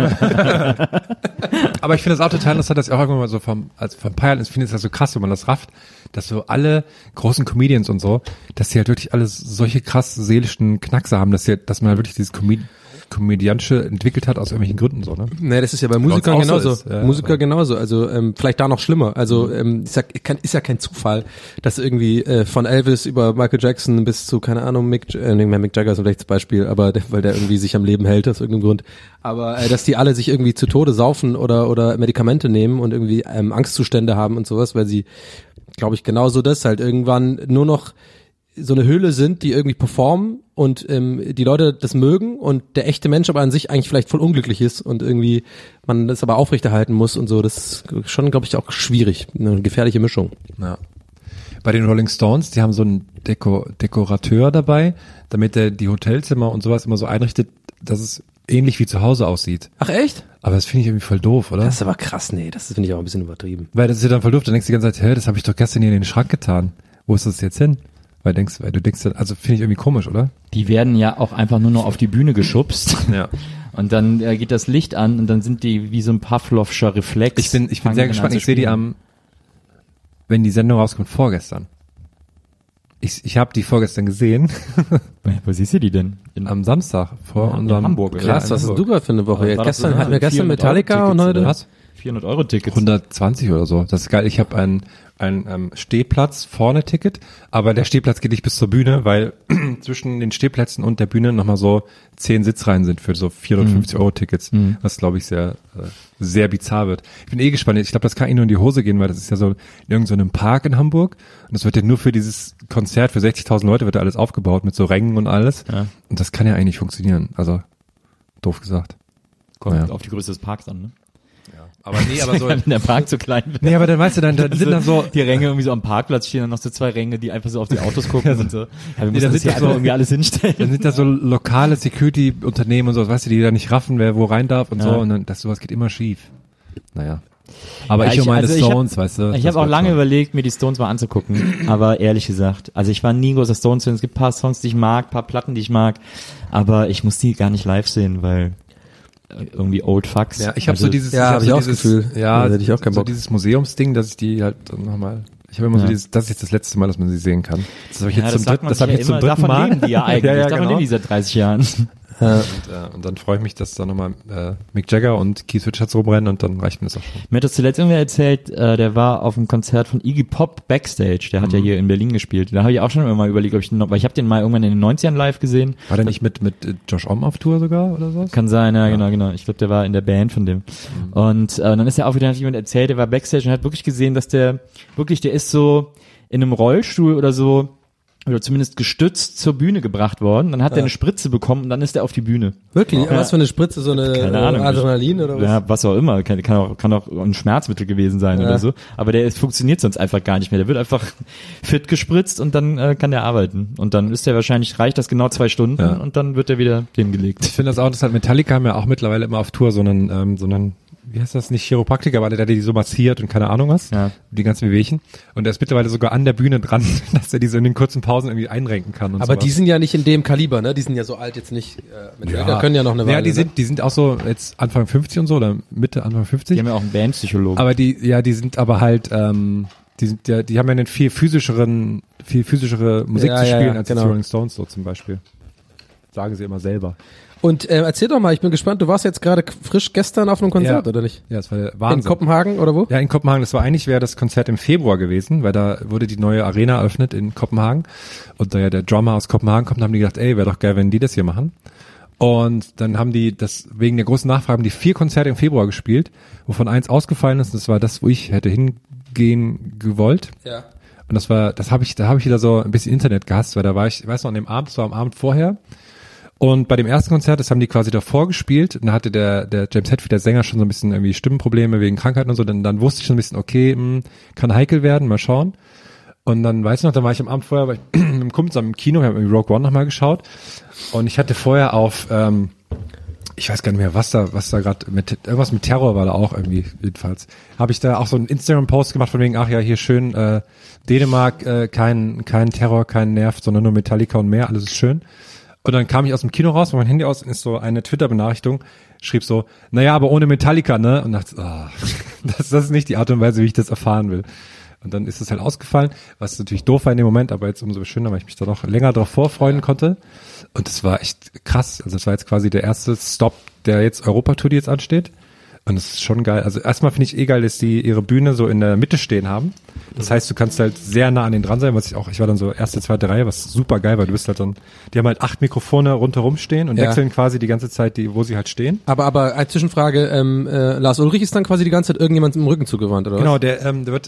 Aber ich finde das auch total interessant, dass ich auch irgendwann mal so vom Peilen, ich finde es ja so krass, wenn man das rafft, dass so alle großen Comedians und so, dass die halt wirklich alles solche krass seelischen Knackse haben, dass man halt wirklich dieses Komödiantische entwickelt hat aus irgendwelchen Gründen so, ne? Nee, das ist ja bei Musikern genauso. So ja, Musiker genauso. Also vielleicht da noch schlimmer. Also ist ja kein Zufall, dass irgendwie von Elvis über Michael Jackson bis zu, keine Ahnung, Mick Jagger ist ein schlechtes Beispiel, aber weil der irgendwie sich am Leben hält aus irgendeinem Grund. Aber dass die alle sich irgendwie zu Tode saufen oder Medikamente nehmen und irgendwie Angstzustände haben und sowas, weil sie, glaube ich, genauso das halt irgendwann nur noch so eine Höhle sind, die irgendwie performen und die Leute das mögen und der echte Mensch aber an sich eigentlich vielleicht voll unglücklich ist und irgendwie man das aber aufrechterhalten muss und so. Das ist schon, glaube ich, auch schwierig. Eine gefährliche Mischung. Ja. Bei den Rolling Stones, die haben so einen Dekorateur dabei, damit der die Hotelzimmer und sowas immer so einrichtet, dass es ähnlich wie zu Hause aussieht. Ach echt? Aber das finde ich irgendwie voll doof, oder? Das ist aber krass, nee, das finde ich auch ein bisschen übertrieben. Weil das ist ja dann voll doof, dann denkst du die ganze Zeit, das habe ich doch gestern hier in den Schrank getan. Wo ist das jetzt hin? Weil du denkst, also finde ich irgendwie komisch, oder? Die werden ja auch einfach nur noch auf die Bühne geschubst. Ja. Und dann geht das Licht an und dann sind die wie so ein Pavlovscher Reflex. Ich bin sehr gespannt. Ich sehe die wenn die Sendung rauskommt, vorgestern. Ich habe die vorgestern gesehen. Wo siehst du die denn? Am Samstag in Hamburg. Krass, was hast du gerade für eine Woche? Ja, gestern hatten wir gestern Metallica und heute was? 400-Euro-Tickets. 120 oder so. Das ist geil. Ich habe einen Stehplatz vorne Ticket, aber der Stehplatz geht nicht bis zur Bühne, weil zwischen den Stehplätzen und der Bühne nochmal so 10 Sitzreihen sind für so 450 Euro Tickets, was glaube ich sehr sehr bizarr wird. Ich bin gespannt. Ich glaube, das kann nur in die Hose gehen, weil das ist ja so in irgendeinem Park in Hamburg und das wird ja nur für dieses Konzert für 60.000 Leute wird da alles aufgebaut mit so Rängen und alles und das kann ja eigentlich funktionieren. Also doof gesagt. Kommt auf die Größe des Parks an, ne? Aber so wenn der Park zu klein wird. Nee, aber dann weißt du, dann sind dann so die Ränge irgendwie so am Parkplatz stehen, dann noch so 2 Ränge, die einfach so auf die Autos gucken und so. Ja, wir müssen das hier einfach irgendwie alles hinstellen. Dann sind da so lokale Security-Unternehmen und so, weißt du, die da nicht raffen, wer wo rein darf und so und dann sowas geht immer schief. Naja. Aber ich und meine Stones, weißt du. Ich habe auch lange überlegt, mir die Stones mal anzugucken, aber ehrlich gesagt, also ich war nie ein großer Stones-Fan. Es gibt ein paar Songs, die ich mag, ein paar Platten, die ich mag, aber ich muss die gar nicht live sehen, weil irgendwie Old Fucks. Ja, ich habe so dieses, habe ich auch das Gefühl. Ja, da hätte ich auch keinen Bock. So dieses Museumsding, dass ich die halt nochmal. Ich habe immer so dieses, das ist jetzt das letzte Mal, dass man sie sehen kann. Das habe ich jetzt zum dritten Mal. Davon leben die ja eigentlich. Ja, davon leben die seit 30 Jahren. Und dann freue ich mich, dass da nochmal Mick Jagger und Keith Richards rumrennen und dann reicht mir das auch schon. Mir hat das zuletzt irgendwer erzählt, der war auf einem Konzert von Iggy Pop Backstage, der hat ja hier in Berlin gespielt. Da habe ich auch schon immer mal überlegt, ob ich den noch, weil ich habe den mal irgendwann in den 90ern live gesehen. War der nicht mit Josh Homme auf Tour sogar oder so? Kann sein, ja. Genau. Ich glaube, der war in der Band von dem. Und dann ist ja auch wieder, hat jemand erzählt, der war Backstage und hat wirklich gesehen, dass der ist so in einem Rollstuhl oder so, oder zumindest gestützt zur Bühne gebracht worden. Dann hat er eine Spritze bekommen und dann ist er auf die Bühne. Wirklich? Ja. Was für eine Spritze? So eine Adrenalin oder was? Ja, was auch immer. Kann auch ein Schmerzmittel gewesen sein oder so. Aber der funktioniert sonst einfach gar nicht mehr. Der wird einfach fit gespritzt und dann kann der arbeiten. Und dann ist der wahrscheinlich, reicht das genau 2 Stunden und dann wird er wieder hingelegt. Ich finde das auch, dass halt Metallica haben ja auch mittlerweile immer auf Tour so einen wie heißt das, nicht Chiropraktiker, aber der die so massiert und keine Ahnung was, die ganzen Wehwehchen. Und der ist mittlerweile sogar an der Bühne dran, dass er die so in den kurzen Pausen irgendwie einrenken kann. Und aber sowas. Die sind ja nicht in dem Kaliber, ne? Die sind ja so alt jetzt nicht. Können ja noch eine Weile. Ja, die sind auch so jetzt Anfang 50 und so, oder Mitte, Anfang 50. Die haben ja auch einen Bandpsychologen. Aber die sind aber halt, die haben ja eine viel physischere Musik zu spielen als die Rolling Stones so zum Beispiel. Sagen sie immer selber. Und erzähl doch mal, ich bin gespannt, du warst jetzt gerade frisch gestern auf einem Konzert, oder nicht? Ja, das war der Wahnsinn. In Kopenhagen oder wo? Ja, in Kopenhagen. Wäre das Konzert im Februar gewesen, weil da wurde die neue Arena eröffnet in Kopenhagen. Und da ja der Drummer aus Kopenhagen kommt, haben die gedacht, wäre doch geil, wenn die das hier machen. Und dann haben die wegen der großen Nachfrage, haben die 4 Konzerte im Februar gespielt, wovon 1 ausgefallen ist. Das war das, wo ich hätte hingehen gewollt. Ja. Und da habe ich wieder so ein bisschen Internet gehasst, weil da war ich weiß noch, das war am Abend vorher. Und bei dem ersten Konzert, das haben die quasi davor gespielt, und da hatte der James Hetfield, der Sänger, schon so ein bisschen irgendwie Stimmenprobleme wegen Krankheiten und so, dann wusste ich schon ein bisschen, okay, kann heikel werden, mal schauen. Und dann, weißt du noch, dann war ich am Abend vorher, war ich mit einem Kumpel zusammen im Kino, wir haben irgendwie Rogue One nochmal geschaut, und ich hatte vorher auf ich weiß gar nicht mehr, was da gerade irgendwas mit Terror war da auch irgendwie, jedenfalls. Habe ich da auch so einen Instagram-Post gemacht von wegen, ach ja, hier schön, Dänemark, kein Terror, kein Nerv, sondern nur Metallica und mehr, alles ist schön. Und dann kam ich aus dem Kino raus, von meinem Handy aus, und ist so eine Twitter-Benachrichtigung, schrieb so, naja, aber ohne Metallica, ne? Und dachte, das ist nicht die Art und Weise, wie ich das erfahren will. Und dann ist es halt ausgefallen, was natürlich doof war in dem Moment, aber jetzt umso schöner, weil ich mich da noch länger drauf vorfreuen konnte. Und das war echt krass. Also das war jetzt quasi der erste Stop der jetzt Europatour, die jetzt ansteht. Und es ist schon geil. Also erstmal finde ich geil, dass die ihre Bühne so in der Mitte stehen haben. Das heißt, du kannst halt sehr nah an denen dran sein, ich war dann so erste, zweite Reihe, was super geil war. Du bist halt dann, die haben halt 8 Mikrofone rundherum stehen und wechseln quasi die ganze Zeit, wo sie halt stehen. Aber eine Zwischenfrage, Lars Ulrich ist dann quasi die ganze Zeit irgendjemand im Rücken zugewandt, oder was? Genau, der wird,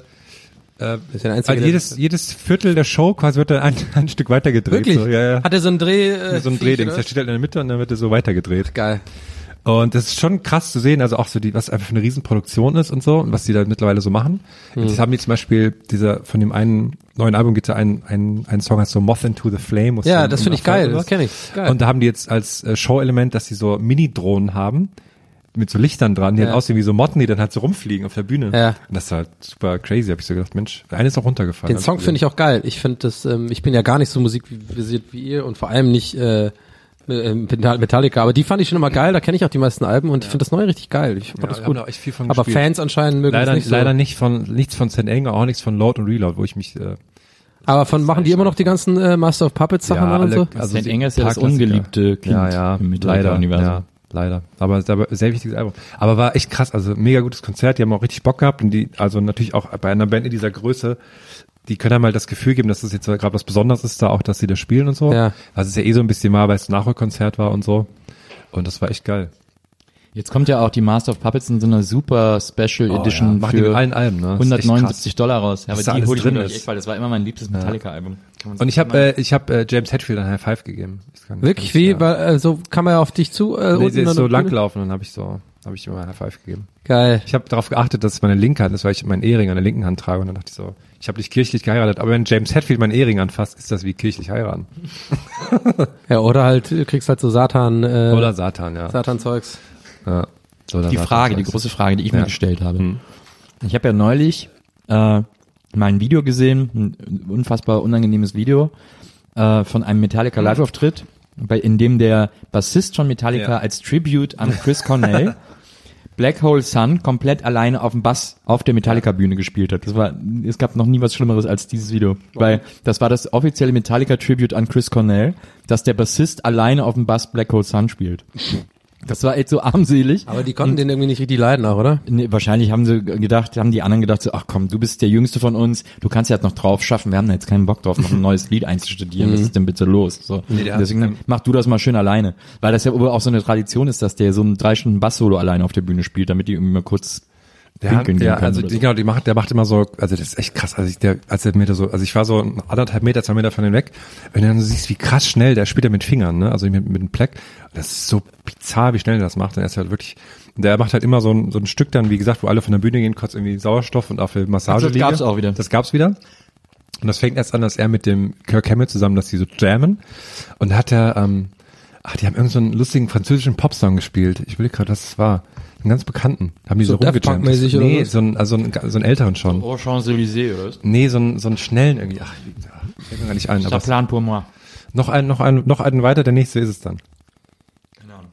ist ja der Einzige, jedes Viertel der Show quasi wird dann ein Stück weitergedreht. Wirklich? So, ja. Hat er so ein Dreh? So ein Drehdings. Der steht halt in der Mitte und dann wird er so weitergedreht. Geil. Und das ist schon krass zu sehen, also auch so was einfach für eine Riesenproduktion ist und so und was die da mittlerweile so machen. Jetzt haben die zum Beispiel von dem einen neuen Album gibt es ja einen Song, heißt so Moth into the Flame. Ja, das finde ich geil, das kenne ich. Geil. Und da haben die jetzt als Show-Element, dass sie so Mini-Drohnen haben, mit so Lichtern dran, die halt aussehen wie so Motten, die dann halt so rumfliegen auf der Bühne. Ja. Und das ist halt super crazy, hab ich so gedacht, Mensch, eine ist auch runtergefallen. Den Song finde ich auch geil. Ich finde das, ich bin ja gar nicht so musikversiert wie ihr und vor allem nicht Metallica, aber die fand ich schon immer geil, da kenne ich auch die meisten Alben und ich finde das neue richtig geil. Ich fand das gut. Echt viel von aber gespielt. Fans anscheinend mögen leider, es nicht so. Leider nichts von St. Anger, auch nichts von Load und Reload, wo ich mich aber machen die immer noch die ganzen Master of Puppets Sachen und so? Also St. Anger ist ja das ungeliebte Kind im Metallica-Universum. Ja, leider. Aber es ist aber sehr wichtiges Album. Aber war echt krass, also mega gutes Konzert, die haben auch richtig Bock gehabt und die, also natürlich auch bei einer Band in dieser Größe, die können einem halt das Gefühl geben, dass das jetzt gerade was Besonderes ist, da auch, dass sie das spielen und so. Ja. Also es ist ja so ein bisschen mal, weil es ein Nachholkonzert war und so. Und das war echt geil. Jetzt kommt ja auch die Master of Puppets in so einer super Special Edition für mit allen Alben, ne? $179 raus. Ja, aber die hole ich mir echt, weil das war immer mein liebstes Metallica-Album. Und ich habe James Hetfield ein High Five gegeben. Wirklich? Wie? So kam er auf dich zu? Nee, sie ist so langgelaufen und dann habe ich ihm ein High Five gegeben. Geil. Ich habe darauf geachtet, dass es meine linke Hand ist, weil ich meinen Ehering an der linken Hand trage und dann dachte ich so, ich habe nicht kirchlich geheiratet, aber wenn James Hetfield meinen Ehering anfasst, ist das wie kirchlich heiraten. Ja, oder halt, du kriegst halt so Satan. Oder Satan, ja. Satan-Zeugs. Ja. Die große Frage, die ich mir gestellt habe. Ich habe ja neulich mal ein Video gesehen, ein unfassbar unangenehmes Video von einem Metallica Live-Auftritt, in dem der Bassist von Metallica als Tribute an Chris Cornell Black Hole Sun komplett alleine auf dem Bass auf der Metallica-Bühne gespielt hat. Es gab noch nie was Schlimmeres als dieses Video, weil das war das offizielle Metallica-Tribute an Chris Cornell, dass der Bassist alleine auf dem Bass Black Hole Sun spielt. Das war echt so armselig. Aber die konnten den irgendwie nicht richtig leiden auch, oder? Nee, wahrscheinlich haben die anderen gedacht so, ach komm, du bist der Jüngste von uns, du kannst ja noch drauf schaffen, wir haben da jetzt keinen Bock drauf, noch ein neues Lied einzustudieren, was ist denn bitte los? So. Deswegen mach du das mal schön alleine. Weil das ja auch so eine Tradition ist, dass der so ein 3 Stunden Bass-Solo alleine auf der Bühne spielt, damit die irgendwie mal kurz pinkeln gehen können. Also genau, der macht immer so, also das ist echt krass, also ich war so 1,5 Meter, 2 Meter von dem weg, wenn du dann siehst, wie krass schnell, der spielt ja mit Fingern, ne, also mit dem Pleck, das ist so bizarr, wie schnell der das macht, und er ist halt wirklich, der macht halt immer so ein Stück dann, wie gesagt, wo alle von der Bühne gehen, kurz irgendwie Sauerstoff und auf der Massage liegen. Das gab's wieder. Und das fängt erst an, dass er mit dem Kirk Hammett zusammen, dass die so jammen, und da hat er, die haben irgendeinen so einen lustigen französischen Popsong gespielt, ich will gerade, was es war. Einen ganz bekannten. Haben die so rumgejammt. Nee, so einen älteren schon. Oh, Champs-Élysées, oder was? Nee, so einen schnellen irgendwie. Ach, fällt mir gar nicht ein. Das ist Plan pour moi. Noch einen weiter, der nächste ist es dann. Keine Ahnung.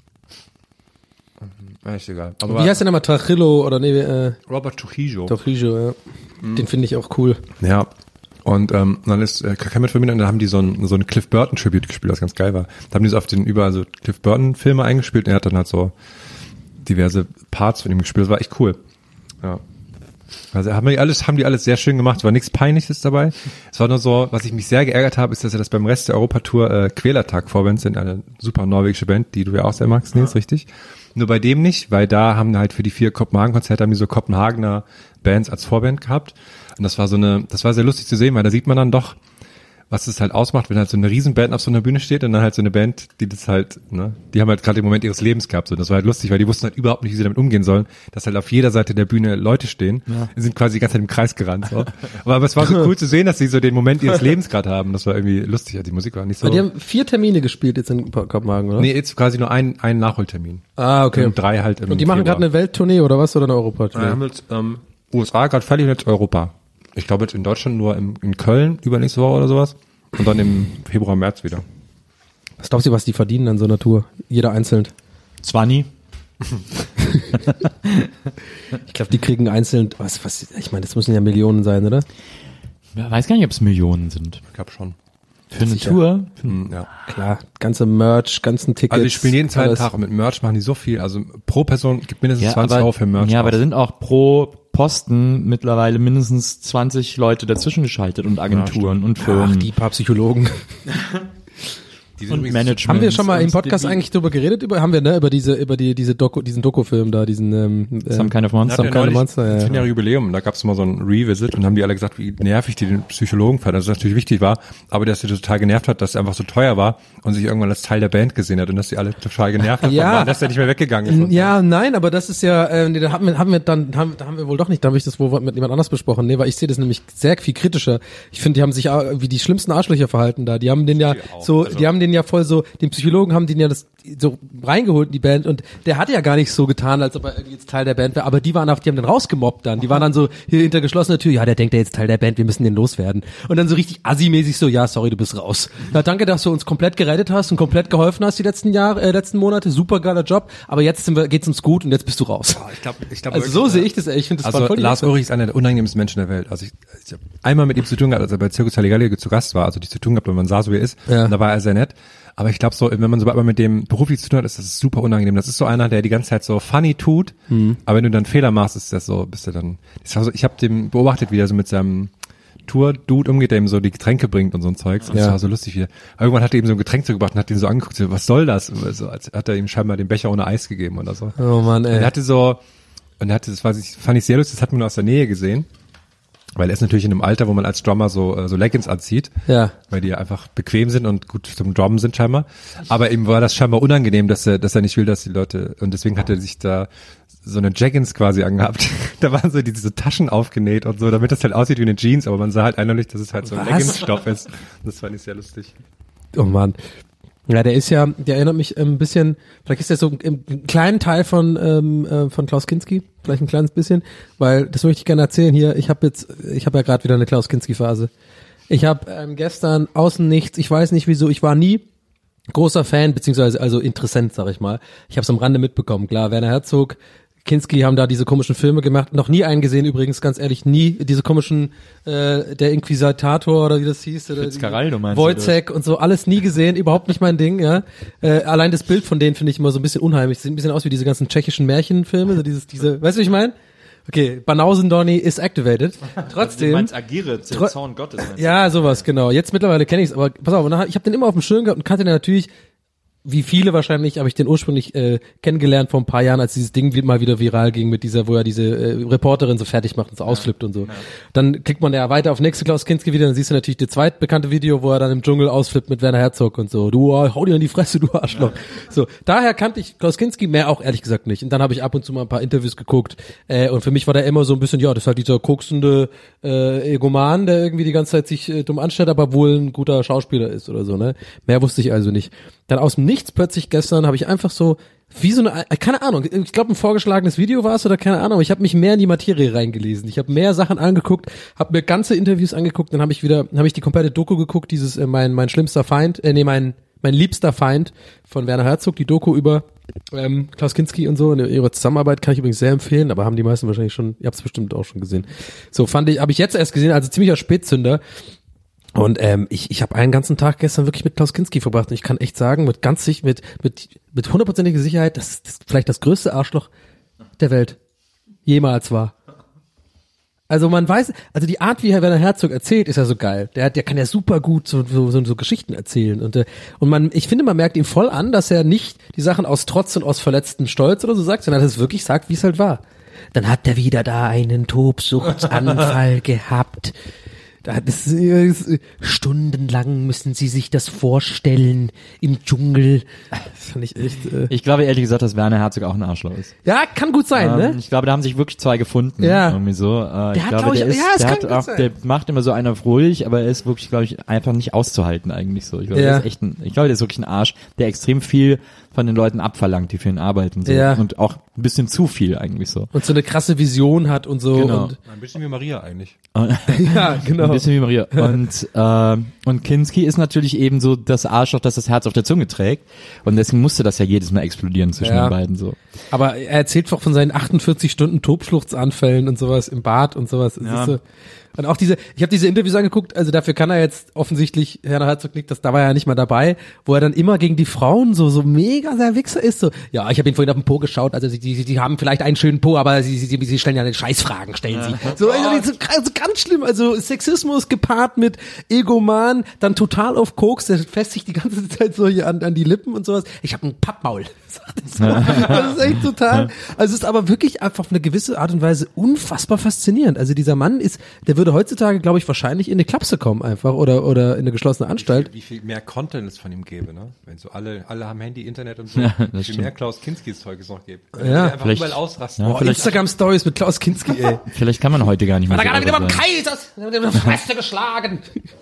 Ist egal. Aber wie heißt der nochmal? Trujillo oder Robert Trujillo. Trujillo, ja. Den finde ich auch cool. Ja. Und dann ist Kirk Hammett verbunden und dann haben die so ein Cliff Burton Tribute gespielt, was ganz geil war. Da haben die so auf den überall so Cliff Burton Filme eingespielt und er hat dann halt so diverse Parts von ihm gespielt. Das war echt cool. Ja. Also haben die alles sehr schön gemacht. Es war nichts Peinliches dabei. Es war nur so, was ich mich sehr geärgert habe, ist, dass er das beim Rest der Europatour Quälertag Vorband sind, eine super norwegische Band, die du ja auch sehr magst, Nils, richtig? Nur bei dem nicht, weil da haben halt für die 4 Kopenhagen-Konzerte haben die so Kopenhagener Bands als Vorband gehabt. Und das war sehr lustig zu sehen, weil da sieht man dann doch, was es halt ausmacht, wenn halt so eine Riesenband auf so einer Bühne steht und dann halt so eine Band, die das halt, ne, die haben halt gerade den Moment ihres Lebens gehabt. So, das war halt lustig, weil die wussten halt überhaupt nicht, wie sie damit umgehen sollen, dass halt auf jeder Seite der Bühne Leute stehen, sind quasi die ganze Zeit im Kreis gerannt. So. Aber es war so cool zu sehen, dass sie so den Moment ihres Lebens gerade haben. Das war irgendwie lustig. Die Musik war nicht so. Aber die haben 4 Termine gespielt jetzt in Kopenhagen, oder? Nee, jetzt quasi nur ein Nachholtermin. Ah, okay. Und 3 halt im Und die machen gerade eine Welttournee oder was, oder eine Europatournee? Wir haben jetzt USA gerade fertig und jetzt Europa. Ich glaube jetzt in Deutschland nur in Köln übernächste Woche oder sowas. Und dann im Februar, März wieder. Was glaubst du, was die verdienen an so einer Tour? Jeder einzeln. 20. Ich glaube, die kriegen einzeln, ich meine, das müssen ja Millionen sein, oder? Ich weiß gar nicht, ob es Millionen sind. Ich glaube schon. Für eine Sicher. Tour? Ja. Klar, ganze Merch, ganzen Tickets. Also die spielen jeden zweiten alles. Tag und mit Merch machen die so viel. Also pro Person gibt mindestens 20 Euro für Merch. Ja, aber aus. da sind auch pro Posten mittlerweile mindestens 20 Leute dazwischen geschaltet und Agenturen und Firmen. Ach, die paar Psychologen. Die sind und übrigens- Management. Haben wir schon mal im und Podcast die- eigentlich drüber geredet? Haben wir, ne? Über diesen Doku-Film da, diesen, Some Kind of Monster. Some Kind of Monster, ja. 10 Jahre Jubiläum, und da gab es mal so ein Revisit und haben die alle gesagt, wie nervig die den Psychologen fanden, dass das natürlich wichtig war, aber dass sie total genervt hat, dass er einfach so teuer war und sich irgendwann als Teil der Band gesehen hat und dass sie alle total genervt davon Ja. waren, dass er nicht mehr weggegangen ist. Ja, nein, aber das ist ja, nee, da haben wir wohl doch nicht, da habe ich das wohl mit jemand anders besprochen. Nee, weil ich sehe das nämlich sehr viel kritischer. Ich finde, die haben sich wie die schlimmsten Arschlöcher verhalten da. Die haben den ja auch. so, Also- die haben den ja voll so, den Psychologen haben den ja das so reingeholt in die Band und der hat ja gar nicht so getan, als ob er irgendwie jetzt Teil der Band wäre, aber die haben den rausgemobbt dann. Die waren dann so hier hinter geschlossener Tür, ja, der denkt ja jetzt Teil der Band, wir müssen den loswerden. Und dann so richtig assi-mäßig so, ja, sorry, du bist raus. Na, danke, dass du uns komplett gerettet hast und komplett geholfen hast die letzten Monate, super geiler Job, aber jetzt geht's uns gut und jetzt bist du raus. Ich glaub, Also so sehe ich das, ey. Ich finde das Also voll Lars Ulrich ist einer der unangenehmsten Menschen der Welt. Also ich habe einmal mit ihm zu tun gehabt, als er bei Circus Halligalli zu Gast war, also die zu tun gehabt, wenn man sah, so wie er ist. Ja. Und da war er sehr nett. Aber ich glaube so, wenn man sobald man mit dem beruflich zu tun hat, ist das super unangenehm. Das ist so einer, der die ganze Zeit so funny tut, aber wenn du dann Fehler machst, ist das so, bist du dann. Das war so, ich habe den beobachtet, wie er so mit seinem Tour-Dude umgeht, der ihm so die Getränke bringt und so ein Zeugs. Und das war so lustig wieder. Irgendwann hat er ihm so ein Getränk zugebracht und hat ihn so angeguckt, so, was soll das? Und so, als hat er ihm scheinbar den Becher ohne Eis gegeben oder so. Oh Mann, Und ey. er hatte so, das fand ich sehr lustig, das hat man nur aus der Nähe gesehen. Weil er ist natürlich in einem Alter, wo man als Drummer so Leggings anzieht. Ja. Weil die ja einfach bequem sind und gut zum Drummen sind scheinbar. Aber ihm war das scheinbar unangenehm, dass er nicht will, dass die Leute, und deswegen hat er sich da so eine Jeggings quasi angehabt. Da waren so diese Taschen aufgenäht und so, damit das halt aussieht wie eine Jeans, aber man sah halt eindeutig, dass es halt so ein Was? Leggings-Stoff ist. Das fand ich sehr lustig. Oh Mann. Ja, der erinnert mich ein bisschen, vielleicht ist der so im kleinen Teil von Klaus Kinski, vielleicht ein kleines bisschen, weil das möchte ich gerne erzählen hier. Ich habe ja gerade wieder eine Klaus Kinski Phase. Ich habe gestern außen nichts, ich weiß nicht wieso, ich war nie großer Fan, beziehungsweise also Interessent, sag ich mal. Ich habe es am Rande mitbekommen, klar, Werner Herzog, Kinski haben da diese komischen Filme gemacht, noch nie einen gesehen übrigens, ganz ehrlich, nie diese komischen, der Inquisitator oder wie das hieß, oder Fitzcarraldo meinst du Wojciech und so, alles nie gesehen, überhaupt nicht mein Ding, ja. Allein das Bild von denen finde ich immer so ein bisschen unheimlich, sieht ein bisschen aus wie diese ganzen tschechischen Märchenfilme, so diese, weißt du, wie ich meine? Okay, Banausen-Donny is activated. Trotzdem. Agire, der Zorn Gottes. Ja, sowas, genau. Jetzt mittlerweile kenne ich es, aber pass auf, ich habe den immer auf dem Schirm gehabt und kannte den natürlich, wie viele wahrscheinlich, habe ich den ursprünglich kennengelernt vor ein paar Jahren, als dieses Ding mal wieder viral ging mit dieser, wo er diese Reporterin so fertig macht und so ausflippt und so. Ja. Dann klickt man ja weiter auf nächste Klaus Kinski wieder, dann siehst du natürlich das zweitbekannte Video, wo er dann im Dschungel ausflippt mit Werner Herzog und so. Du, hau dir in die Fresse, du Arschloch. Ja. So, daher kannte ich Klaus Kinski mehr auch ehrlich gesagt nicht. Und dann habe ich ab und zu mal ein paar Interviews geguckt und für mich war der immer so ein bisschen, ja, das ist halt dieser koksende Egoman, der irgendwie die ganze Zeit sich dumm anstellt, aber wohl ein guter Schauspieler ist oder so, ne? Mehr wusste ich also nicht. Dann aus dem Nichts plötzlich gestern habe ich einfach so, wie so eine, keine Ahnung, ich glaube ein vorgeschlagenes Video war es oder keine Ahnung, ich habe mich mehr in die Materie reingelesen. Ich habe mehr Sachen angeguckt, habe mir ganze Interviews angeguckt, dann habe ich die komplette Doku geguckt, dieses mein schlimmster Feind, mein liebster Feind von Werner Herzog, die Doku über Klaus Kinski und so, und ihre Zusammenarbeit kann ich übrigens sehr empfehlen, aber haben die meisten wahrscheinlich schon, ihr habt es bestimmt auch schon gesehen. So habe ich jetzt erst gesehen, also ziemlicher Spätzünder. Und ich habe einen ganzen Tag gestern wirklich mit Klaus Kinski verbracht und ich kann echt sagen, mit 100%iger Sicherheit, dass das vielleicht das größte Arschloch der Welt jemals war. Also man weiß, also die Art, wie Herr Werner Herzog erzählt, ist ja so geil. Der kann ja super gut so Geschichten erzählen und ich finde, man merkt ihm voll an, dass er nicht die Sachen aus Trotz und aus verletztem Stolz oder so sagt, sondern dass er es wirklich sagt, wie es halt war. Dann hat er wieder da einen Tobsuchtsanfall gehabt. Stundenlang müssen sie sich das vorstellen im Dschungel. Das fand ich echt. Ich glaube ehrlich gesagt, dass Werner Herzog auch ein Arschloch ist. Ja, kann gut sein, ne? Ich glaube, da haben sich wirklich zwei gefunden. Ja. Irgendwie so. Der macht immer so einen auf ruhig, aber er ist wirklich, glaube ich, einfach nicht auszuhalten eigentlich so. Ich glaube, der ist wirklich ein Arsch, der extrem viel von den Leuten abverlangt, die für ihn arbeiten. So. Ja. Und auch ein bisschen zu viel eigentlich so. Und so eine krasse Vision hat und so. Genau. Und Ein bisschen wie Maria eigentlich. ja, genau. Ein bisschen wie Maria. Und Kinski ist natürlich eben so das Arschloch, das das Herz auf der Zunge trägt. Und deswegen musste das ja jedes Mal explodieren zwischen den beiden so. Aber er erzählt doch von seinen 48 Stunden Tobschluchtsanfällen und sowas im Bad und sowas. Es ist so, und auch ich habe diese Interviews angeguckt, also dafür kann er jetzt offensichtlich, Werner Herzog nickt, da war er ja nicht mal dabei, wo er dann immer gegen die Frauen so mega der Wichser ist, so, ja, ich habe ihn vorhin auf den Po geschaut, also die haben vielleicht einen schönen Po, aber sie stellen ja Scheißfragen, stellen sie. So, also ganz schlimm, also Sexismus gepaart mit Egoman, dann total auf Koks, der fässt sich die ganze Zeit so hier an die Lippen und sowas. Ich habe ein Pappmaul, sagt er so. Das ist echt total, also es ist aber wirklich einfach auf eine gewisse Art und Weise unfassbar faszinierend. Also dieser Mann der würde heutzutage, glaube ich, wahrscheinlich in eine Klapse kommen einfach oder in eine geschlossene Anstalt. Wie viel mehr Content es von ihm gäbe, ne? Wenn so alle haben Handy, Internet und so, wie viel mehr Klaus Kinskis Zeug es noch gibt. Ja, einfach überall ausrasten. Ja, Instagram-Stories mit Klaus Kinski, ey. Vielleicht kann man heute gar nicht mehr Da so gerade wieder beim sein. Kaisers, der Fresse geschlagen.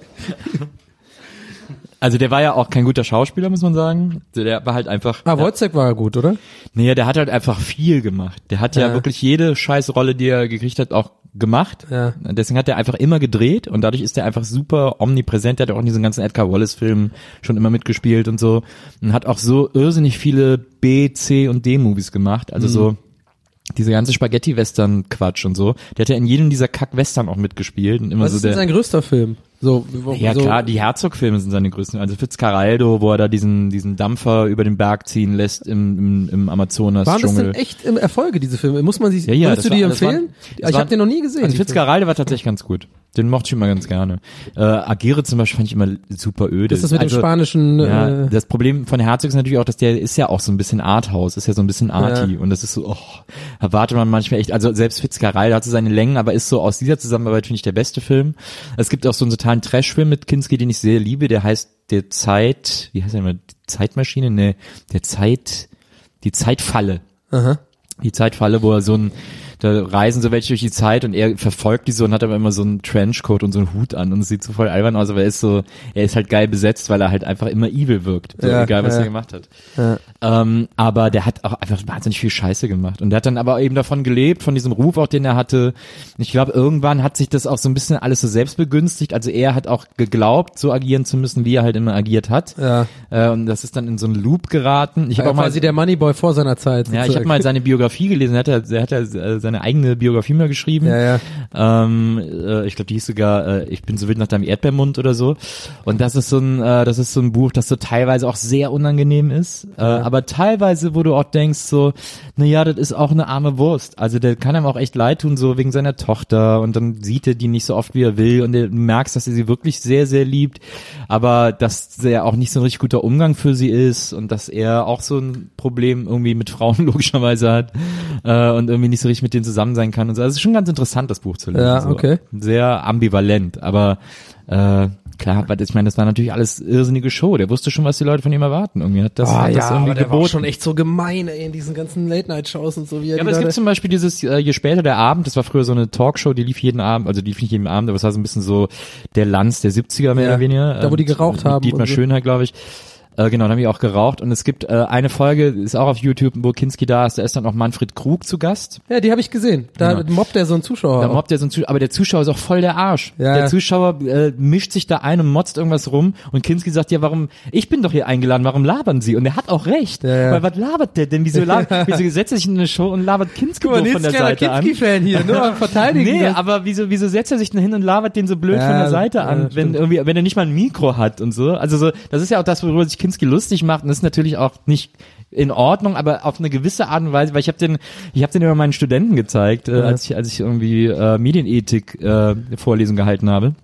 Also der war ja auch kein guter Schauspieler, muss man sagen. Der war halt einfach... Wojciech war gut, oder? Nee, der hat halt einfach viel gemacht. Der hat ja wirklich jede Scheißrolle, die er gekriegt hat, auch gemacht. Ja. Deswegen hat er einfach immer gedreht und dadurch ist er einfach super omnipräsent. Der hat auch in diesen ganzen Edgar Wallace-Filmen schon immer mitgespielt und so. Und hat auch so irrsinnig viele B, C und D-Movies gemacht. Also so diese ganze Spaghetti-Western-Quatsch und so. Der hat ja in jedem dieser Kack-Western auch mitgespielt. Und immer Was so ist denn sein größter Film? So, ja klar, die Herzog-Filme sind seine größten. Also Fitzcarraldo, wo er da diesen Dampfer über den Berg ziehen lässt im Amazonas-Dschungel. Waren das denn echt Erfolge, diese Filme? Muss man sie, Ja, würdest du die empfehlen? Ich habe den noch nie gesehen. Also Fitzcarraldo war tatsächlich ganz gut. Den mochte ich immer ganz gerne. Agere zum Beispiel fand ich immer super öde. Das ist das mit dem spanischen... Ja, das Problem von Herzog ist natürlich auch, dass der ist ja auch so ein bisschen Arthouse, ist ja so ein bisschen arty. Und das ist so, erwartet man manchmal echt, also selbst Fitzcarraldo hat so seine Längen, aber ist so aus dieser Zusammenarbeit, finde ich, der beste Film. Es gibt auch so einen totalen Trash-Film mit Kinski, den ich sehr liebe, der heißt wie heißt der immer? Die Zeitmaschine? Nee, die Zeitfalle. Aha. Die Zeitfalle, wo er da reisen so welche durch die Zeit und er verfolgt die so und hat aber immer so einen Trenchcoat und so einen Hut an und es sieht so voll albern aus, aber er ist halt geil besetzt, weil er halt einfach immer evil wirkt, so egal was er gemacht hat. Ja. Aber der hat auch einfach wahnsinnig viel Scheiße gemacht und der hat dann aber eben davon gelebt, von diesem Ruf auch, den er hatte. Ich glaube, irgendwann hat sich das auch so ein bisschen alles so selbst begünstigt, also er hat auch geglaubt, so agieren zu müssen, wie er halt immer agiert hat. Ja. Und das ist dann in so einen Loop geraten. Ich habe auch mal quasi der Moneyboy vor seiner Zeit. Ja, ich habe mal seine Biografie gelesen, er hat seine eigene Biografie mal geschrieben. Ja. Ich glaube, die hieß sogar Ich bin so wild nach deinem Erdbeermund oder so. Und das ist so ein Buch, das so teilweise auch sehr unangenehm ist, aber teilweise, wo du auch denkst so, na ja, das ist auch eine arme Wurst. Also der kann einem auch echt leid tun, so wegen seiner Tochter und dann sieht er die nicht so oft, wie er will und du merkst, dass er sie wirklich sehr, sehr liebt, aber dass er auch nicht so ein richtig guter Umgang für sie ist und dass er auch so ein Problem irgendwie mit Frauen logischerweise hat und irgendwie nicht so richtig mit denen zusammen sein kann und so. Also es ist schon ganz interessant, das Buch zu lesen. Ja, okay. So. Sehr ambivalent, aber klar, weil ich meine, das war natürlich alles irrsinnige Show. Der wusste schon, was die Leute von ihm erwarten. Irgendwie hat das irgendwie aber der geboten. war schon echt so gemein, ey, in diesen ganzen Late-Night-Shows und so. Wie Ja, aber es gibt zum Beispiel dieses Je später der Abend, das war früher so eine Talkshow, die lief jeden Abend, also die lief nicht jeden Abend, aber es war so ein bisschen so der Lanz der 70er mehr oder weniger. Da, wo die geraucht haben. Dietmar Schönherr, glaube ich. Genau, da haben die auch geraucht und es gibt eine Folge, ist auch auf YouTube, wo Kinski da ist dann auch Manfred Krug zu Gast. Ja, die habe ich gesehen. Da mobbt er so einen Zuschauer. Aber der Zuschauer ist auch voll der Arsch. Ja. Der Zuschauer mischt sich da ein und motzt irgendwas rum und Kinski sagt, ja, ich bin doch hier eingeladen, warum labern Sie? Und er hat auch recht. Ja. Weil was labert der denn? Wieso setzt er sich in eine Show und labert Kinski von der Seite an? Kinski-Fan hier, nur am Verteidigen. Nee, aber wieso setzt er sich denn hin und labert den so blöd von der Seite an, wenn er nicht mal ein Mikro hat und so? Also so, das ist ja auch das, worüber sich Kinski lustig macht. Und das ist natürlich auch nicht in Ordnung, aber auf eine gewisse Art und Weise, weil ich habe den immer meinen Studenten gezeigt, als ich irgendwie Medienethik Vorlesung gehalten habe.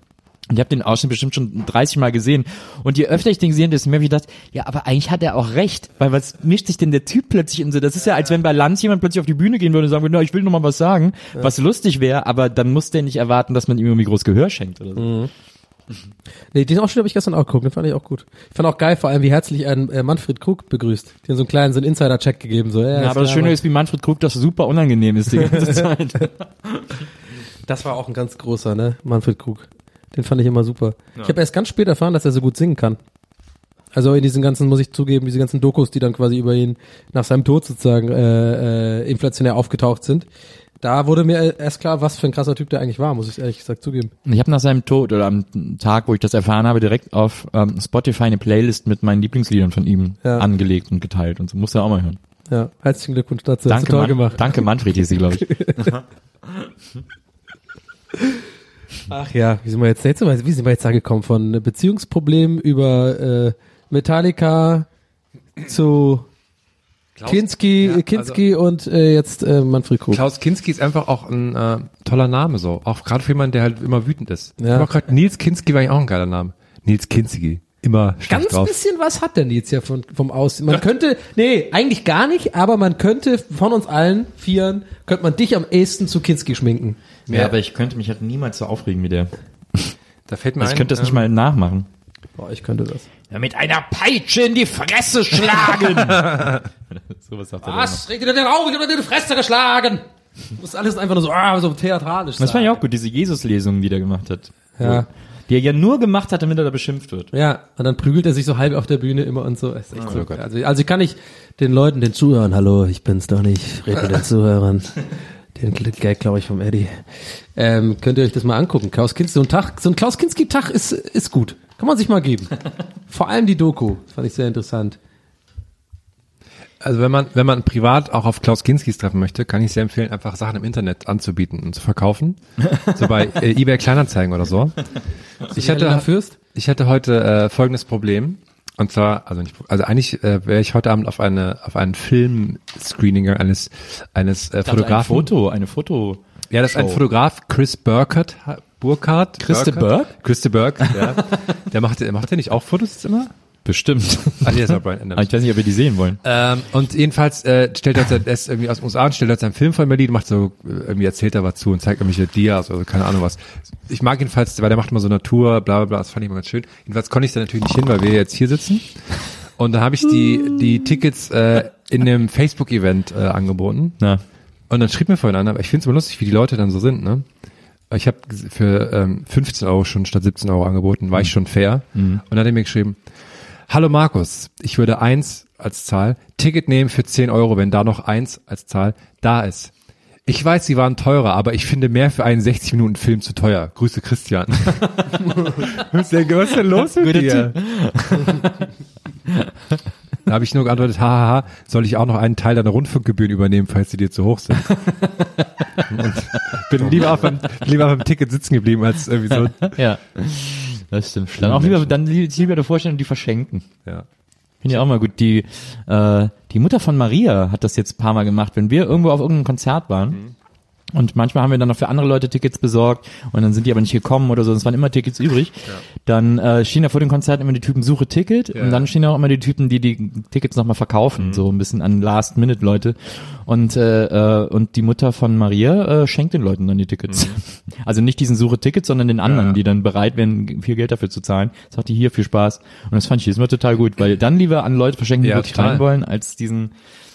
Und ich habe den Ausschnitt bestimmt schon 30 Mal gesehen. Und je öfter ich den gesehen habe, desto mehr wie gedacht, ja, aber eigentlich hat er auch recht. Weil was mischt sich denn der Typ plötzlich in so? Das ist ja, als wenn bei Lanz jemand plötzlich auf die Bühne gehen würde und sagen würde, na, ich will noch mal was sagen, was lustig wäre, aber dann muss der nicht erwarten, dass man ihm irgendwie groß Gehör schenkt oder so. Mhm. Nee, den Ausschnitt habe ich gestern auch geguckt, den fand ich auch gut. Ich fand auch geil, vor allem wie herzlich ein Manfred Krug begrüßt. Die haben so einen Insider-Check gegeben. So, Ja, aber das Schöne ist, wie Manfred Krug das super unangenehm ist die ganze Zeit. Das war auch ein ganz großer, ne? Manfred Krug. Den fand ich immer super. Ja. Ich habe erst ganz spät erfahren, dass er so gut singen kann. Also in diesen ganzen, muss ich zugeben, diese ganzen Dokus, die dann quasi über ihn nach seinem Tod sozusagen inflationär aufgetaucht sind. Da wurde mir erst klar, was für ein krasser Typ der eigentlich war, muss ich ehrlich gesagt zugeben. Ich habe nach seinem Tod oder am Tag, wo ich das erfahren habe, direkt auf Spotify eine Playlist mit meinen Lieblingsliedern von ihm angelegt und geteilt und so. Muss er auch mal hören. Ja, herzlichen Glückwunsch dazu. Danke, toll gemacht. Danke, Manfred hieß sie, glaube ich. Ach ja, wie sind wir jetzt da gekommen? Von Beziehungsproblemen über Metallica zu Kinski und jetzt Manfred Krug. Klaus Kinski ist einfach auch ein toller Name so. Auch gerade für jemanden, der halt immer wütend ist. Ja. Ich grad, Nils Kinski war eigentlich auch ein geiler Name. Nils Kinski. Immer schlecht Ganz drauf. bisschen was hat der Nils ja vom Aussehen. Man könnte, nee, eigentlich gar nicht, aber man könnte von uns allen Vieren, könnte man dich am ehesten zu Kinski schminken. Ja, aber ich könnte mich halt niemals so aufregen wie der. Da fällt mir ich könnte das nicht mal nachmachen. Boah, ich könnte das. Ja, mit einer Peitsche in die Fresse schlagen. Sowas sagt er. Was? Reg dir den auf, ich hab dir in die Fresse geschlagen. Muss alles einfach nur so theatralisch sein. Das fand ich auch gut, diese Jesus-Lesung, die der gemacht hat. Ja. Die er ja nur gemacht hat, damit er da beschimpft wird. Ja, und dann prügelt er sich so halb auf der Bühne immer und so. Ist echt so. Also ich kann nicht den Leuten, den Zuhörern, hallo, ich bin's doch nicht, rede mit den Zuhörern. Den Gag, glaube ich, vom Eddie. Könnt ihr euch das mal angucken. Klaus Kinski, so ein Klaus Kinski-Tag ist gut. Kann man sich mal geben. Vor allem die Doku. Fand ich sehr interessant. Also wenn man privat auch auf Klaus Kinskis treffen möchte, kann ich sehr empfehlen, einfach Sachen im Internet anzubieten und zu verkaufen. So bei eBay Kleinanzeigen oder so. Ich hatte heute folgendes Problem. Und zwar, also eigentlich wäre ich heute Abend auf einen Film-Screening eines Fotografen. Eine Foto. Ja, das ist ein Fotograf, Chris Burkhardt. Chris de Burke? Ja. Der macht ja nicht auch Fotos jetzt immer? Bestimmt. Ah, nee, das war Brian Adams. Ich weiß nicht, ob wir die sehen wollen. Und jedenfalls stellt er ist irgendwie aus den USA und stellt dort seinen Film vor in Berlin, macht so, irgendwie erzählt er was zu und zeigt irgendwelche Dias oder keine Ahnung was. Ich mag jedenfalls, weil der macht immer so Natur, bla bla bla, das fand ich immer ganz schön. Jedenfalls konnte ich da natürlich nicht hin, weil wir jetzt hier sitzen. Und da habe ich die Tickets in einem Facebook-Event angeboten. Ja. Und dann schrieb mir vorhin einer, aber ich finde es immer lustig, wie die Leute dann so sind, ne? Ich habe für 15 Euro schon statt 17 Euro angeboten, war ich schon fair. Und dann hat er mir geschrieben, hallo Markus, ich würde 1 als Zahl, Ticket nehmen für 10 Euro, wenn da noch 1 als Zahl da ist. Ich weiß, sie waren teurer, aber ich finde mehr für einen 60-Minuten-Film zu teuer. Grüße Christian. Was ist denn los mit dir? Da habe ich nur geantwortet, hahaha, soll ich auch noch einen Teil deiner Rundfunkgebühren übernehmen, falls sie dir zu hoch sind? Und bin lieber auf dem Ticket sitzen geblieben, als irgendwie so. Ja, das stimmt. Dann auch lieber der Vorstellung, die verschenken. Ja. Finde ich auch mal gut. Die Mutter von Maria hat das jetzt ein paar Mal gemacht, wenn wir irgendwo auf irgendeinem Konzert waren. Und manchmal haben wir dann noch für andere Leute Tickets besorgt und dann sind die aber nicht gekommen oder so, es waren immer Tickets übrig. Ja. Dann stehen da vor den Konzerten immer die Typen Suche Ticket und dann stehen da auch immer die Typen, die Tickets nochmal verkaufen, so ein bisschen an Last-Minute-Leute. Und die Mutter von Maria schenkt den Leuten dann die Tickets. Also nicht diesen Suche Tickets, sondern den anderen, die dann bereit wären, viel Geld dafür zu zahlen. Sagt die hier, viel Spaß. Und das fand ich jetzt mal total gut, weil dann lieber an Leute verschenken, die wirklich rein wollen, als diesen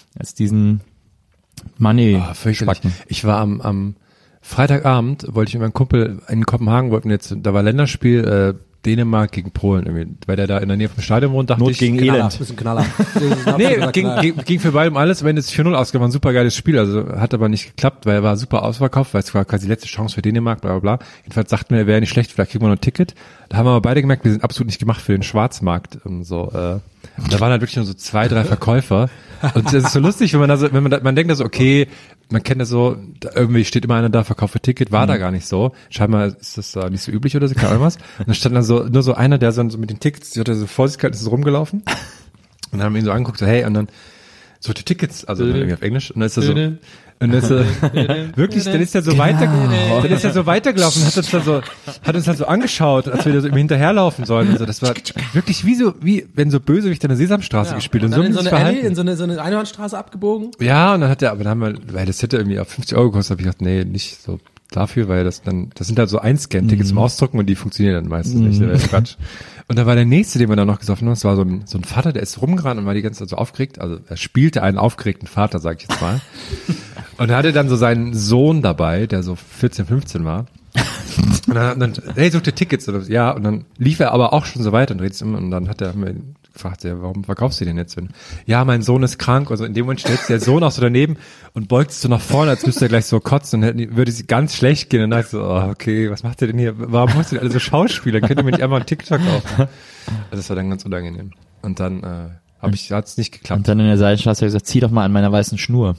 Money. Fürchterlich. Ich war am Freitagabend, wollte ich mit meinem Kumpel in Kopenhagen, da war Länderspiel Dänemark gegen Polen irgendwie, weil der da in der Nähe vom Stadion wohnt, dachte Not ich. Gegen Elend. Knaller. Nee, ging für beide um alles, wenn es 4-0 ausgegangen war, ein super geiles Spiel, also hat aber nicht geklappt, weil er war super ausverkauft, weil es war quasi die letzte Chance für Dänemark, bla bla bla. Jedenfalls sagten wir, wäre nicht schlecht, vielleicht kriegen wir noch ein Ticket. Da haben wir aber beide gemerkt, wir sind absolut nicht gemacht für den Schwarzmarkt und so. Da waren halt wirklich nur so 2, 3 Verkäufer. Und das ist so lustig, man denkt da so, okay, man kennt das so, irgendwie steht immer einer da, verkauft ein Ticket, war da gar nicht so. Scheinbar ist das da nicht so üblich oder so, keine Ahnung was. Und dann stand da so, nur so einer, der so mit den Tickets, die hat er so vor sich gehalten, ist so rumgelaufen. Und dann haben wir ihn so angeguckt, so, hey, und dann so die Tickets, also irgendwie auf Englisch, und dann ist er so, Und das, wirklich, dann ist er so weitergelaufen, hat uns dann so angeschaut, als wir da so immer hinterherlaufen sollen und so. Das war wirklich wie wenn so Bösewicht in der Sesamstraße gespielt. Und dann so in so eine Verhalten. Alley, in so eine Einbahnstraße abgebogen. Ja, und dann weil das hätte irgendwie auf 50 € gekostet, habe ich gedacht, nee, nicht so dafür, weil das sind halt so Einscan-Tickets zum Ausdrucken und die funktionieren dann meistens nicht. Das ist Quatsch. Und da war der nächste, den wir dann noch gesoffen haben, das war so ein Vater, der ist rumgerannt und war die ganze Zeit so aufgeregt, also er spielte einen aufgeregten Vater, sag ich jetzt mal. Und er hatte dann so seinen Sohn dabei, der so 14, 15 war. Und dann hey, such dir Tickets. Und ja, und dann lief er aber auch schon so weiter und dreht sich um und dann hat er mir gefragt, ja, warum verkaufst du den jetzt? Ja, mein Sohn ist krank. Also in dem Moment stellt sich der Sohn auch so daneben und beugt sich so nach vorne, als müsste er gleich so kotzen und würde sie ganz schlecht gehen. Und dann dachte ich so, oh, okay, was macht ihr denn hier? Warum musst ihr alle so Schauspieler? Könnt ihr mir nicht einmal einen TikTok kaufen? Also das war dann ganz unangenehm. Und dann hat's nicht geklappt. Und dann in der Seitenstraße hat er gesagt, zieh doch mal an meiner weißen Schnur.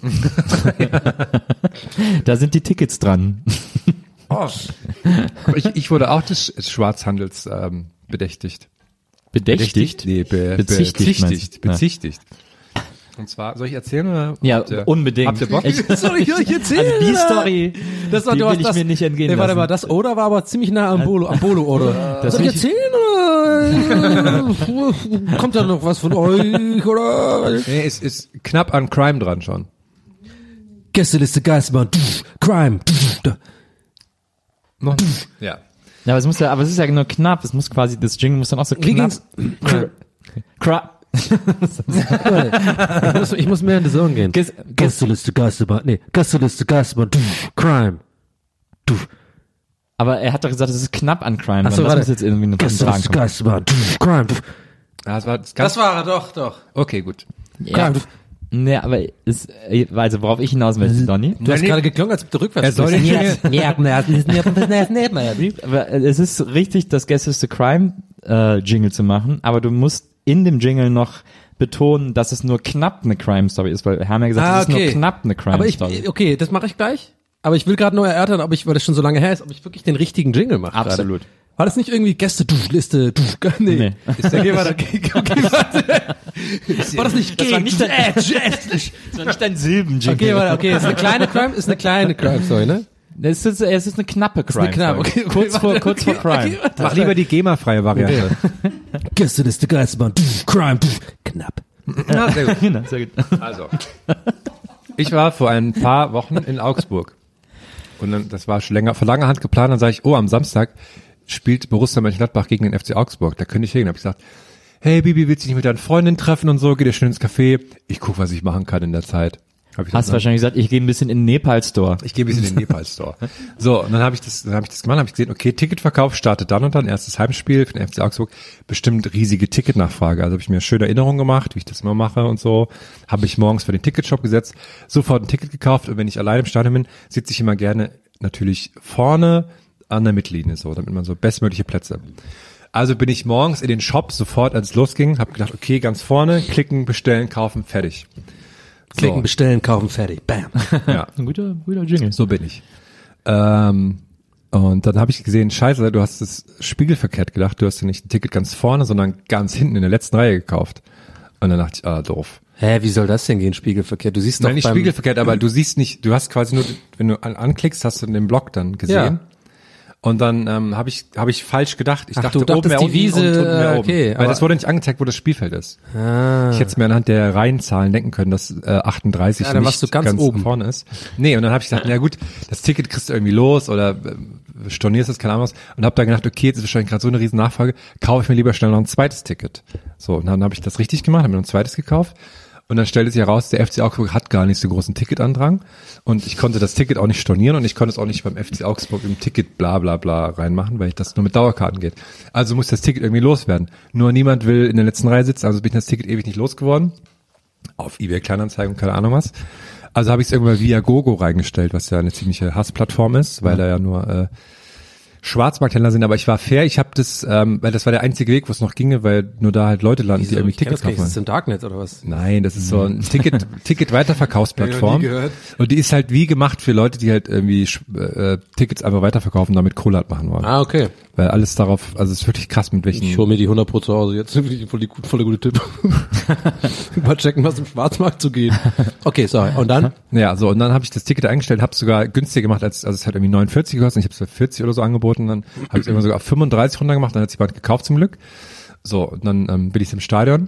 Da sind die Tickets dran. Oh. Ich wurde auch des Schwarzhandels bedächtigt. Bedächtigt? Nee, bezichtigt. Und zwar, soll ich erzählen oder? Ja, unbedingt. Habt ihr Bock? Soll ich euch erzählen? Also die Story, das war, die will ich mir nicht entgehen lassen. Warte mal, das Oder war aber ziemlich nah am Bolo, oder? Das Soll ich erzählen oder? Kommt da noch was von euch, oder? Nee, es ist knapp an Crime dran schon. Gästeliste Geisterbahn, Crime. Ja. Ja, aber es ist ja nur knapp. Es muss quasi, das Jingle muss dann auch so Wie knapp. Ich muss mehr in die Zone gehen. Gästeliste Geisterbahn, Crime. Aber er hat doch gesagt, es ist knapp an Crime. Ach so, das muss jetzt irgendwie noch Gästeliste Geisterbahn, Crime. Ja, Das war er doch. Okay, gut. Ja. Nee, aber also worauf ich hinaus möchte, Donny. Du hast gerade geklungen, als ob du rückwärts Er soll Aber es ist richtig, das Gästeliste Crime Jingle zu machen, aber du musst in dem Jingle noch betonen, dass es nur knapp eine Crime Story ist, weil wir haben ja gesagt, es ist nur knapp eine Crime Story. Okay, das mache ich gleich. Aber ich will gerade nur erörtern, weil das schon so lange her ist, ob ich wirklich den richtigen Jingle mache. Absolut. Grade. War das nicht irgendwie Liste? Nee. Okay, warte. War das nicht? Das war nicht dein Silben-Jingle. Okay, warte, okay. Ist eine kleine Crime Story, ne? Es ist eine knappe Crime. Okay, kurz vor Crime. Mach lieber die GEMA-freie Variante. Okay. Gästeliste Geisterbahn, Crime, knapp. Ja, sehr gut. Genau, sehr gut. Also, ich war vor ein paar Wochen in Augsburg. Und dann, das war schon vor langer Hand geplant, dann sage ich, am Samstag spielt Borussia Mönchengladbach gegen den FC Augsburg. Da könnte ich hin. Hab ich gesagt, hey Bibi, willst du dich nicht mit deinen Freundinnen treffen und so? Geht ihr schön ins Café? Ich guck, was ich machen kann in der Zeit. Hast du wahrscheinlich gesagt, ich gehe ein bisschen in den Nepal-Store. Ich gehe ein bisschen in den Nepal-Store. So, und dann habe ich das gemacht, habe ich gesehen, okay, Ticketverkauf startet dann und dann, erstes Heimspiel für den FC Augsburg, bestimmt riesige Ticketnachfrage. Also habe ich mir schöne Erinnerungen gemacht, wie ich das immer mache und so. Habe mich morgens für den Ticketshop gesetzt, sofort ein Ticket gekauft und wenn ich allein im Stadion bin, sitze ich immer gerne natürlich vorne an der Mittellinie so, damit man so bestmögliche Plätze. Also bin ich morgens in den Shop sofort, als es losging, habe gedacht, okay, ganz vorne, klicken, bestellen, kaufen, fertig. Klicken, bestellen, kaufen, fertig. Bam. Ja. Ein guter Jingle. So bin ich. Und dann habe ich gesehen, scheiße, du hast das spiegelverkehrt gedacht, du hast ja nicht ein Ticket ganz vorne, sondern ganz hinten in der letzten Reihe gekauft. Und dann dachte ich, doof. Hä, wie soll das denn gehen, spiegelverkehrt? Du siehst doch Nein, nicht spiegelverkehrt, aber du siehst nicht, du hast quasi nur, wenn du anklickst, hast du den Block dann gesehen. Ja. Und dann habe ich falsch gedacht. Ich dachte, oben mehr unten, Wiese, unten mehr okay, oben. Weil das wurde nicht angezeigt, wo das Spielfeld ist. Ich hätte es mir anhand der Reihenzahlen denken können, dass 38 dann nicht du ganz oben vorne ist. Nee, und dann habe ich gesagt, na gut, das Ticket kriegst du irgendwie los oder stornierst das, keine Ahnung was. Und habe dann gedacht, okay, jetzt ist wahrscheinlich gerade so eine riesen Nachfrage, kaufe ich mir lieber schnell noch ein zweites Ticket. So, und dann habe ich das richtig gemacht, habe mir noch ein zweites gekauft. Und dann stellte sich heraus, der FC Augsburg hat gar nicht so großen Ticketandrang und ich konnte das Ticket auch nicht stornieren und ich konnte es auch nicht beim FC Augsburg im Ticket bla bla bla reinmachen, weil ich das nur mit Dauerkarten geht. Also muss das Ticket irgendwie loswerden. Nur niemand will in der letzten Reihe sitzen, also bin ich das Ticket ewig nicht losgeworden. Auf eBay Kleinanzeigen, keine Ahnung was. Also habe ich es irgendwann via Gogo reingestellt, was ja eine ziemliche Hassplattform ist, weil da ja nur Schwarzmarkthändler sind, aber ich war fair, ich habe das, weil das war der einzige Weg, wo es noch ginge, weil nur da halt Leute landen, die irgendwie Tickets kaufen. Das ist im Darknet oder was? Nein, das ist so ein Ticket-Weiterverkaufsplattform. gehört. Und die ist halt wie gemacht für Leute, die halt irgendwie Tickets einfach weiterverkaufen, damit Kohle halt machen wollen. Ah, okay. Weil alles darauf, also es ist wirklich krass, mit welchen... Ich hole mir die 100 Pro zu Hause, jetzt voll der gute Tipp. Mal checken, was im Schwarzmarkt zu gehen. Okay, sorry, und dann? Ja, so, und dann habe ich das Ticket eingestellt, habe es sogar günstiger gemacht, also es hat irgendwie 49 gekostet, ich habe es für 40 oder so angeboten, dann habe ich es immer sogar auf 35 runter gemacht, dann hat es jemand gekauft zum Glück. So, und dann bin ich im Stadion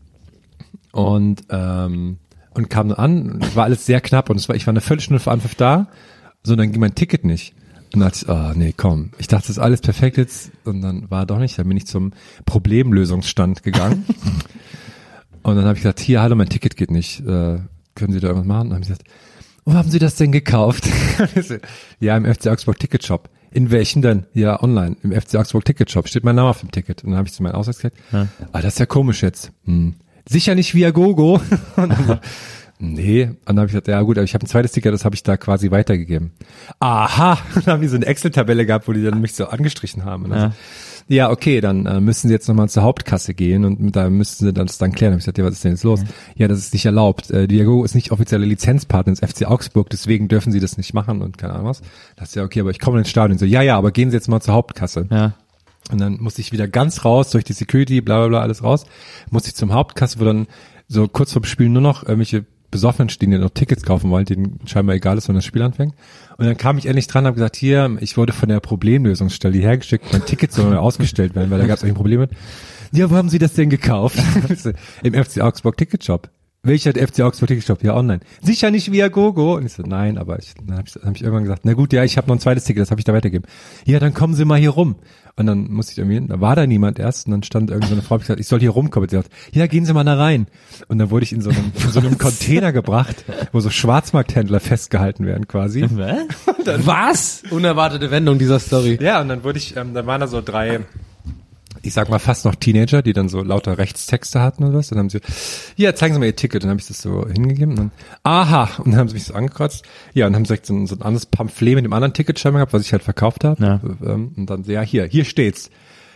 und kam dann an, es war alles sehr knapp und ich war eine Viertelstunde vor Anpfiff da, so, und dann ging mein Ticket nicht. Und dann dachte ich, nee, komm. Ich dachte, das ist alles perfekt jetzt. Und dann war doch nicht. Dann bin ich zum Problemlösungsstand gegangen. Und dann habe ich gesagt, hier, hallo, mein Ticket geht nicht. Können Sie da irgendwas machen? Und dann habe ich gesagt, wo haben Sie das denn gekauft? Ja, im FC Augsburg Ticket Shop. In welchen denn? Ja, online. Im FC Augsburg Ticket Shop. Steht mein Name auf dem Ticket. Und dann habe ich zu meinem Ausweis gesagt, das ist ja komisch jetzt. Sicher nicht Viagogo. Und dann so, nee, und dann habe ich gesagt, ja gut, aber ich habe ein zweites Ticket, das habe ich da quasi weitergegeben. Aha, und dann haben die so eine Excel-Tabelle gehabt, wo die dann mich so angestrichen haben. Und dann so, ja, okay, dann müssen Sie jetzt nochmal zur Hauptkasse gehen und da müssten Sie das dann klären. Hab ich gesagt, ja, was ist denn jetzt los? Ja, das ist nicht erlaubt. Viagogo ist nicht offizieller Lizenzpartner des FC Augsburg, deswegen dürfen Sie das nicht machen und keine Ahnung was. Das ist ja okay, aber ich komme ins Stadion. So, ja, aber gehen Sie jetzt mal zur Hauptkasse. Ja. Und dann musste ich wieder ganz raus, durch die Security, bla bla bla, alles raus. Musste ich zum Hauptkasse, wo dann so kurz vorm Spiel nur noch irgendwelche Besoffenen stehen, die noch Tickets kaufen wollen, denen scheinbar egal ist, wenn das Spiel anfängt. Und dann kam ich endlich dran und habe gesagt, hier, ich wurde von der Problemlösungsstelle hergeschickt, mein Ticket soll neu ausgestellt werden, weil da gab es ein Problem mit. Ja, wo haben Sie das denn gekauft? Im FC Augsburg Ticket Shop. Welcher FC Augsburg Ticket Shop? Ja, online. Sicher nicht Viagogo. Und ich so, nein, aber dann hab ich irgendwann gesagt, na gut, ja, ich habe noch ein zweites Ticket, das habe ich da weitergegeben. Ja, dann kommen Sie mal hier rum. Und dann musste ich irgendwie, da war da niemand erst und dann stand irgend so eine Frau, hab ich gesagt, ich soll hier rumkommen. Und sie sagt, ja, gehen Sie mal da rein. Und dann wurde ich in so einem Container gebracht, wo so Schwarzmarkthändler festgehalten werden quasi. Was? Unerwartete Wendung dieser Story. Ja, und dann wurde ich, dann waren da so 3, ich sag mal fast noch Teenager, die dann so lauter Rechtstexte hatten oder was. Dann haben sie, ja, zeigen Sie mal Ihr Ticket. Dann habe ich das so hingegeben und dann, aha, und dann haben sie mich so angekratzt. Ja, und haben direkt so ein anderes Pamphlet mit dem anderen Ticket scheinbar gehabt, was ich halt verkauft habe. Ja. Und dann, ja, hier steht's.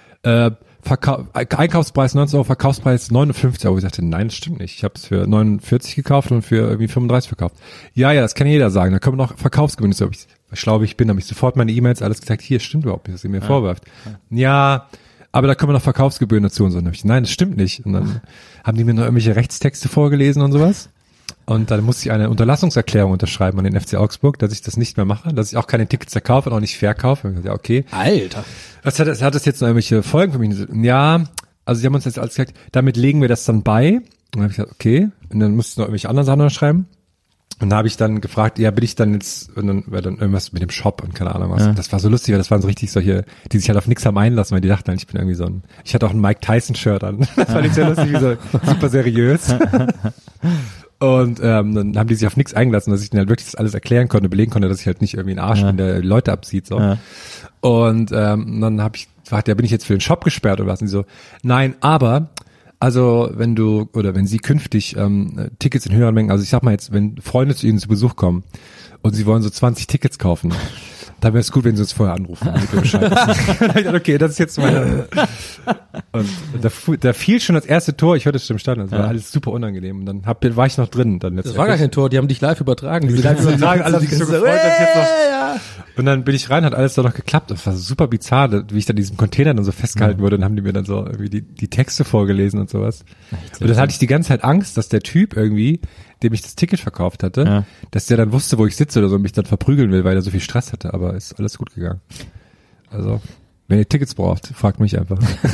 Einkaufspreis 19 Euro, Verkaufspreis 59 Euro. Ich sagte, nein, das stimmt nicht. Ich habe es für 49 gekauft und für irgendwie 35 verkauft. Ja, das kann jeder sagen. Da kommen noch Verkaufsgewinne. So, schlau wie ich bin, habe ich sofort meine E-Mails alles gesagt, hier, stimmt überhaupt nicht, was ihr mir vorwirft. Ja, aber da kommen noch Verkaufsgebühren dazu und so. Und dann hab ich, nein, das stimmt nicht. Und dann haben die mir noch irgendwelche Rechtstexte vorgelesen und sowas. Und dann musste ich eine Unterlassungserklärung unterschreiben an den FC Augsburg, dass ich das nicht mehr mache, dass ich auch keine Tickets verkaufe und auch nicht verkaufe. Und ich gesagt, ja, okay. Alter. Hat das jetzt noch irgendwelche Folgen für mich? Ja, also sie haben uns jetzt alles gesagt, damit legen wir das dann bei. Und dann habe ich gesagt, okay. Und dann musste ich noch irgendwelche anderen Sachen unterschreiben. Und da habe ich dann gefragt, ja, bin ich dann jetzt, und dann war dann irgendwas mit dem Shop und keine Ahnung was. Ja. Das war so lustig, weil das waren so richtig solche, die sich halt auf nichts haben einlassen, weil die dachten halt, ich bin irgendwie so ich hatte auch ein Mike Tyson-Shirt an. Das fand ich sehr lustig, wie so super seriös. Und dann haben die sich auf nichts eingelassen, dass ich denen halt wirklich das alles erklären konnte, belegen konnte, dass ich halt nicht irgendwie einen Arsch bin, der Leute abzieht. So. Ja. Und dann habe ich gefragt, ja, bin ich jetzt für den Shop gesperrt oder was? Und die so, nein, aber also wenn Sie künftig Tickets in höheren Mengen, also ich sag mal jetzt, wenn Freunde zu Ihnen zu Besuch kommen und Sie wollen so 20 Tickets kaufen, dann wäre es gut, wenn Sie uns vorher anrufen. Okay, das ist jetzt meine. Und da fiel schon das erste Tor, ich hörte es im Stadion, das war alles super unangenehm. Und dann war ich noch drin. Dann das war gar kein Tor, die haben dich live übertragen. Alle haben sich so gefreut, dass ich jetzt noch. Und dann bin ich rein, hat alles doch noch geklappt. Das war super bizarr, wie ich dann in diesem Container dann so festgehalten wurde. Dann haben die mir dann so irgendwie die Texte vorgelesen und sowas. Und dann hatte ich die ganze Zeit Angst, dass der Typ irgendwie, dem ich das Ticket verkauft hatte, dass der dann wusste, wo ich sitze oder so und mich dann verprügeln will, weil er so viel Stress hatte. Aber ist alles gut gegangen. Also, wenn ihr Tickets braucht, fragt mich einfach.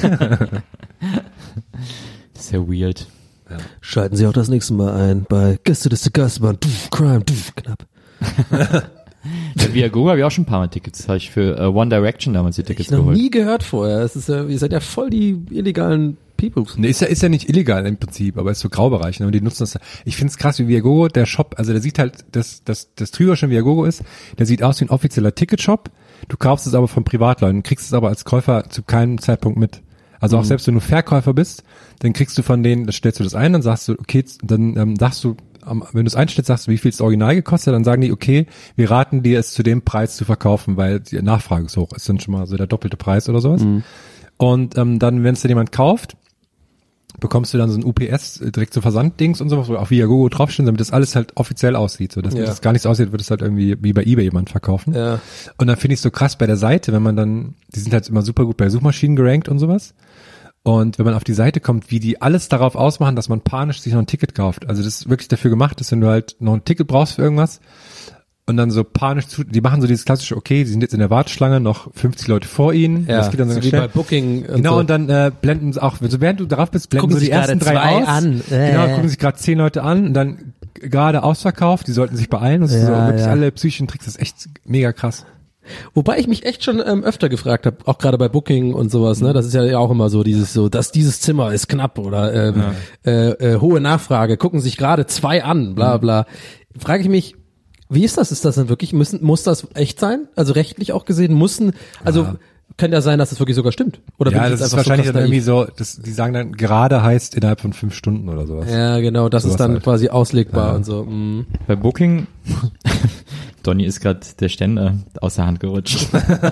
Das ist ja weird. Ja. Schalten Sie auch das nächste Mal ein bei Gäste des Gastmann, Crime, knapp. Der Viagogo habe ich auch schon ein paar Mal Tickets. Habe ich für One Direction damals die Tickets geholt. Ich noch nie gehört vorher. Es ist ja, ihr seid ja voll die illegalen Peoples. Nee, ist ja nicht illegal im Prinzip, aber ist so Graubereich. Und die nutzen das. Ich find's krass, wie Viagogo, der Shop, also der sieht halt, das Trügerische Viagogo ist, der sieht aus wie ein offizieller Ticketshop. Du kaufst es aber von Privatleuten, kriegst es aber als Käufer zu keinem Zeitpunkt mit. Also auch selbst wenn du Verkäufer bist, dann kriegst du von denen, stellst du das ein, dann sagst du, okay, dann sagst du wenn du es einstellst, sagst du, wie viel es original gekostet, dann sagen die, okay, wir raten dir es zu dem Preis zu verkaufen, weil die Nachfrage so hoch ist, dann schon mal so der doppelte Preis oder sowas. Und dann, wenn es dir jemand kauft, bekommst du dann so ein UPS direkt so Versanddings und sowas, wo auch Viagogo draufstehen, damit das alles halt offiziell aussieht, so dass wenn das gar nicht so aussieht, wird es halt irgendwie wie bei eBay jemand verkaufen. Ja. Und dann finde ich es so krass bei der Seite, wenn man dann, die sind halt immer super gut bei Suchmaschinen gerankt und sowas. Und wenn man auf die Seite kommt, wie die alles darauf ausmachen, dass man panisch sich noch ein Ticket kauft. Also das ist wirklich dafür gemacht, dass wenn du halt noch ein Ticket brauchst für irgendwas und dann so panisch die machen so dieses klassische, okay, die sind jetzt in der Warteschlange, noch 50 Leute vor ihnen. Ja, das geht dann so wie schnell. bei Booking. Und Genau, so. und dann blenden sie auch, so während du drauf bist, blenden Gucken so die sich ersten gerade 3 2 aus. an. Genau, gucken sich gerade 10 Leute an und dann gerade ausverkauft, die sollten sich beeilen. Das ist so wirklich alle psychischen Tricks, das ist echt mega krass. Wobei ich mich echt schon öfter gefragt habe, auch gerade bei Booking und sowas, ne, das ist ja auch immer so dieses Zimmer ist knapp oder hohe Nachfrage, gucken sich gerade 2 an, bla bla. Frage ich mich, wie ist das? Ist das denn wirklich, muss das echt sein? Also rechtlich auch gesehen kann ja sein, dass das wirklich sogar stimmt. Oder Ja, bin ich das jetzt ist einfach wahrscheinlich so dann irgendwie so, die sagen dann, gerade heißt innerhalb von 5 Stunden oder sowas. Ja, genau, das Sowas ist dann halt. quasi auslegbar und so. Bei Booking, Donny ist gerade der Ständer aus der Hand gerutscht.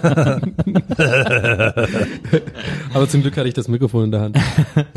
Aber zum Glück hatte ich das Mikrofon in der Hand.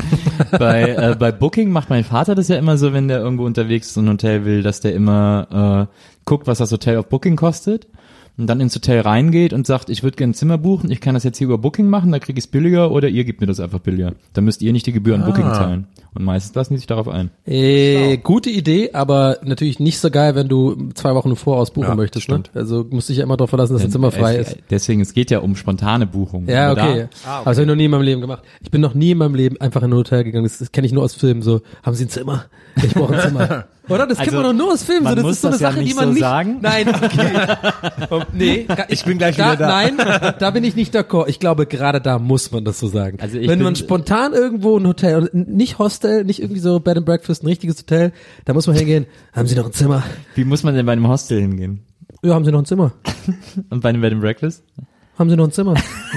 Bei Booking macht mein Vater das ja immer so, wenn der irgendwo unterwegs ist und ein Hotel will, dass der immer guckt, was das Hotel auf Booking kostet und dann ins Hotel reingeht und sagt, ich würde gerne ein Zimmer buchen, ich kann das jetzt hier über Booking machen, da kriege ich es billiger oder ihr gebt mir das einfach billiger. Dann müsst ihr nicht die Gebühren Booking zahlen. Und meistens lassen die sich darauf ein. Gute Idee, aber natürlich nicht so geil, wenn du 2 Wochen im Voraus buchen möchtest. stimmt. Ne? Also musst dich ja immer darauf verlassen, dass ein Zimmer frei ist. Deswegen, es geht ja um spontane Buchungen. Ja, Aber okay. Aber das habe ich noch nie in meinem Leben gemacht. Ich bin noch nie in meinem Leben einfach in ein Hotel gegangen. Das kenne ich nur aus Filmen. So, haben Sie ein Zimmer? Ich brauche ein Zimmer. Oder? Das kennt man doch nur aus Filmen. Man So, das muss ist so eine das ja Sache, nicht die man so nicht sagen. Nein, okay. Nee, Ich bin gleich wieder da. Nein, da bin ich nicht d'accord. Ich glaube, gerade da muss man das so sagen. Also Wenn man spontan irgendwo ein Hotel, nicht Hostel, nicht irgendwie so Bed and Breakfast, ein richtiges Hotel, da muss man hingehen. Haben Sie noch ein Zimmer? Wie muss man denn bei einem Hostel hingehen? Ja, haben Sie noch ein Zimmer? Und bei einem Bed and Breakfast? Haben Sie noch ein Zimmer?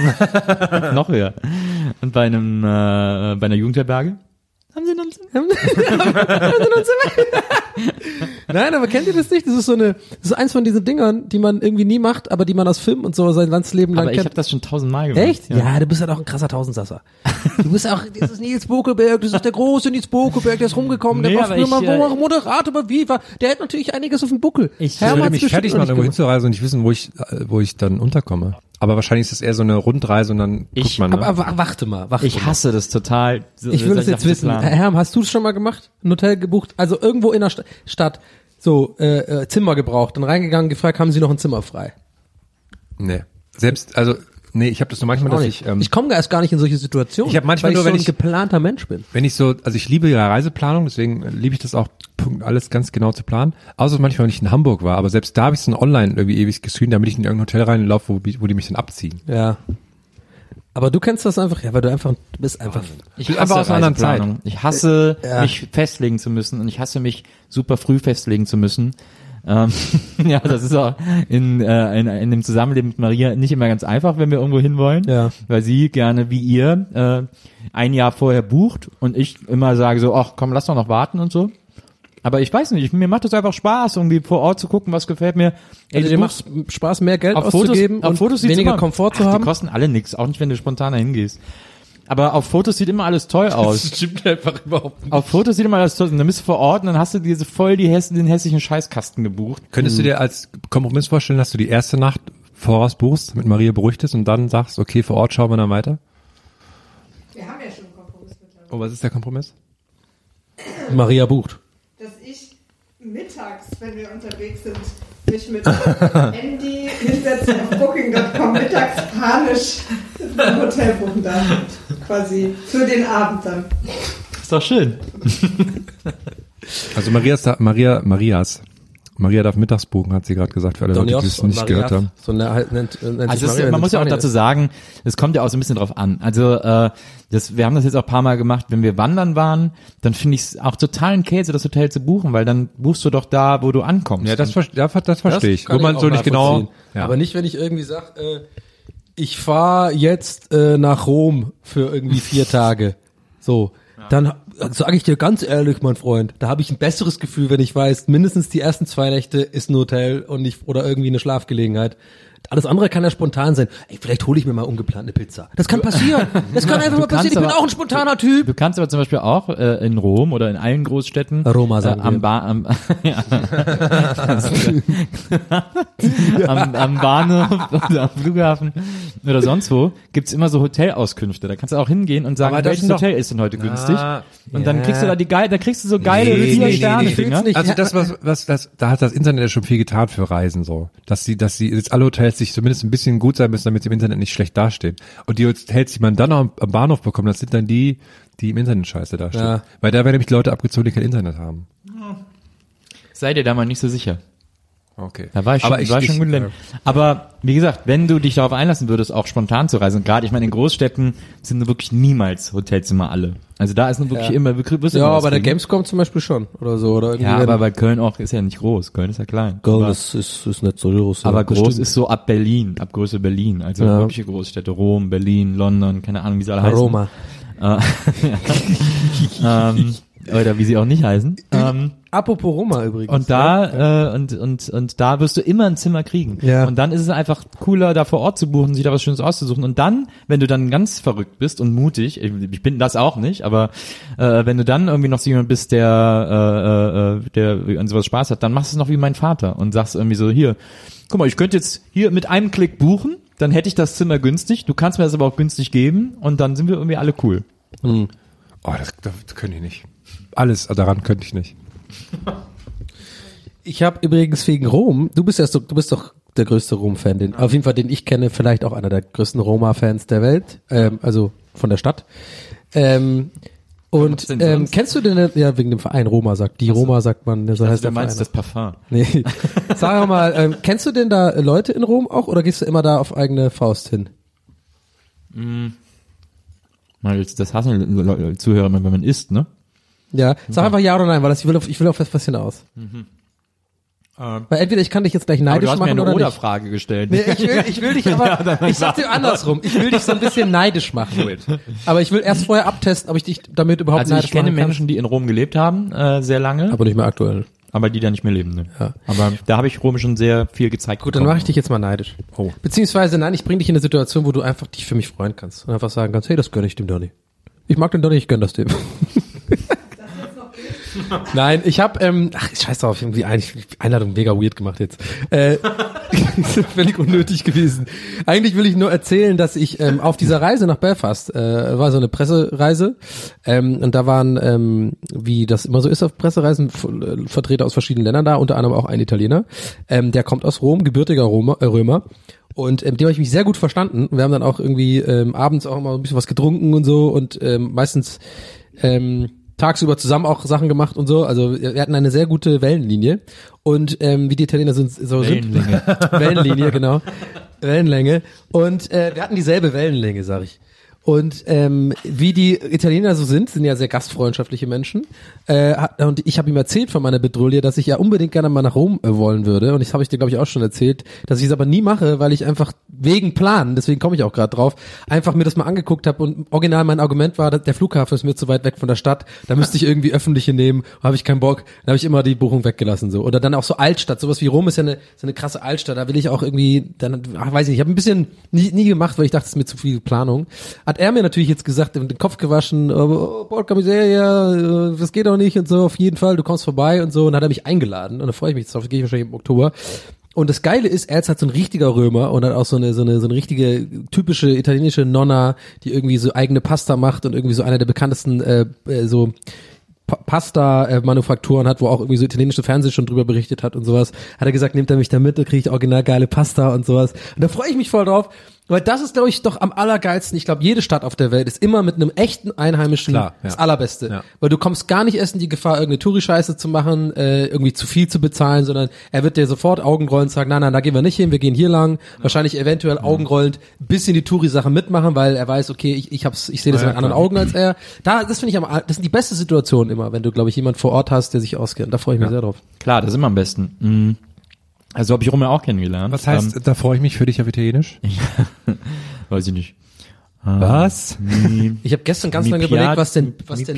Noch höher. Und bei einer Jugendherberge? Haben Sie noch ein Zimmer? Haben Sie noch ein Zimmer? Nein, aber kennt ihr das nicht? Das ist eins von diesen Dingern, die man irgendwie nie macht, aber die man aus Filmen und so sein ganzes Leben lang Aber ich kennt. habe das schon 1000-mal gemacht. Echt? Ja, du bist halt auch ein krasser Tausendsasser. Du bist auch, das ist Nils Bokelberg, das ist der große Nils Bokelberg, der ist rumgekommen, der Nee, war aber früher mal ich, Moderator, aber der hat natürlich einiges auf dem Buckel. Ich Ich würde Hermann mich hat's fertig bestimmt machen, noch irgendwo nicht hinzureisen und nicht wissen, wo ich dann unterkomme. Aber wahrscheinlich ist das eher so eine Rundreise und dann guckt man, ne? Aber warte mal. Ich hasse das total. Ich will das jetzt wissen. Herr Herm, hast du es schon mal gemacht? Ein Hotel gebucht? Also irgendwo in der Stadt, so, Zimmer gebraucht, dann reingegangen, gefragt, haben Sie noch ein Zimmer frei? Nee. Nee, ich habe das so manchmal, dass Ich komme erst gar nicht in solche Situationen, Ich hab manchmal weil nur, ich wenn so ein ich- geplanter Mensch bin. wenn ich so, also ich liebe ja Reiseplanung, deswegen liebe ich das auch, alles ganz genau zu planen. Außer manchmal, wenn ich in Hamburg war, aber selbst da habe ich es dann online irgendwie ewig gescreent, damit ich in irgendein Hotel reinlaufe, wo die mich dann abziehen. Ja. Aber du kennst das einfach, ja, weil du bist einfach. Ich bin hasse einfach aus einer anderen Reiseplanung. Ich hasse, mich festlegen zu müssen und ich hasse mich super früh festlegen zu müssen. Ja, das ist auch in dem Zusammenleben mit Maria nicht immer ganz einfach, wenn wir irgendwo hinwollen, Ja. weil sie gerne wie ihr ein Jahr vorher bucht und ich immer sage so, ach komm, lass doch noch warten und so. Aber ich weiß nicht, mir macht es einfach Spaß, irgendwie vor Ort zu gucken, was gefällt mir. Also du dir buchst- macht Spaß, mehr Geld auf auszugeben Fotos, auf Fotos und sieht's weniger immer, Komfort zu Die haben. kosten alle nix, auch nicht, wenn du spontan dahin gehst. Aber auf Fotos sieht immer alles toll aus. stimmt einfach überhaupt nicht. Auf Fotos sieht immer alles toll aus. Und dann bist du vor Ort und dann hast du den hässlichen Scheißkasten gebucht. Könntest du dir als Kompromiss vorstellen, dass du die erste Nacht voraus buchst, damit Maria beruhigt ist und dann sagst, okay, vor Ort schauen wir dann weiter? Wir haben ja schon einen Kompromiss miteinander. Oh, was ist der Kompromiss? Maria bucht. Dass ich mittags, wenn wir unterwegs sind, mich mit Handy hinsetze auf Booking.com mittags panisch ein Hotel buchen darf. Quasi für den Abend dann. Ist doch schön. Also Maria darf mittags buchen, hat sie gerade gesagt, für alle Leute, die es nicht gehört haben. So nennt Also sich Maria, man muss ja auch Spanien dazu ist. sagen, es kommt ja auch so ein bisschen drauf an. Also wir haben das jetzt auch ein paar Mal gemacht, wenn wir wandern waren, dann finde ich es auch total ein Käse, das Hotel zu buchen, weil dann buchst du doch da, wo du ankommst. Ja, das verstehe ich. kann Wo man auch so nicht genau, nachvollziehen. ja. Aber nicht, wenn ich irgendwie sag, ich fahre jetzt nach Rom für irgendwie 4 Tage. So. dann sage ich dir ganz ehrlich, mein Freund, da habe ich ein besseres Gefühl, wenn ich weiß, mindestens die ersten 2 Nächte ist ein Hotel und nicht oder irgendwie eine Schlafgelegenheit. Alles andere kann ja spontan sein. Ey, vielleicht hole ich mir mal ungeplant eine Pizza. Das kann passieren. Das kann einfach mal passieren. Ich bin auch ein spontaner Typ. Du kannst aber zum Beispiel auch in Rom oder in allen Großstädten Roma sagen am Bahnhof oder am Flughafen oder sonst wo gibt's immer so Hotelauskünfte. Da kannst du auch hingehen und sagen, welches Hotel ist denn heute günstig? Und dann kriegst du da kriegst du so geile 4-Sterne-Dinger. Also da hat das Internet ja schon viel getan für Reisen so. Dass sie jetzt alle Hotels sich zumindest ein bisschen gut sein müssen, damit sie im Internet nicht schlecht dastehen. Und die Hotels, die man dann noch am Bahnhof bekommt, das sind dann die im Internet scheiße dastehen. Ja. Weil da werden nämlich Leute abgezogen, die kein Internet haben. Sei dir da mal nicht so sicher. Okay. Da war ich schon gut. Aber wie gesagt, wenn du dich darauf einlassen würdest, auch spontan zu reisen, gerade ich meine in Großstädten sind nur wirklich niemals Hotelzimmer alle. Also da ist nur wirklich immer. Ja, aber der Gamescom zum Beispiel schon oder so oder irgendwie. Ja, aber bei Köln auch ist ja nicht groß. Köln ist ja klein. Köln ist nicht so groß. Aber groß ist so ab Größe Berlin. Also wirkliche Großstädte, Rom, Berlin, London, keine Ahnung, wie sie alle heißen. Roma. Oder wie sie auch nicht heißen. Apropos Roma übrigens. Und da und da wirst du immer ein Zimmer kriegen. Ja. Und dann ist es einfach cooler, da vor Ort zu buchen, sich da was Schönes auszusuchen. Und dann, wenn du dann ganz verrückt bist und mutig, ich bin das auch nicht, aber wenn du dann irgendwie noch so jemand bist, der an sowas Spaß hat, dann machst du es noch wie mein Vater und sagst irgendwie so, hier, guck mal, ich könnte jetzt hier mit einem Klick buchen, dann hätte ich das Zimmer günstig, du kannst mir das aber auch günstig geben und dann sind wir irgendwie alle cool. Oh, das könnte ich nicht. Alles daran könnte ich nicht. Ich habe übrigens wegen Rom, du bist doch der größte Rom-Fan, auf jeden Fall den ich kenne, vielleicht auch einer der größten Roma-Fans der Welt, also von der Stadt. Und kennst du denn, ja wegen dem Verein Roma sagt man, so heißt der Verein. Du meinst das Parfum. Nee. Sag mal, kennst du denn da Leute in Rom auch oder gehst du immer da auf eigene Faust hin? Das hassen Zuhörer, wenn man isst, ne? Ja, sag einfach ja oder nein, weil ich will auf was hinaus. Weil entweder ich kann dich jetzt gleich neidisch machen oder nicht. Du hast mir eine Oder-Frage gestellt. Nee, ich will dich aber, ich sag dir andersrum, ich will dich so ein bisschen neidisch machen. Aber ich will erst vorher abtesten, ob ich dich damit überhaupt neidisch machen kann. Also ich kenne Menschen, die in Rom gelebt haben, sehr lange. Aber nicht mehr aktuell. Aber die da nicht mehr leben, ne? Ja. Aber da habe ich Rom schon sehr viel gezeigt. Gut, dann mache ich dich jetzt mal neidisch. Oh. Beziehungsweise, nein, ich bringe dich in eine Situation, wo du einfach dich für mich freuen kannst. Und einfach sagen kannst, hey, das gönne ich dem Donny. Ich mag den Donny, ich gönne das dem. Nein, ich habe, scheiß drauf, irgendwie Einladung mega weird gemacht jetzt. Völlig unnötig gewesen. Eigentlich will ich nur erzählen, dass ich auf dieser Reise nach Belfast, war so eine Pressereise, und da waren, wie das immer so ist auf Pressereisen, Vertreter aus verschiedenen Ländern da, unter anderem auch ein Italiener, der kommt aus Rom, gebürtiger Römer. Und dem habe ich mich sehr gut verstanden. Wir haben dann auch irgendwie abends auch immer ein bisschen was getrunken und so und meistens tagsüber zusammen auch Sachen gemacht und so. Also wir hatten eine sehr gute Wellenlinie. Und wie die Italiener sind. Wellenlinie, genau. Wellenlänge. Und wir hatten dieselbe Wellenlänge, sag ich. Und wie die Italiener so sind ja sehr gastfreundschaftliche Menschen. Und ich habe ihm erzählt von meiner Bedrulle, dass ich ja unbedingt gerne mal nach Rom wollen würde. Und das habe ich dir, glaube ich, auch schon erzählt, dass ich es aber nie mache, weil ich einfach wegen Planen, deswegen komme ich auch gerade drauf, einfach mir das mal angeguckt habe. Und original mein Argument war, der Flughafen ist mir zu weit weg von der Stadt. Da müsste ich irgendwie öffentliche nehmen. Habe ich keinen Bock. Dann habe ich immer die Buchung weggelassen. So. Oder dann auch so Altstadt. Sowas wie Rom ist ja so eine krasse Altstadt. Da will ich auch irgendwie, weiß ich nicht, ich habe ein bisschen nie gemacht, weil ich dachte, es ist mir zu viel Planung. Hat er mir natürlich jetzt gesagt, den Kopf gewaschen, Porca Miseria, das geht auch nicht und so, auf jeden Fall, du kommst vorbei und so, und dann hat er mich eingeladen und da freue ich mich jetzt drauf, das gehe ich wahrscheinlich im Oktober. Und das Geile ist, er ist halt so ein richtiger Römer und hat auch so eine richtige typische italienische Nonna, die irgendwie so eigene Pasta macht und irgendwie so einer der bekanntesten so Pasta-Manufakturen hat, wo auch irgendwie so italienische Fernsehen schon drüber berichtet hat und sowas. Hat er gesagt, nimmt er mich da mit, da kriege ich original geile Pasta und sowas. Und da freue ich mich voll drauf, weil das ist, glaube ich, doch am allergeilsten. Ich glaube, jede Stadt auf der Welt ist immer mit einem echten Einheimischen das Allerbeste. Ja. Weil du kommst gar nicht erst in die Gefahr, irgendeine Touri-Scheiße zu machen, irgendwie zu viel zu bezahlen, sondern er wird dir sofort Augenrollend sagen, nein, da gehen wir nicht hin, wir gehen hier lang. Ja. Wahrscheinlich eventuell augenrollend ein bisschen die Touri-Sache mitmachen, weil er weiß, okay, ich sehe das mit anderen Augen als er. Das finde ich das sind die beste Situation immer, wenn du, glaube ich, jemand vor Ort hast, der sich auskennt. Da freue ich mich sehr drauf. Klar, das ist immer am besten. Mhm. Also habe ich Rom ja auch kennengelernt. Was heißt, da freue ich mich für dich auf Italienisch? Weiß ich nicht. Was? Ich habe gestern ganz lange überlegt, was denn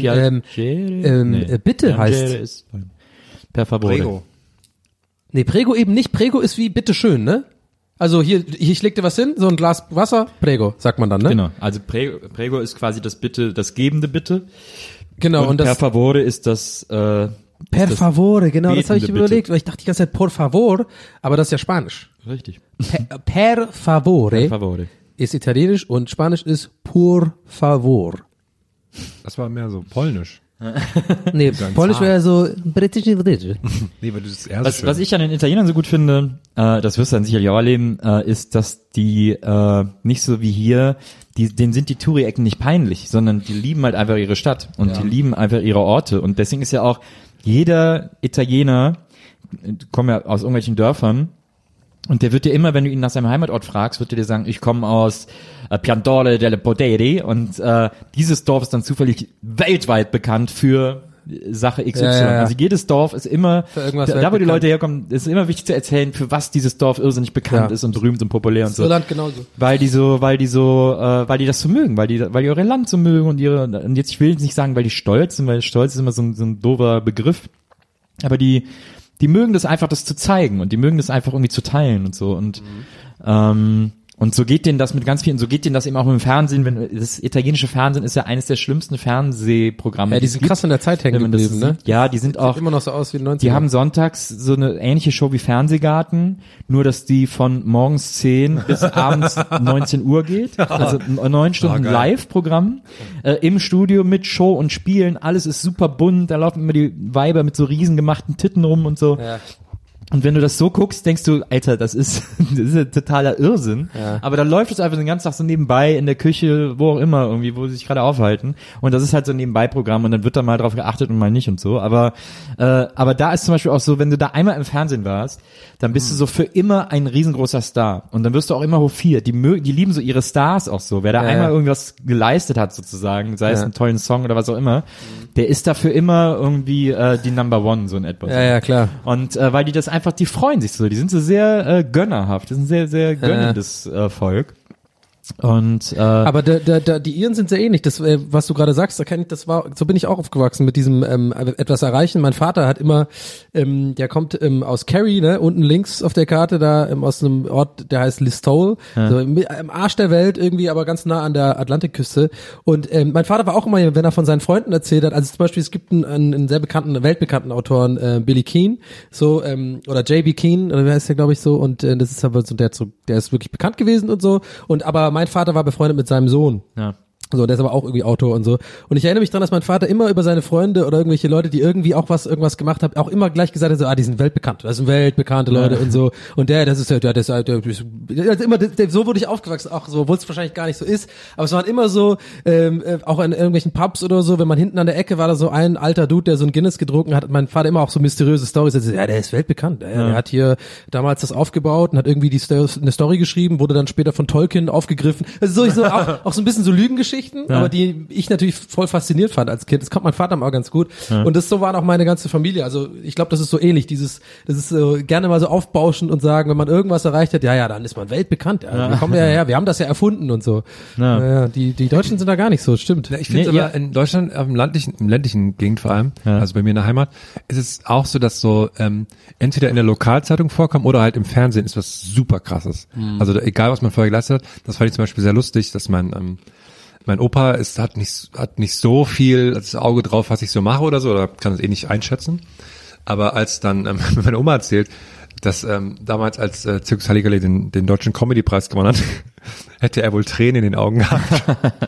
bitte heißt. Per favore. Prego. Nee, Prego eben nicht. Prego ist wie bitteschön, ne? Also hier, ich leg dir was hin, so ein Glas Wasser, Prego, sagt man dann, ne? Genau, also Prego ist quasi das Bitte, das gebende Bitte. Genau, und das per favore ist das per favore, genau, das habe ich betende überlegt, weil ich dachte die ganze Zeit por favor, aber das ist ja Spanisch. Richtig. Per favore, Per favore. ist Italienisch und Spanisch ist por favor. Das war mehr so polnisch. Nee, Polnisch wäre so britisch. Nee, weil du das eher so schön. Was ich an den Italienern so gut finde, das wirst du dann sicherlich auch erleben, ist, dass die nicht so wie hier, denen sind die Touri-Ecken nicht peinlich, sondern die lieben halt einfach ihre Stadt und die lieben einfach ihre Orte. Und deswegen ist ja auch jeder Italiener, kommt ja aus irgendwelchen Dörfern, und der wird dir immer, wenn du ihn nach seinem Heimatort fragst, wird er dir sagen, ich komme aus Piantore delle Poderi, und dieses Dorf ist dann zufällig weltweit bekannt für Sache XY. Ja. Also jedes Dorf ist immer, Für irgendwas da wo die weltbekannt. Leute herkommen, ist immer wichtig zu erzählen, für was dieses Dorf irrsinnig bekannt ist und berühmt und populär und so. Irland genauso. Weil die das so mögen, weil die ihr Land so mögen und jetzt, ich will jetzt nicht sagen, weil die stolz sind, weil Stolz ist immer so ein doofer Begriff, aber die mögen das einfach, das zu zeigen, und die mögen das einfach irgendwie zu teilen und so, und so geht denen das mit ganz vielen, so geht denen das eben auch mit dem Fernsehen, das italienische Fernsehen ist ja eines der schlimmsten Fernsehprogramme. Ja, die sind krass in der Zeit hängen wenn man das geblieben, so ne? sieht. Ja, die sind auch, Sieht immer noch so aus wie 90er. die haben sonntags so eine ähnliche Show wie Fernsehgarten, nur dass die von morgens 10 bis abends 19 Uhr geht. Also 9 Stunden geil. Live-Programm im Studio mit Show und Spielen. Alles ist super bunt. Da laufen immer die Weiber mit so riesen gemachten Titten rum und so. Ja. Und wenn du das so guckst, denkst du, Alter, das ist ein totaler Irrsinn. Ja. Aber dann läuft es einfach den ganzen Tag so nebenbei in der Küche, wo auch immer, irgendwie, wo sie sich gerade aufhalten. Und das ist halt so ein Nebenbei-Programm, und dann wird da mal drauf geachtet und mal nicht und so. Aber da ist zum Beispiel auch so, wenn du da einmal im Fernsehen warst, dann bist du so für immer ein riesengroßer Star. Und dann wirst du auch immer hofiert. Die lieben so ihre Stars auch so. Wer da einmal irgendwas geleistet hat sozusagen, sei es einen tollen Song oder was auch immer, der ist da für immer irgendwie die Number One, so in etwa. Ja, klar. Und weil die das einfach, die freuen sich so, die sind so sehr gönnerhaft, das ist ein sehr, sehr gönnendes Volk. Und aber die Iren sind sehr ähnlich. Das, was du gerade sagst, so bin ich auch aufgewachsen mit diesem etwas erreichen. Mein Vater hat immer, der kommt aus Kerry, ne, unten links auf der Karte, da aus einem Ort, der heißt Listowel, so im Arsch der Welt irgendwie, aber ganz nah an der Atlantikküste. Und mein Vater war auch immer, wenn er von seinen Freunden erzählt hat, also zum Beispiel, es gibt einen sehr bekannten, weltbekannten Autoren, Billy Keane, so oder J.B. Keane, oder wie heißt der, glaube ich, so, und das ist aber so, der ist wirklich bekannt gewesen und so, und aber mein Vater war befreundet mit seinem Sohn. Ja. So, der ist aber auch irgendwie Autor und so. Und ich erinnere mich dran, dass mein Vater immer über seine Freunde oder irgendwelche Leute, die irgendwie auch irgendwas gemacht haben, auch immer gleich gesagt hat, so, die sind weltbekannt. Das sind weltbekannte Leute und so. Und so wurde ich aufgewachsen, auch so, obwohl es wahrscheinlich gar nicht so ist. Aber es waren immer so, auch in irgendwelchen Pubs oder so, wenn man hinten an der Ecke war, da so ein alter Dude, der so ein Guinness getrunken hat, mein Vater immer auch so mysteriöse Storys. Ja, der ist weltbekannt. Er hat hier damals das aufgebaut und hat irgendwie eine Story geschrieben, wurde dann später von Tolkien aufgegriffen. Also so auch so ein bisschen so Lügengeschichten. Aber die ich natürlich voll fasziniert fand als Kind. Das kommt mein Vater auch ganz gut. Und das so war auch meine ganze Familie. Also ich glaube, das ist so ähnlich. Das ist so gerne mal so aufbauschend und sagen, wenn man irgendwas erreicht hat, ja, dann ist man weltbekannt. Ja. Wir kommen ja her, wir haben das ja erfunden und so. Ja, die Deutschen sind da gar nicht so, stimmt. Ja, ich finde aber in Deutschland, im ländlichen Gegend vor allem, also bei mir in der Heimat, ist es auch so, dass so entweder in der Lokalzeitung vorkommt oder halt im Fernsehen ist was super krasses. Also egal, was man vorher geleistet hat, das fand ich zum Beispiel sehr lustig, dass mein Opa hat nicht so viel das Auge drauf, was ich so mache oder so, oder kann es eh nicht einschätzen. Aber als dann meine Oma erzählt, dass damals als Circus Halligalli den deutschen Comedy-Preis gewonnen hat, hätte er wohl Tränen in den Augen gehabt.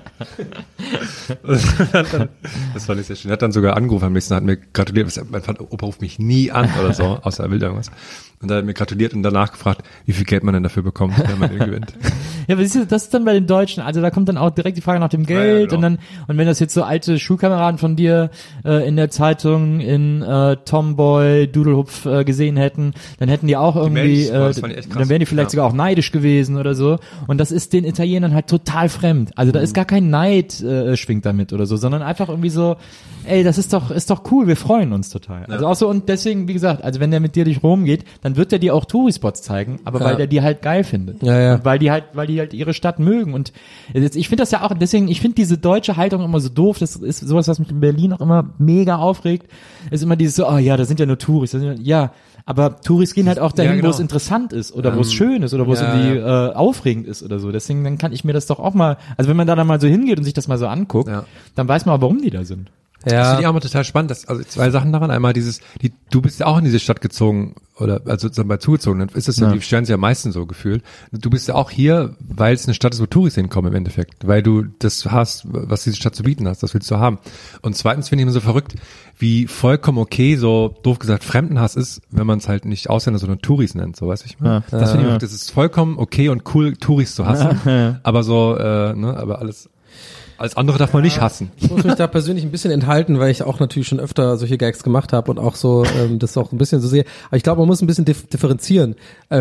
Das fand ich sehr schön. Er hat dann sogar angerufen am nächsten Tag, hat mir gratuliert. Mein Opa ruft mich nie an oder so, außer er will irgendwas. Und er hat mir gratuliert und danach gefragt, wie viel Geld man denn dafür bekommt, wenn man den gewinnt. Ja, aber siehst du, das ist dann bei den Deutschen, also da kommt dann auch direkt die Frage nach dem Geld, ja, genau. und wenn das jetzt so alte Schulkameraden von dir in der Zeitung in Tomboy, Dudelhupf gesehen hätten, dann hätten die auch irgendwie, dann wären die vielleicht sogar auch neidisch gewesen oder so. Und das ist den Italienern halt total fremd. Also da ist gar kein Neid schwingt damit oder so, sondern einfach irgendwie so, ey, das ist doch cool, wir freuen uns total. Ja. Also auch so, und deswegen, wie gesagt, also wenn der mit dir durch Rom geht, dann wird er dir auch Tourispots zeigen, aber weil der die halt geil findet. Ja. Und weil die die halt ihre Stadt mögen. Und ich finde das ja auch, deswegen, ich finde diese deutsche Haltung immer so doof. Das ist sowas, was mich in Berlin auch immer mega aufregt. Ist immer dieses so, oh ja, da sind ja nur Touris. Ja, aber Touris gehen halt auch dahin, wo es interessant ist oder wo es schön ist oder wo es irgendwie aufregend ist oder so. Deswegen, dann kann ich mir das doch auch mal, also wenn man da dann mal so hingeht und sich das mal so anguckt, dann weiß man auch, warum die da sind. Ja. Das finde ich auch mal total spannend. Also zwei Sachen daran. Einmal du bist ja auch in diese Stadt gezogen oder also sozusagen bei zugezogen. Dann ist das ja, die stellen sich ja meistens so gefühlt. Du bist ja auch hier, weil es eine Stadt ist, wo Touris hinkommen im Endeffekt. Weil du das hast, was diese Stadt zu bieten hast. Das willst du haben. Und zweitens finde ich immer so verrückt, wie vollkommen okay, so doof gesagt, Fremdenhass ist, wenn man es halt nicht Ausländer, sondern Touris nennt. So, weißt du, ich meine? Das finde ich, das ist vollkommen okay und cool, Touris zu hassen. Aber so, aber alles andere darf man nicht hassen. Ich muss mich da persönlich ein bisschen enthalten, weil ich auch natürlich schon öfter solche Gags gemacht habe und auch so das auch ein bisschen so sehe. Aber ich glaube, man muss ein bisschen differenzieren.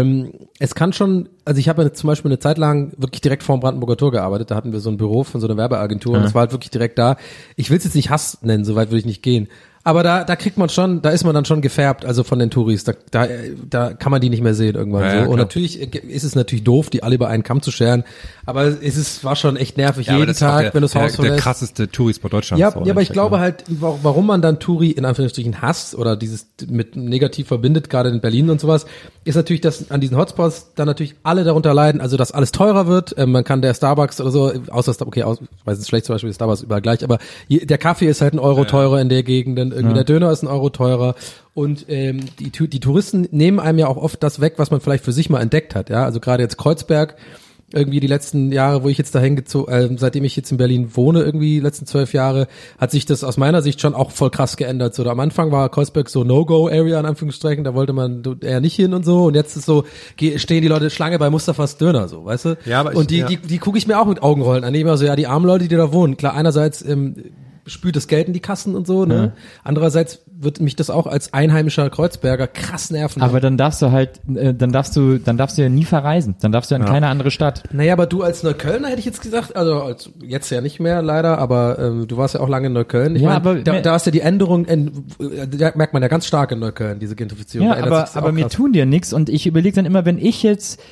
Es kann schon, also ich habe ja zum Beispiel eine Zeit lang wirklich direkt vor dem Brandenburger Tor gearbeitet. Da hatten wir so ein Büro von so einer Werbeagentur und das war halt wirklich direkt da. Ich will es jetzt nicht Hass nennen, so weit würde ich nicht gehen. Aber da kriegt man schon, da ist man dann schon gefärbt, also von den Touris, da kann man die nicht mehr sehen irgendwann so. Und natürlich ist es natürlich doof, die alle über einen Kamm zu scheren, aber war schon echt nervig, jeden Tag, wenn du das Haus verlässt. Der krasseste Touri-Spot Deutschlands. Ja, aber ich glaube halt, warum man dann Touri in Anführungsstrichen hasst oder dieses mit negativ verbindet, gerade in Berlin und sowas, ist natürlich, dass an diesen Hotspots dann natürlich alle darunter leiden, also dass alles teurer wird, man kann der Starbucks oder so, weiß es schlecht zum Beispiel, Starbucks überall gleich, aber der Kaffee ist halt €1 teurer in der Gegend, irgendwie der Döner ist €1 teurer und die Touristen nehmen einem ja auch oft das weg, was man vielleicht für sich mal entdeckt hat, ja, also gerade jetzt Kreuzberg, irgendwie die letzten Jahre, wo ich jetzt dahin seitdem ich jetzt in Berlin wohne, irgendwie die letzten 12 Jahre, hat sich das aus meiner Sicht schon auch voll krass geändert. So, am Anfang war Kreuzberg so No-Go-Area in Anführungsstrichen, da wollte man eher nicht hin und so. Und jetzt ist so, stehen die Leute Schlange bei Mustafas Döner, so, weißt du? Ja, aber und die gucke ich mir auch mit Augenrollen an. Ich immer so, ja, die armen Leute, die da wohnen. Klar, einerseits spült das Geld in die Kassen und so, ne? Ja. Andererseits wird mich das auch als einheimischer Kreuzberger krass nerven. Aber dann darfst du halt, dann darfst du ja nie verreisen. Dann darfst du ja in keine andere Stadt. Naja, aber du als Neuköllner hätte ich jetzt gesagt, also jetzt ja nicht mehr leider, aber du warst ja auch lange in Neukölln. Ich meine, aber da ist ja die Änderung, da merkt man ja ganz stark in Neukölln, diese Gentrifizierung. Ja, aber mir tun dir nichts und ich überlege dann immer, wenn ich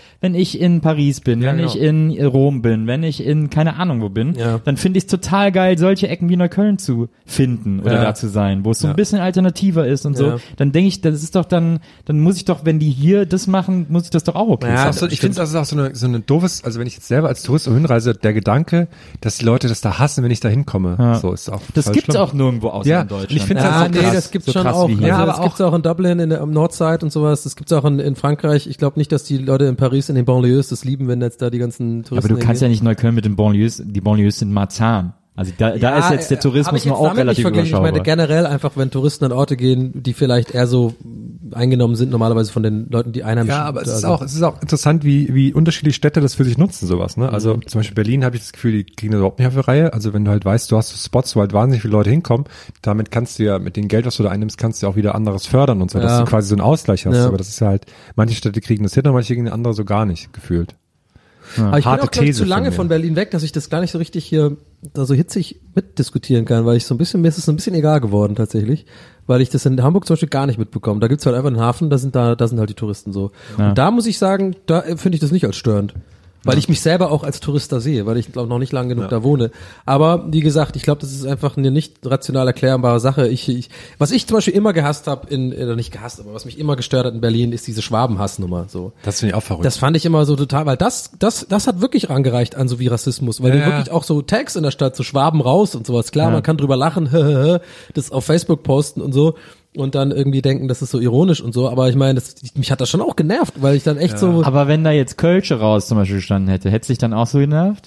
in Paris bin, wenn ich in Rom bin, wenn ich in keine Ahnung wo bin, dann finde ich es total geil, solche Ecken wie Neukölln zu finden oder da zu sein, wo es so ein bisschen alternativer ist und so. Dann denke ich, das ist doch dann muss ich doch, wenn die hier das machen, muss ich das doch auch okay sein. Ich finde, das ist auch so eine doofes, also wenn ich jetzt selber als Tourist hinreise, der Gedanke, dass die Leute das da hassen, wenn ich da hinkomme, so ist auch das gibt's auch nirgendwo außer in Deutschland. Ich finde das so krass, das gibt's so schon auch. Ja, aber das gibt's auch in Dublin, am Nordside und sowas. Das gibt's auch in Frankreich. Ich glaube nicht, dass die Leute in Paris in den Banlieues das lieben, wenn jetzt da die ganzen Touristen. Aber du kannst ja nicht Neukölln mit den Banlieues, die Banlieues sind Marzahn. Also da ist jetzt der Tourismus nur auch relativ überschaubar. Ich meine generell einfach, wenn Touristen an Orte gehen, die vielleicht eher so eingenommen sind normalerweise von den Leuten, die einheimisch sind. Ja, aber es ist auch interessant, wie unterschiedliche Städte das für sich nutzen, sowas, ne? Also zum Beispiel Berlin habe ich das Gefühl, die kriegen das überhaupt nicht auf die Reihe. Also wenn du halt weißt, du hast so Spots, wo halt wahnsinnig viele Leute hinkommen, damit kannst du ja, mit dem Geld, was du da einnimmst, kannst du ja auch wieder anderes fördern und so, dass du quasi so einen Ausgleich hast. Aber das ist ja halt, manche Städte kriegen das hin und manche kriegen andere so gar nicht, gefühlt. Ja. Aber ich bin auch These zu lange von Berlin weg, dass ich das gar nicht so richtig hier da so hitzig mitdiskutieren kann, weil mir ist es so ein bisschen egal geworden tatsächlich, weil ich das in Hamburg zum Beispiel gar nicht mitbekomme. Da gibt's halt einfach einen Hafen, da sind halt die Touristen so. Ja. Und da muss ich sagen, da finde ich das nicht als störend. Weil ich mich selber auch als Tourist da sehe, weil ich glaube noch nicht lange genug da wohne. Aber wie gesagt, ich glaube, das ist einfach eine nicht rational erklärbare Sache. Was ich zum Beispiel immer gehasst habe, oder nicht gehasst, aber was mich immer gestört hat in Berlin, ist diese Schwabenhassnummer. So. Das finde ich auch verrückt. Das fand ich immer so total, weil das hat wirklich rangereicht an so wie Rassismus, weil wir wirklich auch so Tags in der Stadt, so Schwaben raus und sowas. Klar, man kann drüber lachen, das auf Facebook posten und so. Und dann irgendwie denken, das ist so ironisch und so, aber ich meine, mich hat das schon auch genervt, weil ich dann echt so... Aber wenn da jetzt Kölsche raus zum Beispiel gestanden hätte es dich dann auch so genervt?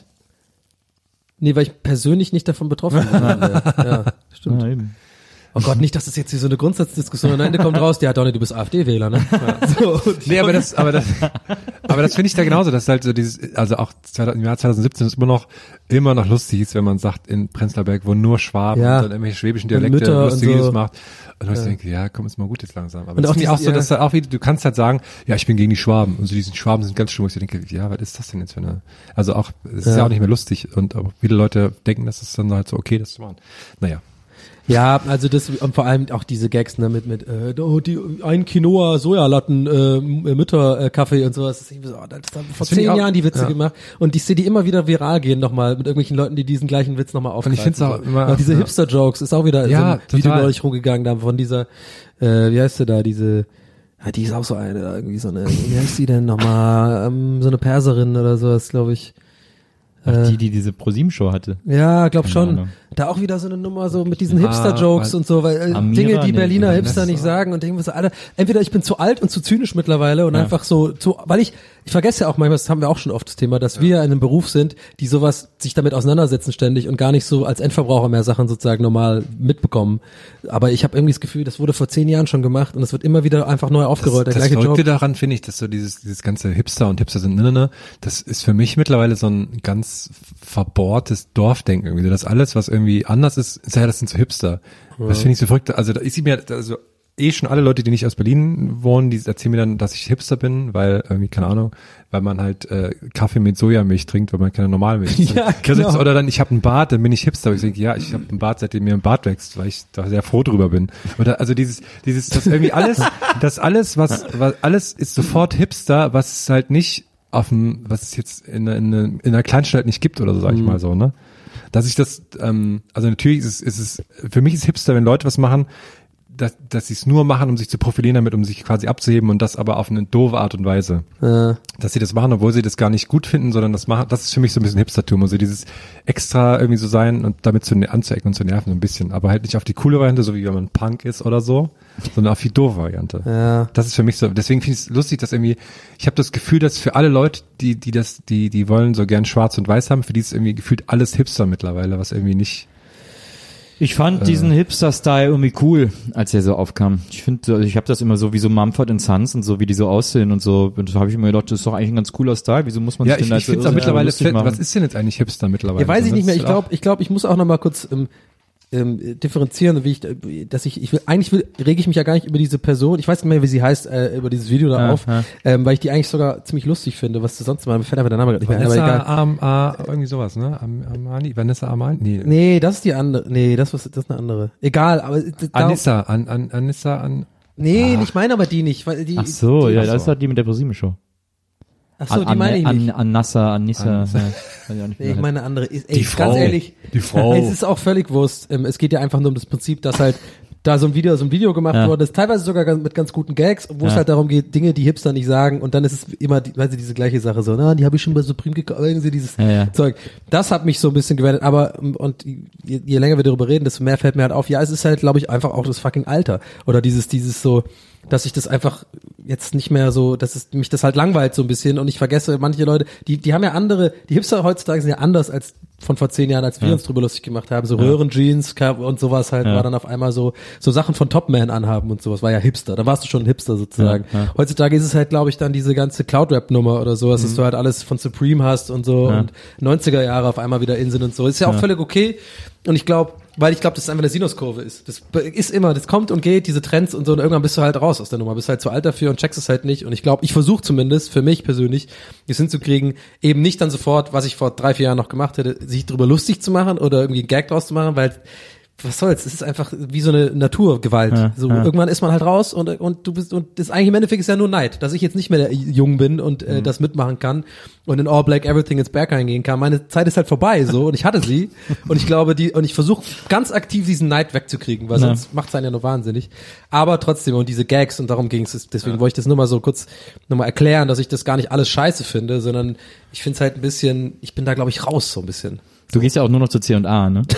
Nee, weil ich persönlich nicht davon betroffen bin. Ja, stimmt. Ja, eben. Oh Gott, nicht, dass das jetzt hier so eine Grundsatzdiskussion am Ende kommt raus, ja Donny, du bist AfD-Wähler, ne? Ja. So, nee, aber das finde ich da genauso, dass halt so also auch im Jahr 2017 ist immer noch lustig ist, wenn man sagt, in Prenzlauer Berg, wo nur Schwaben und dann irgendwelche schwäbischen Dialekte Lustiges macht. Und ich denke, ja, komm, ist mal gut jetzt langsam. Aber es ist auch so, dass da auch wieder, du kannst halt sagen, ja, ich bin gegen die Schwaben. Und so diese Schwaben sind ganz schlimm. Und ich denke, ja, was ist das denn jetzt für eine, also auch, es ist ja auch nicht mehr lustig. Und auch viele Leute denken, das ist dann halt so okay, das zu machen. Naja. Ja, also das und vor allem auch diese Gags, ne, mit die ein Quinoa Sojalatten Mütterkaffee und sowas. Das ist so, das haben vor 10 Jahren die Witze gemacht und ich sehe die immer wieder viral gehen nochmal mit irgendwelchen Leuten, die diesen gleichen Witz nochmal aufgreifen. Und ich finde es auch immer auch diese Hipster Jokes ist auch wieder so ein Video neulich rumgegangen da von dieser wie heißt sie da, diese die ist auch so eine, irgendwie so eine, wie heißt die denn nochmal, so eine Perserin oder sowas, glaube ich. Ach, die diese ProSieben-Show hatte. Ja, glaub Keine schon. Ahnung. Da auch wieder so eine Nummer so mit diesen Hipster-Jokes und so, weil Dinge, die Berliner Hipster nicht sagen und denken wir so, Alter, entweder ich bin zu alt und zu zynisch mittlerweile und einfach so, weil ich vergesse ja auch manchmal, das haben wir auch schon oft das Thema, dass wir in einem Beruf sind, die sowas sich damit auseinandersetzen ständig und gar nicht so als Endverbraucher mehr Sachen sozusagen normal mitbekommen. Aber ich habe irgendwie das Gefühl, das wurde vor 10 Jahren schon gemacht und es wird immer wieder einfach neu aufgerollt. Das Verrückte daran finde ich, dass so dieses ganze Hipster und Hipster sind, das ist für mich mittlerweile so ein ganz verbohrtes Dorfdenken irgendwie. Das alles, was irgendwie anders ist, das sind so Hipster. Ja. Das finde ich so verrückt. Also ich sehe mir, also schon alle Leute, die nicht aus Berlin wohnen, die erzählen mir dann, dass ich Hipster bin, weil irgendwie, keine Ahnung, weil man halt Kaffee mit Sojamilch trinkt, weil man keine normale Milch trinkt. Ja, genau. Oder dann, ich habe einen Bart, dann bin ich Hipster. Aber ich denke, ja, ich habe einen Bart, seitdem mir ein Bart wächst, weil ich da sehr froh drüber bin. Oder also das irgendwie alles, alles ist sofort Hipster, was es halt nicht was es jetzt in einer Kleinstadt nicht gibt oder so, sag ich mal so, ne? Dass ich das, also natürlich ist es, für mich ist Hipster, wenn Leute was machen, dass sie es nur machen, um sich zu profilieren damit, um sich quasi abzuheben und das aber auf eine doofe Art und Weise. Ja. Dass sie das machen, obwohl sie das gar nicht gut finden, sondern das ist für mich so ein bisschen Hipstertum, also dieses extra irgendwie so sein und damit anzuecken und zu nerven so ein bisschen, aber halt nicht auf die coole Variante, so wie wenn man Punk ist oder so, sondern auf die doofe Variante. Ja. Das ist für mich so, deswegen finde ich es lustig, dass irgendwie, ich habe das Gefühl, dass für alle Leute, die wollen so gern schwarz und weiß haben, für die ist irgendwie gefühlt alles Hipster mittlerweile, was irgendwie nicht. Ich fand diesen Hipster-Style irgendwie cool, als er so aufkam. Ich finde, ich habe das immer so wie so Mumford & Sons und so, wie die so aussehen und so. Und da habe ich immer gedacht, das ist doch eigentlich ein ganz cooler Style. Wieso muss man sich denn ich finde es auch mittlerweile, was ist denn jetzt eigentlich Hipster mittlerweile? Ja, weiß ich nicht mehr. Ich glaube, ich muss auch noch mal kurz differenzieren, rege ich mich ja gar nicht über diese Person, ich weiß nicht mehr, wie sie heißt, über dieses Video da auf, weil ich die eigentlich sogar ziemlich lustig finde, was du sonst mal, mir fällt einfach der Name gerade nicht mehr, aber egal. Irgendwie sowas, ne? Vanessa Armani? Nee, das ist die andere, das ist eine andere. Egal, aber Anissa. Nee, ich meine aber die nicht, weil die. Ach so, das ist halt die mit der ProSieben-Show. Ach so, die meine ich nicht. Anissa. Nee, ich meine eine andere. Die Frau. Ganz ehrlich, die Frau. Es ist auch völlig Wurst. Es geht ja einfach nur um das Prinzip, dass halt da so ein Video gemacht worden ist, teilweise sogar mit ganz guten Gags, wo es halt darum geht, Dinge, die Hipster nicht sagen, und dann ist es immer, diese gleiche Sache so, die habe ich schon bei Supreme gekauft, irgendwie dieses Zeug. Das hat mich so ein bisschen gewendet, aber, und je länger wir darüber reden, desto mehr fällt mir halt auf, es ist halt, glaube ich, einfach auch das fucking Alter. Oder dieses so, dass ich das einfach jetzt nicht mehr so, mich das halt langweilt so ein bisschen und ich vergesse, manche Leute, die haben ja die Hipster heutzutage sind ja anders als von vor 10 Jahren, als wir uns drüber lustig gemacht haben, so Röhrenjeans und sowas halt, war dann auf einmal so Sachen von Top Man anhaben und sowas, war ja Hipster, da warst du schon ein Hipster sozusagen. Heutzutage ist es halt, glaube ich, dann diese ganze Cloud-Rap-Nummer oder sowas, dass du halt alles von Supreme hast und so und 90er Jahre auf einmal wieder in sind und so, ist ja auch völlig okay und ich glaube, dass es einfach eine Sinuskurve ist. Das ist immer, das kommt und geht, diese Trends und so, und irgendwann bist du halt raus aus der Nummer, bist halt zu alt dafür und checkst es halt nicht. Und ich glaube, ich versuche zumindest, für mich persönlich, es hinzukriegen, eben nicht dann sofort, was ich vor 3-4 Jahren noch gemacht hätte, sich drüber lustig zu machen oder irgendwie einen Gag draus zu machen, weil was soll's, es ist einfach wie so eine Naturgewalt. Irgendwann ist man halt raus und du bist, und das eigentlich im Endeffekt ist ja nur Neid, dass ich jetzt nicht mehr jung bin und das mitmachen kann und in All Black Everything ins Berg eingehen kann. Meine Zeit ist halt vorbei so und ich hatte sie und ich glaube, ich versuche ganz aktiv diesen Neid wegzukriegen, weil sonst macht's einen ja nur wahnsinnig. Aber trotzdem, und diese Gags, und darum ging's, deswegen wollte ich das nur mal so kurz nochmal erklären, dass ich das gar nicht alles scheiße finde, sondern ich finde es halt ein bisschen, ich bin da glaube ich raus so ein bisschen. Du gehst ja auch nur noch zu C&A, ne?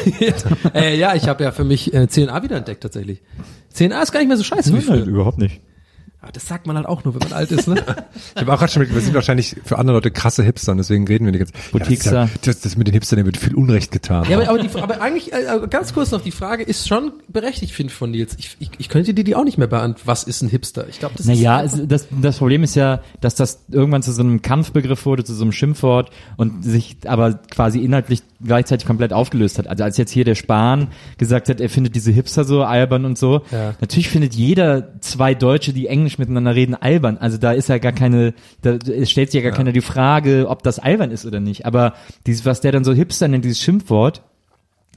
Ja, ich habe ja für mich C&A wiederentdeckt tatsächlich. C&A ist gar nicht mehr so scheiße wie früher. Überhaupt nicht. Aber das sagt man halt auch nur, wenn man alt ist, ne? Ich habe auch gerade schon wir sind wahrscheinlich für andere Leute krasse Hipster, deswegen reden wir nicht jetzt. Boutiquester. Das mit den Hipstern, dem wird viel Unrecht getan. Ja, aber eigentlich, ganz kurz noch, die Frage ist schon berechtigt, finde ich, von Nils. Ich könnte dir die auch nicht mehr beantworten. Was ist ein Hipster? Ich glaube, das ist... das Problem ist ja, dass das irgendwann zu so einem Kampfbegriff wurde, zu so einem Schimpfwort und sich aber quasi inhaltlich gleichzeitig komplett aufgelöst hat. Also als jetzt hier der Spahn gesagt hat, er findet diese Hipster so albern und so. Ja. Natürlich findet jeder 2 Deutsche, die Englisch miteinander reden, albern. Also da ist ja gar keine, es stellt sich ja gar keiner die Frage, ob das albern ist oder nicht. Aber dieses, was der dann so Hipster nennt, dieses Schimpfwort,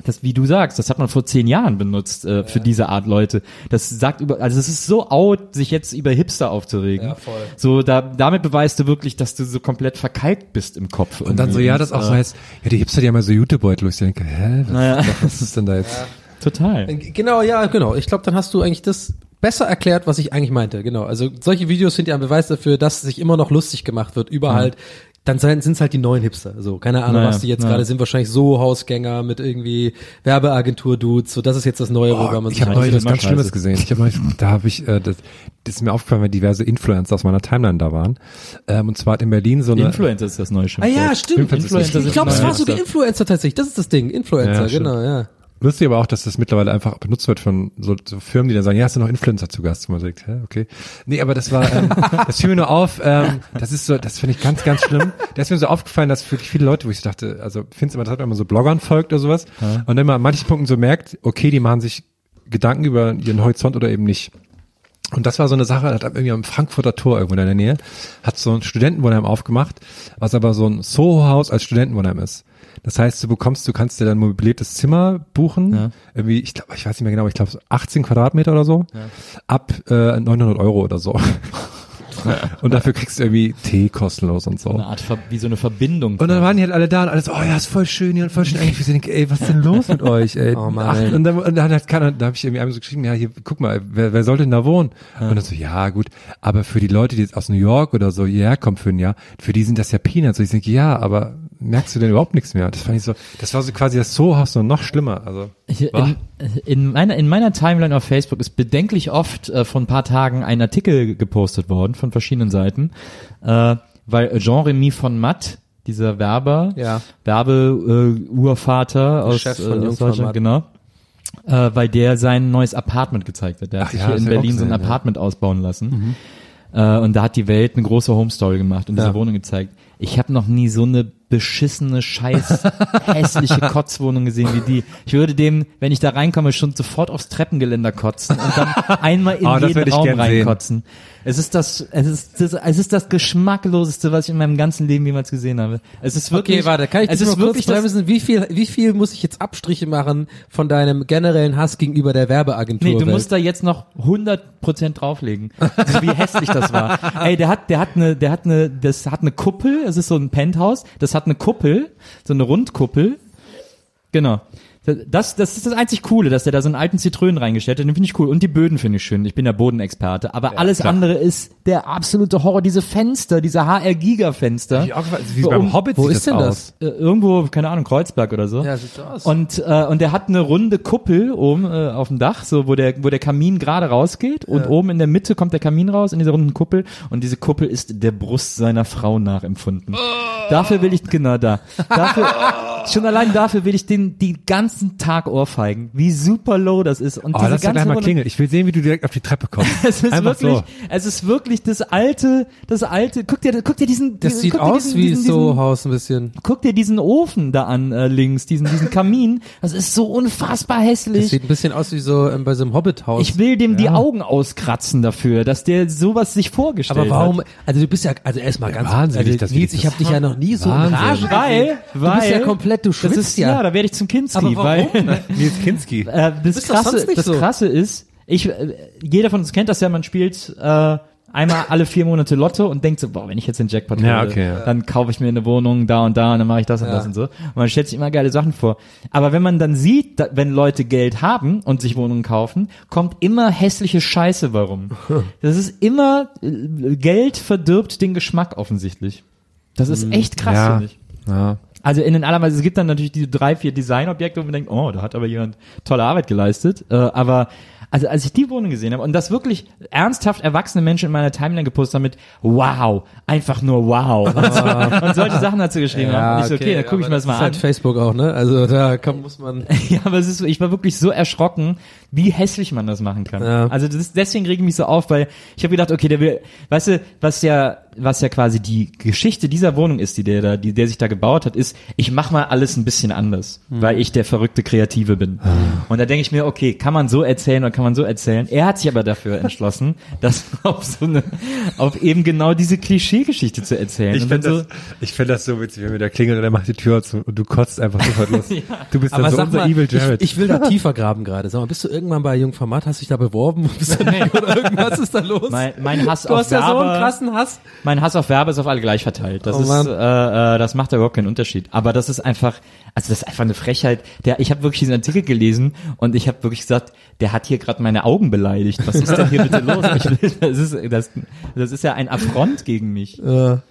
das, wie du sagst, das hat man vor 10 Jahren benutzt für diese Art Leute. Das sagt also es ist so out, sich jetzt über Hipster aufzuregen. Ja, voll. So, damit beweist du wirklich, dass du so komplett verkalkt bist im Kopf. Und dann so, ja, das auch so heißt, ja, die Hipster, die haben ja so Jutebeutel. Ich denke, was ist denn da jetzt? Ja. Total. Genau, ja, genau. Ich glaube, dann hast du eigentlich das besser erklärt, was ich eigentlich meinte. Genau. Also solche Videos sind ja ein Beweis dafür, dass sich immer noch lustig gemacht wird über halt. Dann sind es halt die neuen Hipster. So, keine Ahnung, was die jetzt gerade sind. Wahrscheinlich so Hausgänger mit irgendwie Werbeagentur-Dudes. So, das ist jetzt das Neue, worüber man Ich habe neulich was ganz Schlimmes gesehen. Das ist mir aufgefallen, weil diverse Influencer aus meiner Timeline da waren. Und zwar hat in Berlin so eine... Influencer ist das neue Schimpfwort. Ah ja, stimmt. Influencer Ich glaube, es war sogar Influencer tatsächlich. Das ist das Ding. Influencer, ja, genau, ja. Lustig aber auch, dass das mittlerweile einfach benutzt wird von so Firmen, die dann sagen, ja, hast du noch Influencer zu Gast? Und man sagt, hä, okay. Nee, aber das war, das fiel mir nur auf, das ist so, das finde ich ganz, ganz schlimm. Da ist mir so aufgefallen, dass wirklich viele Leute, wo ich dachte, also find's immer, das hat man so Bloggern folgt oder sowas, und dann mal an manchen Punkten so merkt, okay, die machen sich Gedanken über ihren Horizont oder eben nicht. Und das war so eine Sache, das hat irgendwie am Frankfurter Tor irgendwo in der Nähe, hat so ein Studentenwohnheim aufgemacht, was aber so ein Soho-Haus als Studentenwohnheim ist. Das heißt, du kannst dir dann ein möbliertes Zimmer buchen, irgendwie, ich weiß nicht mehr genau, ich glaube 18 Quadratmeter oder so, ab 900 Euro oder so. Und dafür kriegst du irgendwie Tee kostenlos und so. Eine Art, wie so eine Verbindung. Und dann waren die halt alle da und alles, oh ja, ist voll schön hier und voll schön eigentlich. Ich denke, ey, was ist denn los mit euch, ey? Oh Mann, ey. Und dann habe ich irgendwie einmal so geschrieben, ja, hier, guck mal, wer soll denn da wohnen? Und dann so, ja, gut, aber für die Leute, die jetzt aus New York oder so hierher kommen für ein Jahr, für die sind das ja Peanuts. Und ich denke, ja, aber merkst du denn überhaupt nichts mehr? Das fand ich so, das war so quasi das Soho-Haus noch schlimmer, also. In meiner Timeline auf Facebook ist bedenklich oft vor ein paar Tagen ein Artikel gepostet worden von verschiedenen Seiten, weil Jean-Remy von Matt, dieser Werbe-Urvater aus Deutschland, genau, weil der sein neues Apartment gezeigt hat. Der hat sich hier in Berlin so ein Apartment ausbauen lassen. Und da hat die Welt eine große Home-Story gemacht und diese Wohnung gezeigt. Ich habe noch nie so eine beschissene, scheiß, hässliche Kotzwohnung gesehen wie die. Ich würde dem, wenn ich da reinkomme, schon sofort aufs Treppengeländer kotzen und dann einmal in jeden Raum reinkotzen. Es ist das Geschmackloseste, was ich in meinem ganzen Leben jemals gesehen habe. Es ist wirklich. Okay, warte, kann ich das mal kurz wissen, wie viel muss ich jetzt Abstriche machen von deinem generellen Hass gegenüber der Werbeagentur? Nee, du musst da jetzt noch 100% drauflegen. Also wie hässlich das war. Ey, das hat eine Kuppel, es ist so ein Penthouse, das hat eine Kuppel, so eine Rundkuppel. Genau. Das ist das einzig Coole, dass der da so einen alten Zitrönen reingestellt hat. Den finde ich cool. Und die Böden finde ich schön. Ich bin ja Bodenexperte. Aber alles andere ist der absolute Horror. Diese Fenster, diese HR-Giga-Fenster. Wie beim Hobbit wo sieht ist denn das? Irgendwo, keine Ahnung, Kreuzberg oder so. Ja, sieht so aus. Und der hat eine runde Kuppel oben auf dem Dach, so wo der Kamin gerade rausgeht. Und oben in der Mitte kommt der Kamin raus in dieser runden Kuppel. Und diese Kuppel ist der Brust seiner Frau nachempfunden. Dafür will ich, genau da. Schon allein dafür will ich den ganzen Tag ohrfeigen, wie super low das ist. Und diese lass doch gleich mal klingeln. Ich will sehen, wie du direkt auf die Treppe kommst. Es ist wirklich das alte, guck dir diesen, das sieht aus wie Soho-Haus ein bisschen. Guck dir diesen Ofen da an, links, diesen Kamin. Das ist so unfassbar hässlich. Das sieht ein bisschen aus wie so, bei so einem Hobbit-Haus. Ich will dem die Augen auskratzen dafür, dass der sowas sich vorgestellt hat. Aber warum, also du bist ja, also erstmal ganz, wahnsinnig, also Nils, ich habe dich ja noch nie so in Rage weil, du bist ja komplett, du schwitzt ja. Ja, da werde ich zum Kinski. Aber warum? Nils Kinski. Das Krasse ist, jeder von uns kennt das ja, man spielt einmal alle 4 Monate Lotto und denkt so, boah, wenn ich jetzt den Jackpot hole, dann kaufe ich mir eine Wohnung da und dann mache ich das und das und so. Und man stellt sich immer geile Sachen vor. Aber wenn man dann sieht, wenn Leute Geld haben und sich Wohnungen kaufen, kommt immer hässliche Scheiße warum. Das ist immer, Geld verdirbt den Geschmack offensichtlich. Das ist echt krass, finde ich. Ja. Also in den allermeisten, es gibt dann natürlich diese 3-4 Designobjekte, wo man denkt, oh, da hat aber jemand tolle Arbeit geleistet. Aber also als ich die Wohnung gesehen habe und das wirklich ernsthaft erwachsene Menschen in meiner Timeline gepostet haben mit wow, einfach nur wow. Und solche Sachen dazu geschrieben haben. Und ich so, okay, dann gucke ich mir das mal an. Das ist halt Facebook auch, ne? Also da muss man... Ja, aber ich war wirklich so erschrocken, wie hässlich man das machen kann. Ja. Also deswegen rege ich mich so auf, weil ich habe gedacht, okay, der will, weißt du, was ja was ja quasi die Geschichte dieser Wohnung ist, die der sich da gebaut hat, ist, ich mach mal alles ein bisschen anders, weil ich der verrückte Kreative bin. Und da denke ich mir, okay, kann man so erzählen oder kann man so erzählen? Er hat sich aber dafür entschlossen, das auf eben genau diese Klischeegeschichte zu erzählen. Ich finde das so witzig, wenn mir der klingelt und er macht die Tür zu und du kotzt einfach sofort los. Du bist dann Aber so sag unser mal, Evil Jared. ich will da tiefer graben gerade. Sag mal, bist du irgendwann bei Jungformat, hast dich da beworben? Bist du oder irgendwas ist da los? Mein Hass Du auf hast ja so einen Werbe, krassen Hass. mein Hass auf Werbe ist auf alle gleich verteilt. Das Oh Mann. das macht da überhaupt keinen Unterschied. Aber das ist einfach eine Frechheit. Ich habe wirklich diesen Artikel gelesen und ich habe wirklich gesagt, der hat hier gerade meine Augen beleidigt. Was ist denn hier bitte los? Das ist ja ein Affront gegen mich.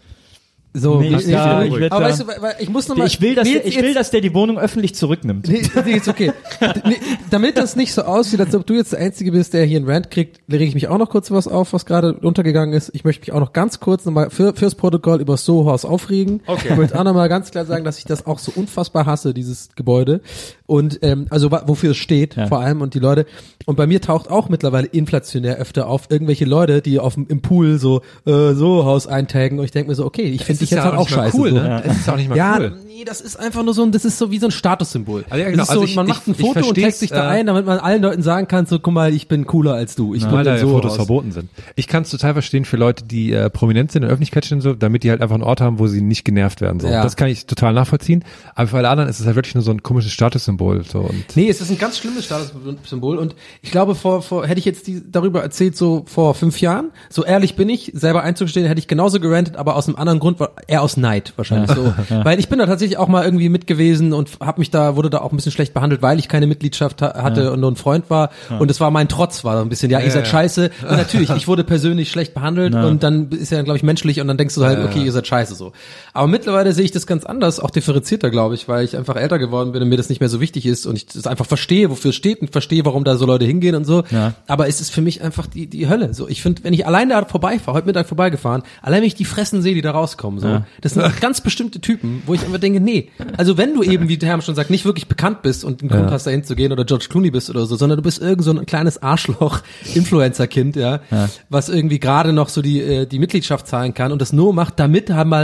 So, Nee, aber weißt du, weil ich muss noch mal, Ich will, dass der die Wohnung öffentlich zurücknimmt. Nee, ist okay. Nee, damit das nicht so aussieht, als ob du jetzt der Einzige bist, der hier einen Rant kriegt, rege ich mich auch noch kurz was auf, was gerade untergegangen ist. Ich möchte mich auch noch ganz kurz nochmal fürs Protokoll über Soho-Haus aufregen. Okay. Ich möchte auch nochmal ganz klar sagen, dass ich das auch so unfassbar hasse, dieses Gebäude. Und also wofür es steht, vor allem, und die Leute. Und bei mir taucht auch mittlerweile inflationär öfter auf irgendwelche Leute, die im Pool so Soho-Haus eintaggen. Und ich denke mir so, okay, ich finde dich jetzt halt auch scheiße. Cool, so. ne? Das ist auch nicht mal cool. Nee, das ist einfach nur das ist so wie so ein Statussymbol. Also ja, genau. Das ist so, Also man macht ein Foto und taggt sich da ein, damit man allen Leuten sagen kann, so, guck mal, ich bin cooler als du. Ich Weil da so Fotos aus. verboten sind. Ich kann es total verstehen für Leute, die prominent sind in der Öffentlichkeit stehen, so, damit die halt einfach einen Ort haben, wo sie nicht genervt werden. So. Ja. Das kann ich total nachvollziehen. Aber für alle anderen ist es halt wirklich nur so ein komisches Statussymbol. So. Und Nee, es ist ein ganz schlimmes Statussymbol und ich glaube, hätte ich jetzt darüber erzählt, so vor 5 Jahren, so ehrlich bin ich, selber einzugestehen, hätte ich genauso gerantet, aber aus einem anderen Grund, eher aus Neid wahrscheinlich so. Weil ich bin da tatsächlich auch mal irgendwie mit gewesen und wurde da auch ein bisschen schlecht behandelt, weil ich keine Mitgliedschaft hatte und nur ein Freund war und es war mein Trotz, war so ein bisschen, ihr seid scheiße und natürlich, ich wurde persönlich schlecht behandelt und dann ist ja, glaube ich, menschlich und dann denkst du halt, okay, ihr seid scheiße so. Aber mittlerweile sehe ich das ganz anders, auch differenzierter, glaube ich, weil ich einfach älter geworden bin und mir das nicht mehr so wichtig ist und ich das einfach verstehe, wofür es steht und verstehe, warum da so Leute hingehen und so. Ja. Aber es ist für mich einfach die Hölle. So, ich finde, wenn ich allein da vorbeifahre, heute Mittag vorbeigefahren, allein wenn ich die Fressen sehe, die da rauskommen, so, das sind ganz bestimmte Typen, wo ich einfach denke, nee, also wenn du eben, wie der Herr schon sagt, nicht wirklich bekannt bist und einen Grund hast, da hinzugehen oder George Clooney bist oder so, sondern du bist irgend so ein kleines Arschloch, Influencer-Kind, was irgendwie gerade noch so die Mitgliedschaft zahlen kann und das nur macht, damit man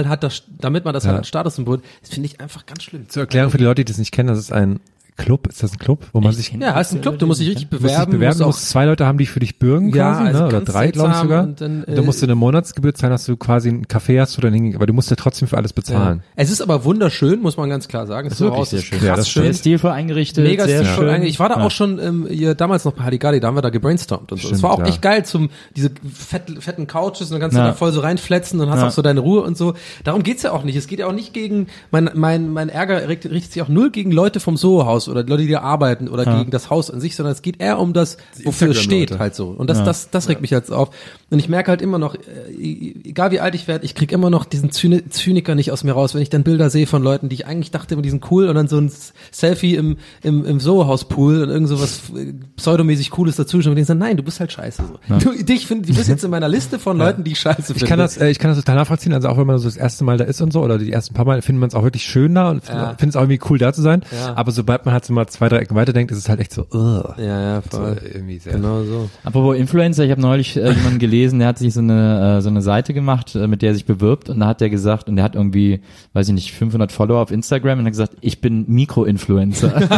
das halt als Statussymbol, das finde ich einfach ganz schlimm. zur Erklärung für die Leute, die das nicht kennen, das ist ein Club, ist das ein Club, wo man sich... Ja, ist ein Club, du musst dich richtig bewerben. Du musst 2 Leute haben, die für dich bürgen quasi, also ne? Oder 3, glaube ich sogar. Und dann, du musst eine Monatsgebühr zahlen, dass du quasi ein Café hast, wo du dann hingehen, aber du musst ja trotzdem für alles bezahlen. Ja. Es ist aber wunderschön, muss man ganz klar sagen. Das ist wirklich sehr schön. Ja, das Sehr stilvoll eingerichtet, mega sehr stilvoll schön. eigentlich. Ich war da auch schon hier damals noch bei Hadigali, da haben wir da gebrainstormt und so. Stimmt, Das war auch echt geil, diese fetten Couches und dann kannst du da voll so reinfletzen und hast auch so deine Ruhe und so. Darum geht's ja auch nicht. Es geht ja auch nicht gegen, mein Ärger richtet sich auch null gegen Leute vom Soho-Haus oder Leute, die da arbeiten oder gegen das Haus an sich, sondern es geht eher um das, wofür es steht halt so. Und das regt mich jetzt auf. Und ich merke halt immer noch, egal wie alt ich werde, ich krieg immer noch diesen Zyniker nicht aus mir raus, wenn ich dann Bilder sehe von Leuten, die ich eigentlich dachte, die sind cool und dann so ein Selfie im Soho-Haus-Pool und irgend so was pseudomäßig Cooles dazu und die sagen, nein, du bist halt scheiße. So. Ja. Du bist jetzt in meiner Liste von Leuten, die ich scheiße finde. Ich kann das total nachvollziehen, also auch wenn man so das erste Mal da ist und so, oder die ersten paar Mal, findet man es auch wirklich schön da und findet es auch irgendwie cool da zu sein, aber sobald man halt so mal 2, 3 Ecken weiter denkt, ist es halt echt so, ja, voll. So, irgendwie sehr. Genau so. Apropos Influencer, ich habe neulich jemanden gelesen, der hat sich so eine Seite gemacht, mit der er sich bewirbt und da hat der gesagt, und der hat irgendwie, weiß ich nicht, 500 Follower auf Instagram und hat gesagt, ich bin Mikro-Influencer.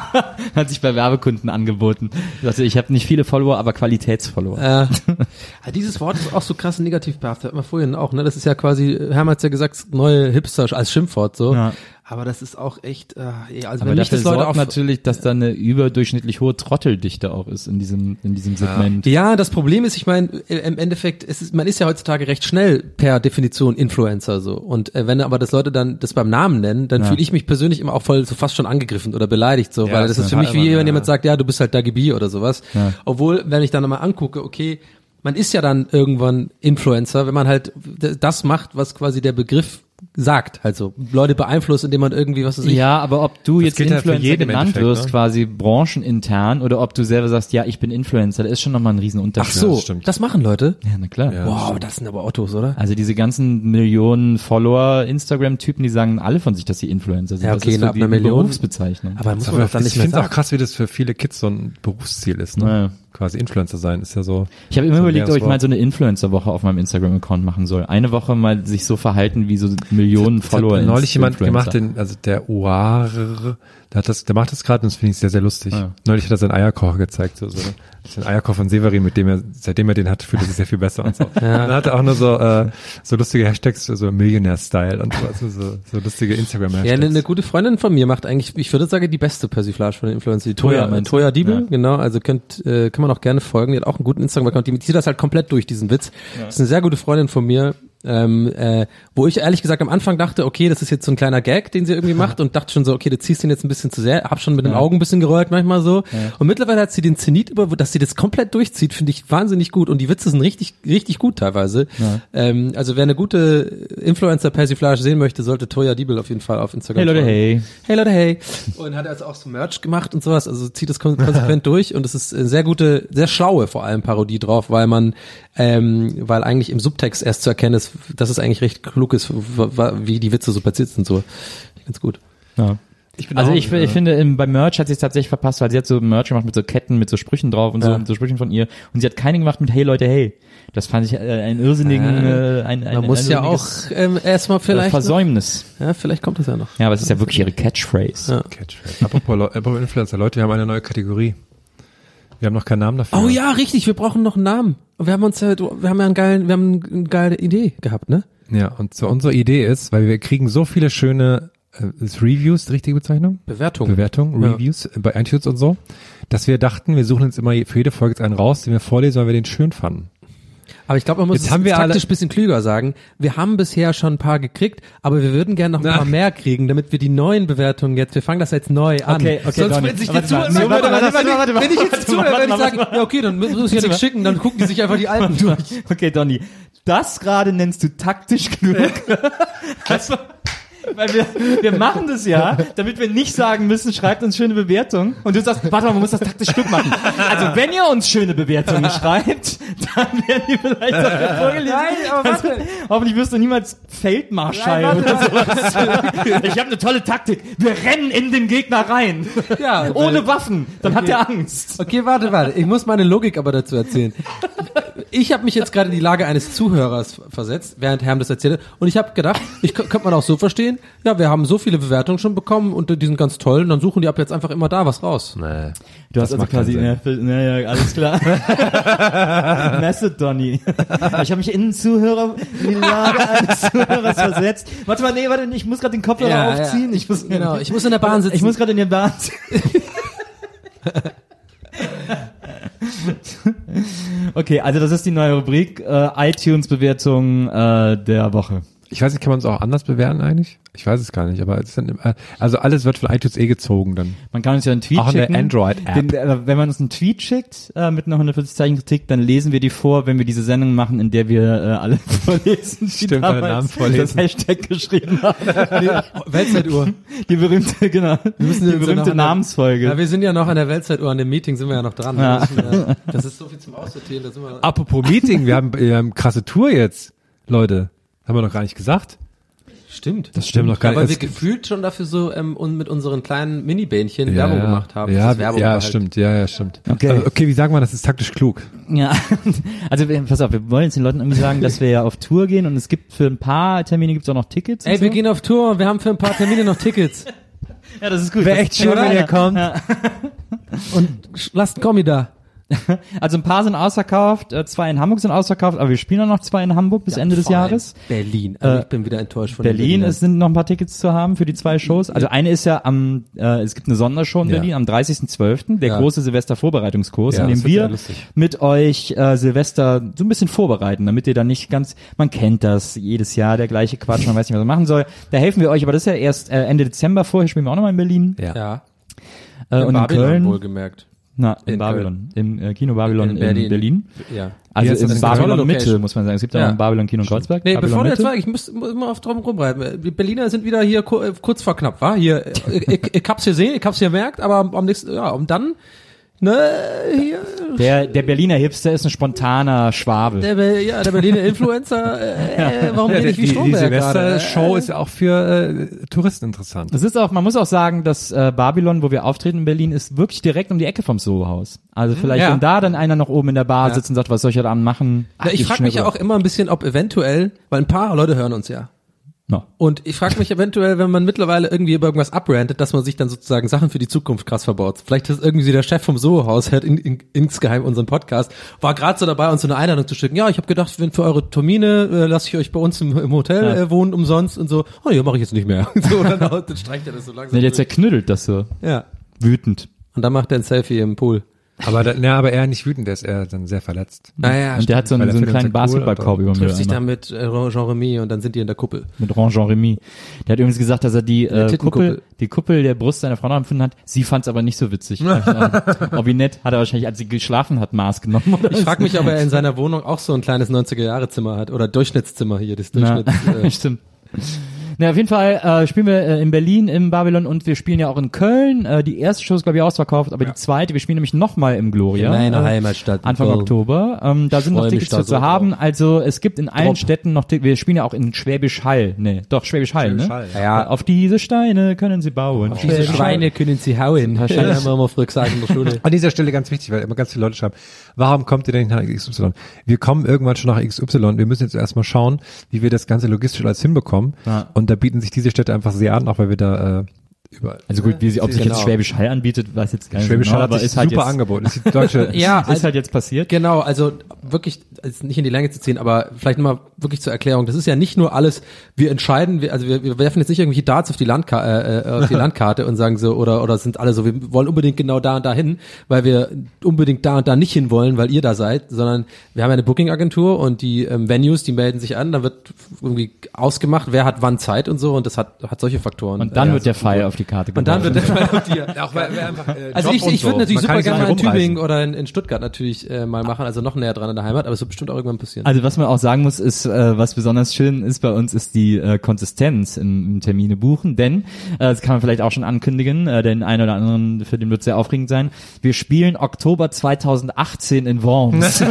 Hat sich bei Werbekunden angeboten. Also ich habe nicht viele Follower, aber Qualitätsfollower. Dieses Wort ist auch so krass negativ behaftet, hat man vorhin auch, ne? Das ist ja quasi, Hermann hat's ja gesagt, neue Hipster als Schimpfwort so. Ja. Aber das ist auch echt, also aber wenn mich das Leute auch natürlich, dass da eine überdurchschnittlich hohe Trotteldichte auch ist in diesem Segment. Ja, das Problem ist, ich meine, im Endeffekt, man ist ja heutzutage recht schnell per Definition Influencer so. Und wenn aber das Leute dann das beim Namen nennen, dann fühle ich mich persönlich immer auch voll so fast schon angegriffen oder beleidigt so, weil das ist für mich wie wenn jemand sagt, ja, du bist halt Dagibi oder sowas. Ja. Obwohl, wenn ich dann nochmal angucke, okay, man ist ja dann irgendwann Influencer, wenn man halt das macht, was quasi der Begriff sagt, halt so, Leute beeinflusst, indem man irgendwie, was weiß ich. Ja, aber ob du jetzt Influencer genannt wirst, ne? quasi branchenintern, oder ob du selber sagst, ja, ich bin Influencer, das ist schon nochmal ein Riesenunterschied. Ach so, das machen Leute? Ja, na klar. Ja, wow, das sind aber Ottos, oder? Also diese ganzen Millionen Follower, Instagram-Typen, die sagen alle von sich, dass sie Influencer sind. Ja, okay, das ist so ab einer Million. Berufsbezeichnung. Aber muss man doch dann nicht ich mehr finde es sagen. auch krass, wie das für viele Kids so ein Berufsziel ist, ne? Ja. quasi Influencer sein, ist ja so. Ich habe immer so überlegt, ob ich Wort. mal so eine Influencer-Woche auf meinem Instagram-Account machen soll. Eine Woche mal sich so verhalten wie so Millionen Das Follower. hat neulich jemand Influencer. gemacht, also der Oar, der macht das gerade und das finde ich sehr, sehr lustig. Ja. Neulich hat er seinen Eierkocher gezeigt, so den Eierkocher von Severin, seitdem er den hat, fühlt er sich sehr viel besser und so. Und dann hat er auch nur so lustige Hashtags, so Millionaire-Style und so, also so lustige Instagram-Hashtags. Ja, eine gute Freundin von mir macht eigentlich, ich würde sagen, die beste Persiflage von den Influencern, die Toya Diebel, Ja. genau, also kann man auch gerne folgen, die hat auch einen guten Instagram-Account, die zieht das halt komplett durch, diesen Witz. Ja. Das ist eine sehr gute Freundin von mir, wo ich ehrlich gesagt am Anfang dachte, okay, das ist jetzt so ein kleiner Gag, den sie irgendwie macht und dachte schon so, okay, du ziehst den jetzt ein bisschen zu sehr, hab schon mit den Augen ein bisschen gerollt manchmal so und mittlerweile hat sie den Zenit dass sie das komplett durchzieht, finde ich wahnsinnig gut und die Witze sind richtig, richtig gut teilweise. Ja. Also wer eine gute Influencer-Persiflage sehen möchte, sollte Toya Diebel auf jeden Fall auf Instagram Hey Leute, folgen. hey. Hey Leute, hey. Und hat also auch so Merch gemacht und sowas, also zieht es konsequent durch und es ist eine sehr gute, sehr schlaue vor allem Parodie drauf, weil eigentlich im Subtext erst zu erkennen ist, dass es eigentlich recht klug ist, wie die Witze so platziert sind, so. Ganz gut. Ja. Ich finde, beim Merch hat sie es tatsächlich verpasst, weil sie hat so Merch gemacht mit so Ketten, mit so Sprüchen drauf und so, mit so Sprüchen von ihr. Und sie hat keine gemacht mit Hey Leute, hey. Das fand ich einen irrsinnigen, man muss ja auch erstmal vielleicht Versäumnis. Ja, vielleicht kommt das ja noch. Ja, aber es ist ja wirklich ihre Catchphrase. Ja. Catchphrase. Apropos Influencer, Leute, wir haben eine neue Kategorie. Wir haben noch keinen Namen dafür. Oh ja, richtig, wir brauchen noch einen Namen. Wir haben eine geile Idee gehabt, ne? Ja, und so unsere Idee ist, weil wir kriegen so viele schöne Reviews, die richtige Bezeichnung? Bewertung, Reviews bei iTunes und so, dass wir dachten, wir suchen uns immer für jede Folge jetzt einen raus, den wir vorlesen, weil wir den schön fanden. Aber ich glaube, man muss jetzt haben wir taktisch ein bisschen klüger sagen. Wir haben bisher schon ein paar gekriegt, aber wir würden gerne noch ein paar mehr kriegen, damit wir die neuen Bewertungen jetzt, wir fangen das jetzt neu an. Okay, sonst wenn sich die wenn ich jetzt zuhöre, würde ich sagen, ja okay, dann muss ich ja nichts schicken, dann gucken die sich einfach die alten durch. Okay, Donny, das gerade nennst du taktisch klug. Also, weil wir machen das ja, damit wir nicht sagen müssen, schreibt uns schöne Bewertungen. Und du sagst, warte mal, man muss das taktisch klug machen. Also wenn ihr uns schöne Bewertungen schreibt, dann werden die vielleicht auch vorgelesen. Nein, aber warte. Also, hoffentlich wirst du niemals Feldmarschall oder sowas. Ich habe eine tolle Taktik. Wir rennen in den Gegner rein. Ja, ohne Waffen. Dann hat er Angst. Okay, warte. Ich muss meine Logik aber dazu erzählen. Ich habe mich jetzt gerade in die Lage eines Zuhörers versetzt, während Herm das erzählte. Und ich habe gedacht, könnte man auch so verstehen, ja, wir haben so viele Bewertungen schon bekommen und die sind ganz toll und dann suchen die ab jetzt einfach immer da was raus. Nee. Du hast also quasi, naja, alles klar. Message, Donny. Ich habe mich in die Lage eines Zuhörers versetzt. Warte, ich muss gerade den Kopfhörer aufziehen. Ja. Ich muss in der Bahn sitzen. Ich muss gerade in der Bahn sitzen. Okay, also das ist die neue Rubrik, iTunes-Bewertung der Woche. Ich weiß nicht, kann man es auch anders bewerten eigentlich? Ich weiß es gar nicht, aber es ist dann, also alles wird von iTunes gezogen dann. Man kann uns ja einen Tweet auch schicken. Auch in der Android-App. Wenn man uns einen Tweet schickt mit einer 140-Zeichen-Kritik, dann lesen wir die vor, wenn wir diese Sendung machen, in der wir alle vorlesen. Stimmt, alle Namen vorlesen. Das Hashtag geschrieben haben. Weltzeituhr. Die berühmte, genau. Die berühmte Namensfolge. Ja, wir sind ja noch an der Weltzeituhr, an dem Meeting sind wir ja noch dran. Ja. Das ist so viel zum Aussortieren. Da sind wir Apropos Meeting, wir haben krasse Tour jetzt, Leute. Haben wir noch gar nicht gesagt. Stimmt. Das stimmt noch gar nicht. Weil wir gefühlt schon dafür so und mit unseren kleinen Mini-Bähnchen Werbung gemacht haben. Ja, stimmt. Okay. Okay, wie sagen wir, das ist taktisch klug. Ja, also pass auf, wir wollen jetzt den Leuten irgendwie sagen, dass wir ja auf Tour gehen und es gibt für ein paar Termine gibt's auch noch Tickets. Ey, wir gehen auf Tour und wir haben für ein paar Termine noch Tickets. Ja, das ist gut. Wäre echt schön, wenn ihr kommt. Ja. Und lasst ein Kommi da. Also ein paar sind ausverkauft, 2 in Hamburg sind ausverkauft, aber wir spielen auch noch 2 in Hamburg bis Ende des Jahres. Berlin. Also ich bin wieder enttäuscht von Berlin. Es sind noch ein paar Tickets zu haben für die 2 Shows. Also eine ist ja es gibt eine Sondershow in Berlin am 30.12., der große Silvester-Vorbereitungskurs, in dem wir mit euch Silvester so ein bisschen vorbereiten, damit ihr dann nicht ganz, man kennt das, jedes Jahr der gleiche Quatsch, man weiß nicht, was man machen soll. Da helfen wir euch, aber das ist ja erst Ende Dezember, vorher spielen wir auch noch mal in Berlin. Ja. Und in Köln. Wohlgemerkt. Na, in Babylon. Im Kino Babylon in Berlin. Ja. Also in Babylon Mitte, Location. muss man sagen. Es gibt ja auch ein Babylon Kino in Kreuzberg. Nee, Babylon bevor du jetzt Mitte. sagst, ich muss immer auf drum rumreiten. Die Berliner sind wieder hier kurz vor knapp, wa? Hier, ich hab's hier sehen, ich hab's hier merkt, aber am nächsten, und dann Ne, hier. Der Berliner Hipster ist ein spontaner Schwabe. Der Berliner Influencer, warum rede ich wie die Stromberg gerade? Silvester-Show ist ja auch für Touristen interessant. Es ist auch, man muss auch sagen, dass Babylon, wo wir auftreten in Berlin, ist wirklich direkt um die Ecke vom Soho-Haus. Also vielleicht, Ja. wenn da dann einer noch oben in der Bar sitzt und sagt, was soll ich heute Abend machen? Na, ich frage mich ja auch immer ein bisschen, ob eventuell, weil ein paar Leute hören uns ja. No. Und ich frage mich eventuell, wenn man mittlerweile irgendwie über irgendwas abrantet, dass man sich dann sozusagen Sachen für die Zukunft krass verbaut. Vielleicht ist irgendwie der Chef vom Soho-Haus, hört insgeheim unseren Podcast, war gerade so dabei, uns so eine Einladung zu schicken. Ja, ich habe gedacht, wenn für eure Termine lasse ich euch bei uns im Hotel wohnen umsonst und so. Oh, ja, mache ich jetzt nicht mehr. So, dann streicht er das so langsam. Jetzt zerknüttelt das so. Ja. Wütend. Und dann macht er ein Selfie im Pool. Aber er nicht wütend, der ist eher dann sehr verletzt. Naja, Und der hat so Weil einen, er so einen findet kleinen uns ja cool, Basketballkorb über mir. trifft sich dann mit Jean-Remy und dann sind die in der Kuppel. Mit Ron Jean-Remy. Der hat übrigens gesagt, dass er die Tittenkuppel. Kuppel der Brust seiner Frau noch empfunden hat. Sie fand es aber nicht so witzig. Obinett hat er wahrscheinlich, als sie geschlafen hat, Maß genommen. Oder Ich frage mich, ob er in seiner Wohnung auch so ein kleines 90er-Jahre-Zimmer hat oder Durchschnittszimmer hier, das Durchschnitts. Stimmt. Na, auf jeden Fall spielen wir in Berlin im Babylon und wir spielen ja auch in Köln. Die erste Show ist, glaube ich, ausverkauft, aber die zweite, wir spielen nämlich nochmal im Gloria. Meine Heimatstadt. Anfang Oktober. Da sind noch freu mich Tickets da für so zu haben. drauf. Also es gibt in allen Städten noch Tickets. Wir spielen ja auch in Schwäbisch Hall. Schwäbisch Hall, Schwäbisch ne? Hall, ja. Auf diese Steine können sie bauen. Diese Schweine können sie hauen. Das haben wir immer früher gesagt in der Schule. An dieser Stelle ganz wichtig, weil immer ganz viele Leute schreiben, warum kommt ihr denn nicht nach XY? Wir kommen irgendwann schon nach XY. Wir müssen jetzt erstmal schauen, wie wir das Ganze logistisch alles hinbekommen. Ja. Und da bieten sich diese Städte einfach sehr an, auch weil wir da überall. Also gut, ob sich Genau. jetzt Schwäbisch Hall anbietet, weiß jetzt gar nicht Schwäbisch genau, Hall hat aber sich ist halt super jetzt, angeboten. Das ist die deutsche. Ja, ist halt jetzt passiert. Genau, also wirklich, also nicht in die Länge zu ziehen, aber vielleicht nochmal wirklich zur Erklärung. Das ist ja nicht nur alles, wir entscheiden, wir werfen jetzt nicht irgendwelche Darts auf die Landkarte und sagen so, oder sind alle so, wir wollen unbedingt genau da und da hin, weil wir unbedingt da und da nicht hin wollen, weil ihr da seid, sondern wir haben ja eine Booking-Agentur und die Venues, die melden sich an, dann wird irgendwie ausgemacht, wer hat wann Zeit und so und das hat solche Faktoren. Und dann wird der Pfeil auf die Karte Und dann wird der Fall auf dir. Auch weil wir einfach, Also Job und ich würde so. natürlich Man kann super nicht gerne so mal in rumreisen. Tübingen oder in Stuttgart natürlich mal machen, also noch näher dran an der Heimat, aber es wird bestimmt auch irgendwann passieren. Also was man auch sagen muss, ist, was besonders schön ist bei uns, ist die Konsistenz im Termine buchen, denn, das kann man vielleicht auch schon ankündigen, den einen oder anderen, für den wird es sehr aufregend sein, wir spielen Oktober 2018 in Worms.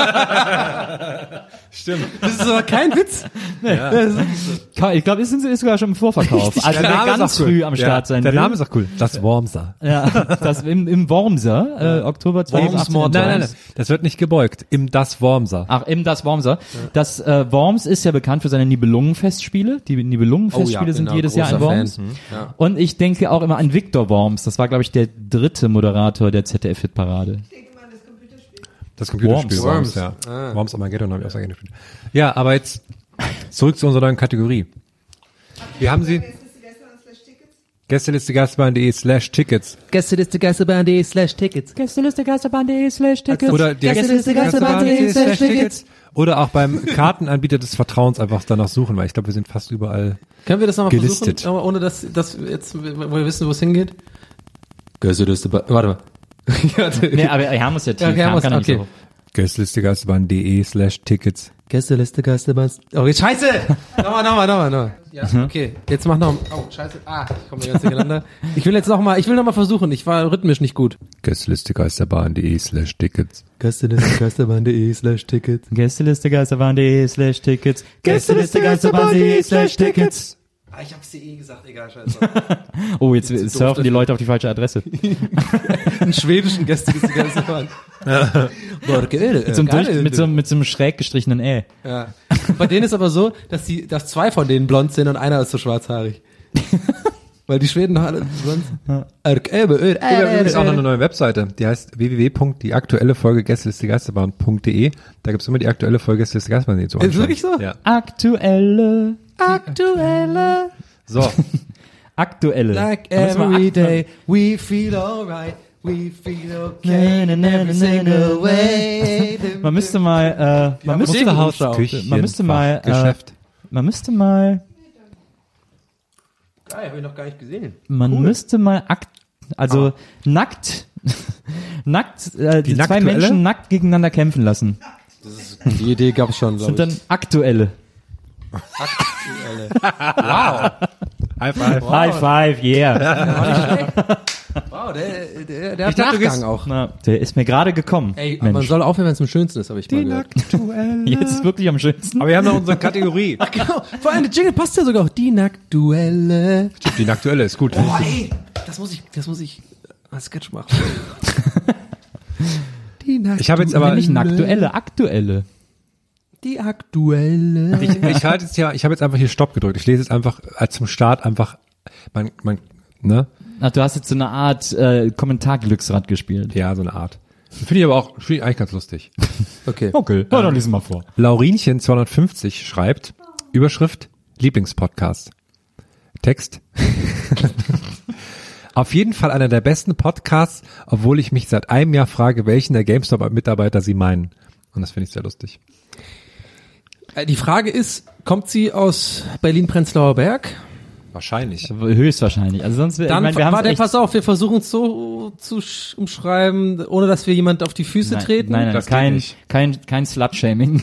Stimmt. Das ist aber kein Witz. Ich glaube, es ist sogar schon im Vorverkauf. Also Der wer Name ist ganz auch cool. früh am Start sein Der will. Name ist auch cool. Das Wormser. Ja, das im Wormser, Oktober 2018. Nein. Das wird nicht gebeugt. Im Das Wormser. Ach, im das Wormser. Das Worms ist ja bekannt für seine Nibelungenfestspiele. Die Nibelungenfestspiele sind jedes Jahr in großer Worms. Fan. Ja. Und ich denke auch immer an Viktor Worms. Das war, glaube ich, der dritte Moderator der ZDF-Hitparade. Ich denke mal an das Computerspiel. Das Computerspiel Worms. Worms, ja. Worms Armageddon habe ich auch sehr gerne gespielt. Ja, aber jetzt zurück zu unserer neuen Kategorie. Wir haben sie Gästeliste Gästeliste-Geisterbahn.de/Tickets. Gästeliste Geisterbahn.de/Tickets. Gästeliste Geisterbahn.de/Tickets. Oder Gästeliste-Geisterbahn.de/Tickets. Oder auch beim Kartenanbieter des Vertrauens einfach danach suchen, weil ich glaube, wir sind fast überall. Können wir das nochmal Gelistet. versuchen, aber ohne dass jetzt, wo wir wissen, wo es hingeht? Gästeliste, warte mal. Nee, aber Herr muss ja tief. Ja, Herr muss, kann er nicht okay. so. Gästeliste-Geisterbahn.de/Tickets. Gästeliste Geisterbahn. Oh, jetzt scheiße! Nochmal. Ja, okay. Jetzt mach noch. Oh, scheiße. Ich komme ganz durcheinander. Ich will noch mal versuchen. Ich war rhythmisch nicht gut. Gästeliste-Geisterbahn.de/Tickets. Gästeliste Geisterbahn.de/Tickets. Gästeliste Geisterbahn.de/Tickets. Gästeliste Geisterbahn.de/Tickets. Ich hab's dir gesagt, egal, scheiße. Oh, jetzt surfen die Leute auf die falsche Adresse. Einen schwedischen Gästeliste Geisterbahn. Mit so einem schräg gestrichenen Ä. Ja. Bei denen ist aber so, dass zwei von denen blond sind und einer ist so schwarzhaarig. Weil die Schweden doch alle blond sind. Wir haben übrigens auch noch eine neue Webseite, die heißt www.dieaktuellefolge Gästeliste-Geisterbahn.de. Da gibt's immer die aktuelle Folge Gästeliste-Geisterbahn.de zu anschauen. Ist wirklich so? Ja. Aktuelle. So. Aktuelle. Like Da müssen wir every day, we feel alright. We feel okay in every single way. Man müsste mal, man müsste mal, Geschäft. man müsste mal, Geil, hab ich noch gar nicht gesehen. müsste mal nackt, die zwei Nacktuelle? Menschen nackt gegeneinander kämpfen lassen. Die Idee gab's schon, glaube Sind dann aktuelle. High five. High five, yeah. Wow, der hat Nachgang auch. Na, der ist mir gerade gekommen. Ey, man soll aufhören, wenn es am schönsten ist, habe ich mal gehört. Jetzt ist wirklich am schönsten. Aber wir haben noch unsere Kategorie. Ach genau, vor allem der Jingle passt ja sogar auch. Die Nackduelle. Die Nacktuelle ist gut. Boah, ey, das muss ich als Sketch machen. Die Nackduelle. Ich habe jetzt aber Nicht aktuelle. Die Aktuelle. ich halte jetzt ja, ich habe jetzt einfach hier Stopp gedrückt. Ich lese jetzt einfach als zum Start einfach ne? Ach, du hast jetzt so eine Art Kommentarglücksrad gespielt. Ja, so eine Art. Finde ich eigentlich ganz lustig. Okay. Okay, dann lesen wir vor. Laurinchen 250 schreibt, Überschrift, Lieblingspodcast. Text. Auf jeden Fall einer der besten Podcasts, obwohl ich mich seit einem Jahr frage, welchen der GameStop-Mitarbeiter sie meinen. Und das finde ich sehr lustig. Die Frage ist, kommt sie aus Berlin-Prenzlauer Berg? Wahrscheinlich. Höchstwahrscheinlich. Also sonst, Dann, wir haben warte, pass auf, wir versuchen es so zu umschreiben, ohne dass wir jemand auf die Füße treten. Nein, Das geht nicht. kein Slut-Shaming.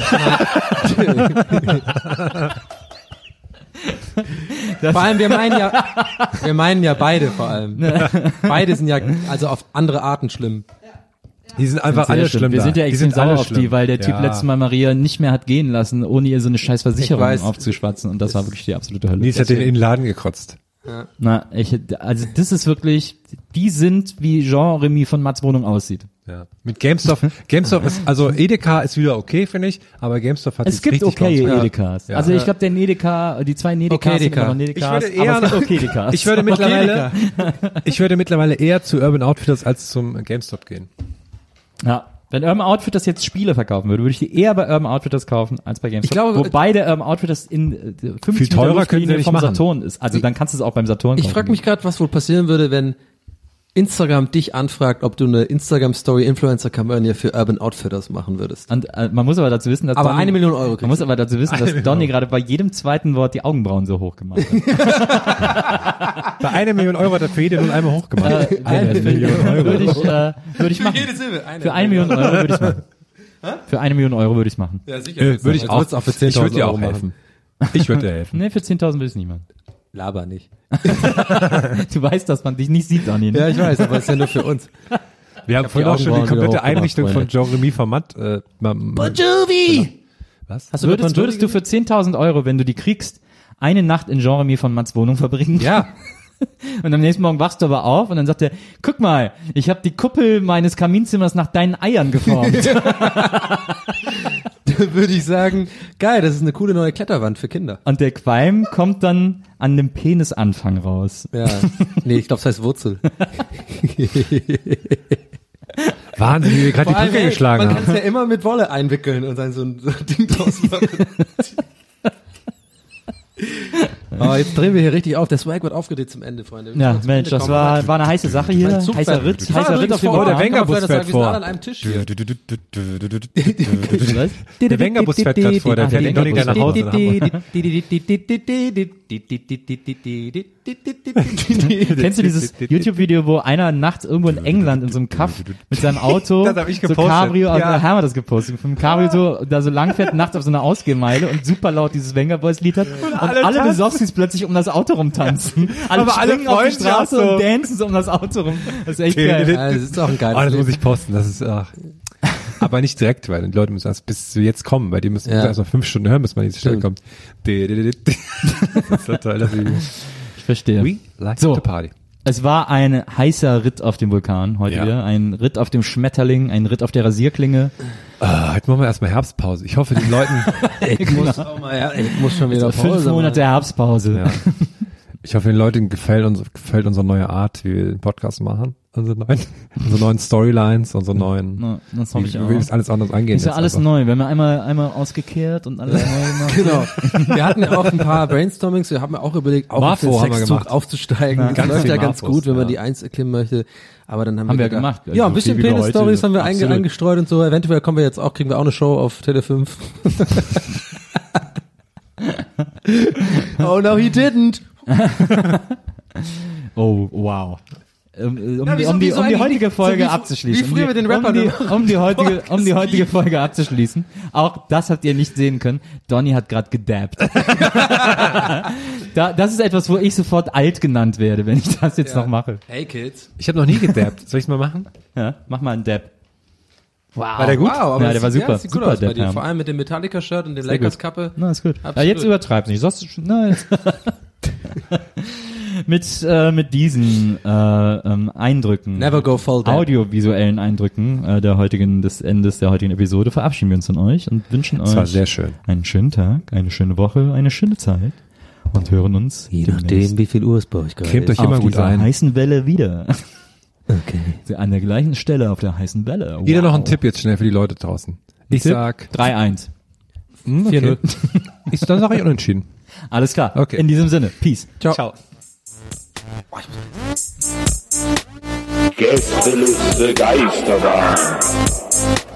Vor allem, wir meinen ja beide vor allem. Beide sind ja also auf andere Arten schlimm. Die sind einfach alle schlimm. Wir sind ja extrem sauer auf die, weil der Typ Ja. letztes Mal Maria nicht mehr hat gehen lassen, ohne ihr so eine scheiß Versicherung Ich weiß. aufzuschwatzen. Und das war wirklich die absolute Hölle. Nils hat den in den Laden gekotzt. Na, also das ist wirklich, die sind, wie Jean-Remy von Mats Wohnung aussieht. Ja. Mit GameStop ist, also Edeka ist wieder okay, finde ich, aber GameStop hat Es sich gibt richtig okay rausgebracht. Edekas. Ja. Also ich glaube, der Nedeka, die zwei Nedekas sind Edeka. noch Nedekas, Ich würde eher aber es gibt okay Edekas. ich würde mittlerweile eher zu Urban Outfitters als zum GameStop gehen. Ja. Wenn Urban Outfitters jetzt Spiele verkaufen würde ich die eher bei Urban Outfitters kaufen als bei GameStop. Ich glaube, wobei der Urban Outfitters in 50 Viel teurer Meter können sie Luftlinie nicht vom machen. Saturn ist. Also dann kannst du es auch beim Saturn kaufen. Ich frage mich gerade, was wohl passieren würde, wenn Instagram dich anfragt, ob du eine Instagram-Story Influencer-Kampagne für Urban Outfitters machen würdest. Und man muss aber dazu wissen, dass Aber Donny, 1 Million Euro kriegst man muss aber dazu wissen, dass Donny gerade bei jedem zweiten Wort die Augenbrauen so hoch gemacht hat. Bei 1 Million Euro hat er für jede nun einmal hochgemacht. Würde ich machen. Silbe. Für 1 Million Euro würde ich machen. Für 1 Million Euro würde ich machen. Ja, sicher. Würde ich auch für 10.000 Ich würde dir Euro auch machen. helfen. Ich würde dir helfen. Nee, für 10.000 will ich es nicht machen. Laber nicht. Du weißt, dass man dich nicht sieht, Donny. Ne? Ja, ich weiß, aber es ist ja nur für uns. Wir haben die vorhin auch schon die Augenbrauen wieder komplette Einrichtung von hochgemacht, Jean-Remy Format. Bon Jovi! Was? Hast du Würdest du für 10.000 Euro, wenn du die kriegst, eine Nacht in Jean-Remy von Mats Wohnung verbringen? Ja. Und am nächsten Morgen wachst du aber auf und dann sagt er, guck mal, ich habe die Kuppel meines Kaminzimmers nach deinen Eiern geformt. Da würde ich sagen, geil, das ist eine coole neue Kletterwand für Kinder. Und der Qualm kommt dann an dem Penisanfang raus. Ja. Nee, ich glaube, es heißt Wurzel. Wahnsinn, wie wir gerade die Brücke geschlagen man haben. kann es ja immer mit Wolle einwickeln und dann so ein Ding draus machen. Aber jetzt drehen wir hier richtig auf. Der Swag wird aufgedreht zum Ende, Freunde. Wir Ja, müssen zum Mensch, Ende das kommen. war eine heiße Sache hier. Mein Zug Heißer fährt. Ritt, Ich fahre heißer Ritt übrigens auf dem vor. der Vulkan. Wenger-Bus Kann man fährt vielleicht sagen, wir sind vor. alle an einem Tisch hier. Was? Der Wenger-Bus fährt gerade vor, der fährt Donny der nach Hause. Kennst du dieses YouTube-Video, wo einer nachts irgendwo in England in so einem Kaff mit seinem Auto, Das hab ich so gepostet. Cabrio, also Ja. Herr hat das gepostet, vom Cabrio so, da so lang fährt, nachts auf so einer Ausgehmeile und super laut dieses Wenger Boys Lied hat und alle Besoffsis plötzlich um das Auto rumtanzen. Alle Aber alle springen auf die freuen sich Straße auch so. und dancen so um das Auto rum. Das ist echt geil. Ja, das ist auch ein Oh, das geiles muss Lied. ich posten, das ist, aber nicht direkt, weil die Leute müssen erst bis zu jetzt kommen, weil die müssen erst mal 5 Stunden hören, bis man an diese Stelle kommt. Das ist so toll, das Video. Ich verstehe. We like So. to party. Es war ein heißer Ritt auf dem Vulkan heute Ja. wieder. Ein Ritt auf dem Schmetterling, ein Ritt auf der Rasierklinge. Heute machen wir erstmal Herbstpause. Ich hoffe, den Leuten, Ich muss schon wieder 5 Monate Herbstpause. ja. Ich hoffe, den Leuten gefällt unsere neue Art, wie wir den Podcast machen. Unsere neuen Storylines, unsere neuen, Na, das hoffe ich wie auch. wir das alles anders angehen. Ist ja jetzt alles einfach. neu. Wir haben ja einmal ausgekehrt und alles neu gemacht. Genau. Wir hatten ja auch ein paar Brainstormings, wir haben ja auch überlegt, auch auf den Marfo haben wir Sexzug gemacht. aufzusteigen. Na, Das ganz läuft viel ja ganz Marfos, gut, wenn man ja. die 1 erklimmen möchte. Aber dann haben wir gedacht, gemacht. Ja, Also ein bisschen viel wie wir Penis-Stories heute. haben wir Absolut. eingestreut und so. Eventuell kommen wir jetzt auch, kriegen wir auch eine Show auf Tele 5. Oh no, he didn't. Oh, wow. um die heutige Folge abzuschließen. Wie früher mit den Rappern. Um die heutige Folge abzuschließen. Auch das habt ihr nicht sehen können. Donny hat gerade gedabbt. Das ist etwas, wo ich sofort alt genannt werde, wenn ich das jetzt noch mache. Hey Kids. Ich habe noch nie gedabbt. Soll ich's mal machen? Ja, mach mal einen Dab. Wow. War der gut? Wow, aber Ja, der war super. Ja, sieht gut Super aus bei Dab, dir. ja. Vor allem mit dem Metallica-Shirt und der Sehr gut. Lakers-Kappe. Na, ist gut. Absolut. Ja, jetzt übertreib's nicht. Nein. Mit diesen Eindrücken, Never go full dead. audiovisuellen Eindrücken des Endes der heutigen Episode verabschieden wir uns von euch und wünschen Das war euch sehr schön. einen schönen Tag, eine schöne Woche, eine schöne Zeit und hören uns Je demnächst nachdem, wie viel Uhr es bei euch gerade Cremt ist. euch immer auf gut dieser ein. heißen Welle wieder. Okay. An der gleichen Stelle auf der heißen Welle. Jeder noch einen Tipp jetzt schnell für die Leute draußen. Ich Tipp? sag 3-1. 4-0. Dann sage ich unentschieden. Alles klar. Okay. In diesem Sinne. Peace. Ciao. Gästeliste Geisterbahn.